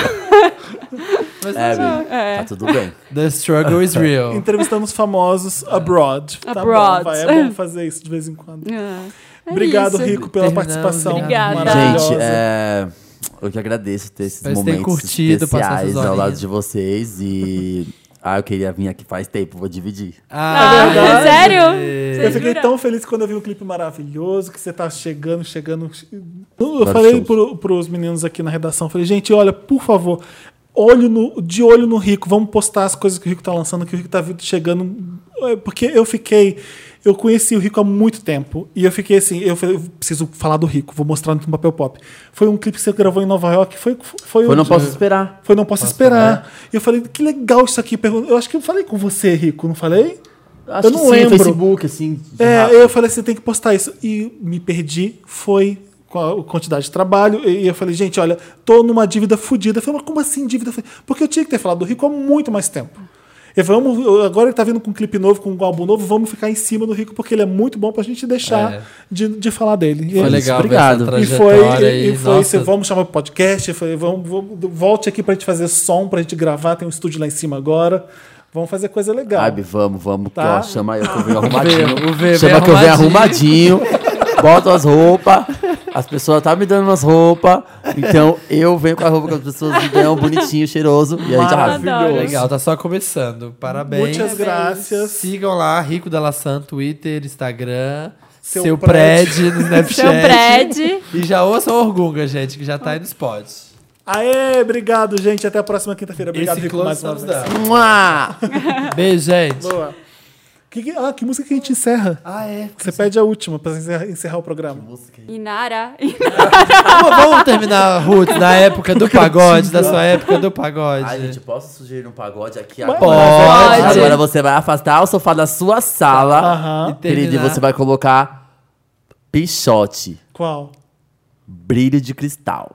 Mas Tá tudo bem. The struggle is real. Entrevistamos famosos abroad. Tá Abroad. bom, é bom fazer isso de vez em quando. Obrigado, isso. Rico, pela Terminamos. participação. Obrigada. Maravilhosa. Gente, eu que agradeço ter esses Espero que tenham momentos curtido passar especiais essas ao lado horinhas. de vocês. E eu queria vir aqui faz tempo, vou dividir. verdade. Sério? Eu fiquei jura? tão feliz quando eu vi um clipe maravilhoso, que você tá chegando. Eu Vários falei shows. pros meninos aqui na redação, falei, gente, olha, por favor, de olho no Rico, vamos postar as coisas que o Rico tá lançando, que o Rico tá chegando. Porque eu conheci o Rico há muito tempo, e eu fiquei assim, eu falei, eu preciso falar do Rico, vou mostrar no papel pop. Foi um clipe que você gravou em Nova York, foi Eu não posso esperar. Foi Não Posso Esperar. E eu falei, que legal isso aqui. Eu acho que eu falei com você, Rico, não falei? Acho Eu que não sim, lembro. Facebook, assim. de rápido. Eu falei, você tem que postar isso. E me perdi, foi com a quantidade de trabalho. E eu falei, gente, olha, tô numa dívida fodida. Eu falei, mas como assim dívida fodida? Porque eu tinha que ter falado do Rico há muito mais tempo. Agora ele tá vindo com um clipe novo, com um álbum novo, vamos ficar em cima do Rico, porque ele é muito bom pra gente deixar de falar dele. Foi legal Obrigado. ver essa E trajetória. foi, vamos chamar pro podcast, volte aqui pra gente fazer som, pra gente gravar, tem um estúdio lá em cima agora. Vamos fazer coisa legal. Ai, vamos. Tá. Que, ó, chama eu que eu venho arrumadinho. O V Chama vem que eu venho arrumadinho. Boto as roupas. As pessoas tá me dando umas roupas. Então eu venho com a roupa que as pessoas me dão, bonitinho, cheiroso. E a gente arrasa. Maravilhoso. Legal, tá só começando. Parabéns. Muitas graças. Sigam lá, Rico Della San, Twitter, Instagram, Seu seu prédio. prédio no Snapchat. Seu prédio. E já ouçam o Orgunga, gente, que já tá aí no Spotify. Aê, obrigado, gente. Até a próxima quinta-feira. Obrigado, Esse Rico, close mais uma estamos vez. dando. Mua! Beijo, gente. Boa. Que música que a gente encerra? É. Você pede a última pra encerrar o programa. Inara. Vamos terminar, Ruth, na época do pagode, da sua época do pagode. Ai, gente, posso sugerir um pagode aqui Pode. agora? Agora você vai afastar o sofá da sua sala. Aham. Querido, e terminar. você vai colocar Pichote. Qual? Brilho de cristal.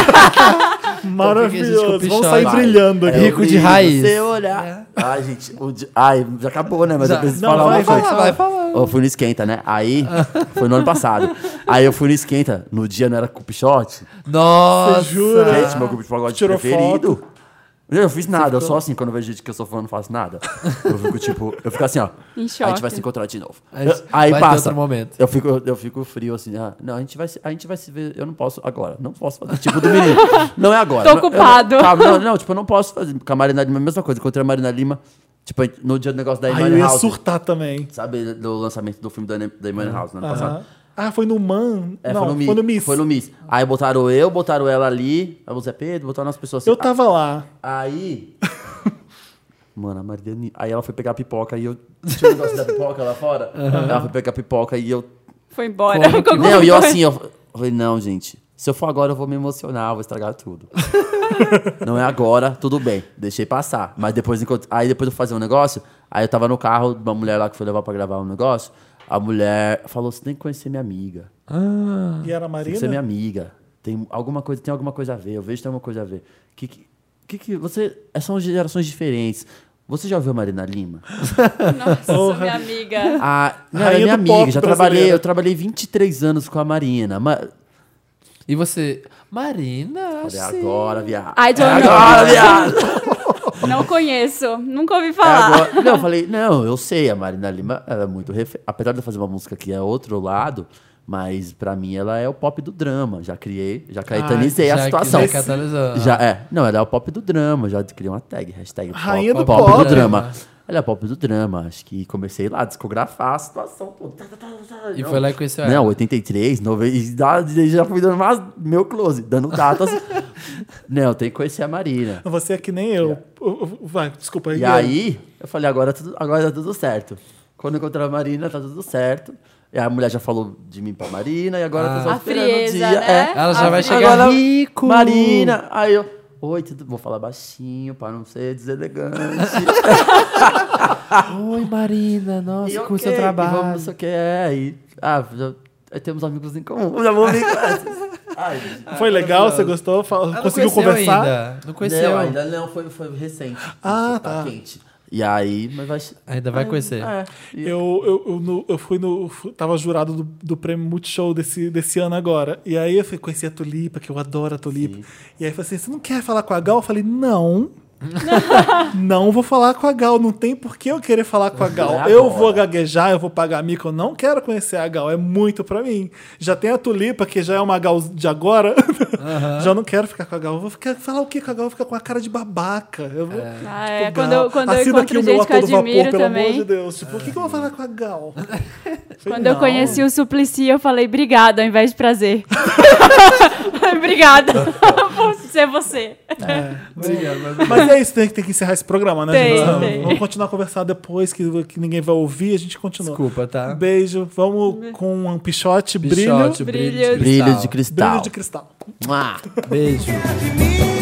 Maravilhoso. com Vamos sair Pichote? brilhando aqui. Rico de brilho do raiz. Seu olhar. Ai, gente. Ai, já acabou, né? Mas eu preciso Não, falar vai uma coisa. falar. Vai falando. Eu fui no Esquenta, né? Aí, foi no ano passado. Aí eu fui no Esquenta, no dia não era com o Pichote. Nossa. Você jura? Gente, meu grupo de pagode Tirou preferido. Eu não fiz nada, eu só assim, quando eu vejo gente que eu sou fã, eu não faço nada. Eu fico tipo, eu fico assim, ó. Em A choque. gente vai se encontrar de novo. vai Aí ter passa. outro momento. Eu fico frio assim, não, a gente vai se ver, eu não posso agora. Não posso fazer. Tipo do menino. Não é agora. Tô Não, ocupado. não, tipo, eu não posso fazer. Com a Marina Lima, a mesma coisa. Encontrei a Marina Lima, tipo, no dia do negócio da Aí Emmanuel eu ia House. surtar também. Sabe, do lançamento do filme da Emmanuel House, no ano passado. Aham. Ah, foi no Man? É, Não, foi no Miss. Foi no Miss. Aí botaram ela ali, o Zé Pedro, botaram as pessoas assim. Eu tava lá. Aí. Mano, a Mariana. Aí ela foi pegar a pipoca e eu. Tinha o negócio da pipoca lá fora. Ela foi pegar a pipoca e eu. Foi embora. Não, e eu assim, eu falei, não, gente. Se eu for agora, eu vou me emocionar, vou estragar tudo. Não é agora, tudo bem. Deixei passar. Mas depois, aí depois eu fazer um negócio, aí eu tava no carro, uma mulher lá que foi levar pra gravar um negócio. A mulher falou: você tem que conhecer minha amiga. E era a Tem Marina? que ser minha amiga. Tem alguma coisa a ver. Eu vejo que tem alguma coisa a ver. São gerações diferentes. Você já ouviu a Marina Lima? Nossa, minha amiga. Não, ela é Rainha minha do pop amiga. brasileira. Eu trabalhei 23 anos com a Marina. E você? Marina? É agora, viado. I don't É know. agora, viado. Não conheço. Nunca ouvi É falar. agora. Não, eu falei, não, eu sei. A Marina Lima, ela é muito apesar de eu fazer uma música que é outro lado, mas pra mim ela é o pop do drama. Já caetanizei a situação. Já catalisou. Não, ela é o pop do drama. Já criei uma hashtag Rainha do pop pop. do drama. Ela é pop do drama. Acho que comecei lá a discografar a situação toda. E foi lá e conheceu Não, ela. 83, 90, já fui dando meu close, dando datas. Não, tem que conhecer a Marina. Você é que nem eu. Vai, desculpa. E aí, eu falei, agora tá tudo certo. Quando eu encontrar a Marina, tá tudo certo. E a mulher já falou de mim pra Marina, e agora eu tô só A esperando frieza, o dia. né? Ela já A vai frieza. chegar Agora, rico. Marina. Aí eu, oi, vou falar baixinho pra não ser deselegante. Oi, Marina. Nossa, E com o ok, seu trabalho. e vamos, não sei o que é. Aí temos amigos em comum. Já vou vir com essas. Foi legal? Você gostou? Conseguiu conversar? Ainda. Não conheceu. Ainda não, foi recente. Tá quente. E aí, mas vai... Ainda vai conhecer. Eu tava jurado do prêmio Multishow desse ano agora. E aí eu conheci a Tulipa, que eu adoro a Tulipa. Sim. E aí eu falei assim, você não quer falar com a Gal? Eu falei, não. Não vou falar com a Gal, não tem por que eu querer falar com a Gal. Eu vou gaguejar, eu vou pagar mico, eu não quero conhecer a Gal, é muito pra mim. Já tem a Tulipa, que já é uma Gal de agora, já não quero ficar com a Gal. Eu vou falar o que com a Gal? Eu vou ficar com a cara de babaca. Eu vou, quando eu encontro gente que eu admiro pelo também. amor de Deus. Tipo, o que eu vou falar com a Gal? Quando eu conheci o Suplicy, eu falei obrigada ao invés de prazer. Obrigada por ser você. Obrigado. Mas é isso, tem que encerrar esse programa, né, gente? Vamos continuar a conversar depois, que ninguém vai ouvir, a gente continua. Desculpa, tá? Beijo. Vamos com um pichote, brilho de cristal. Brilho de cristal. Brilho de cristal. Beijo.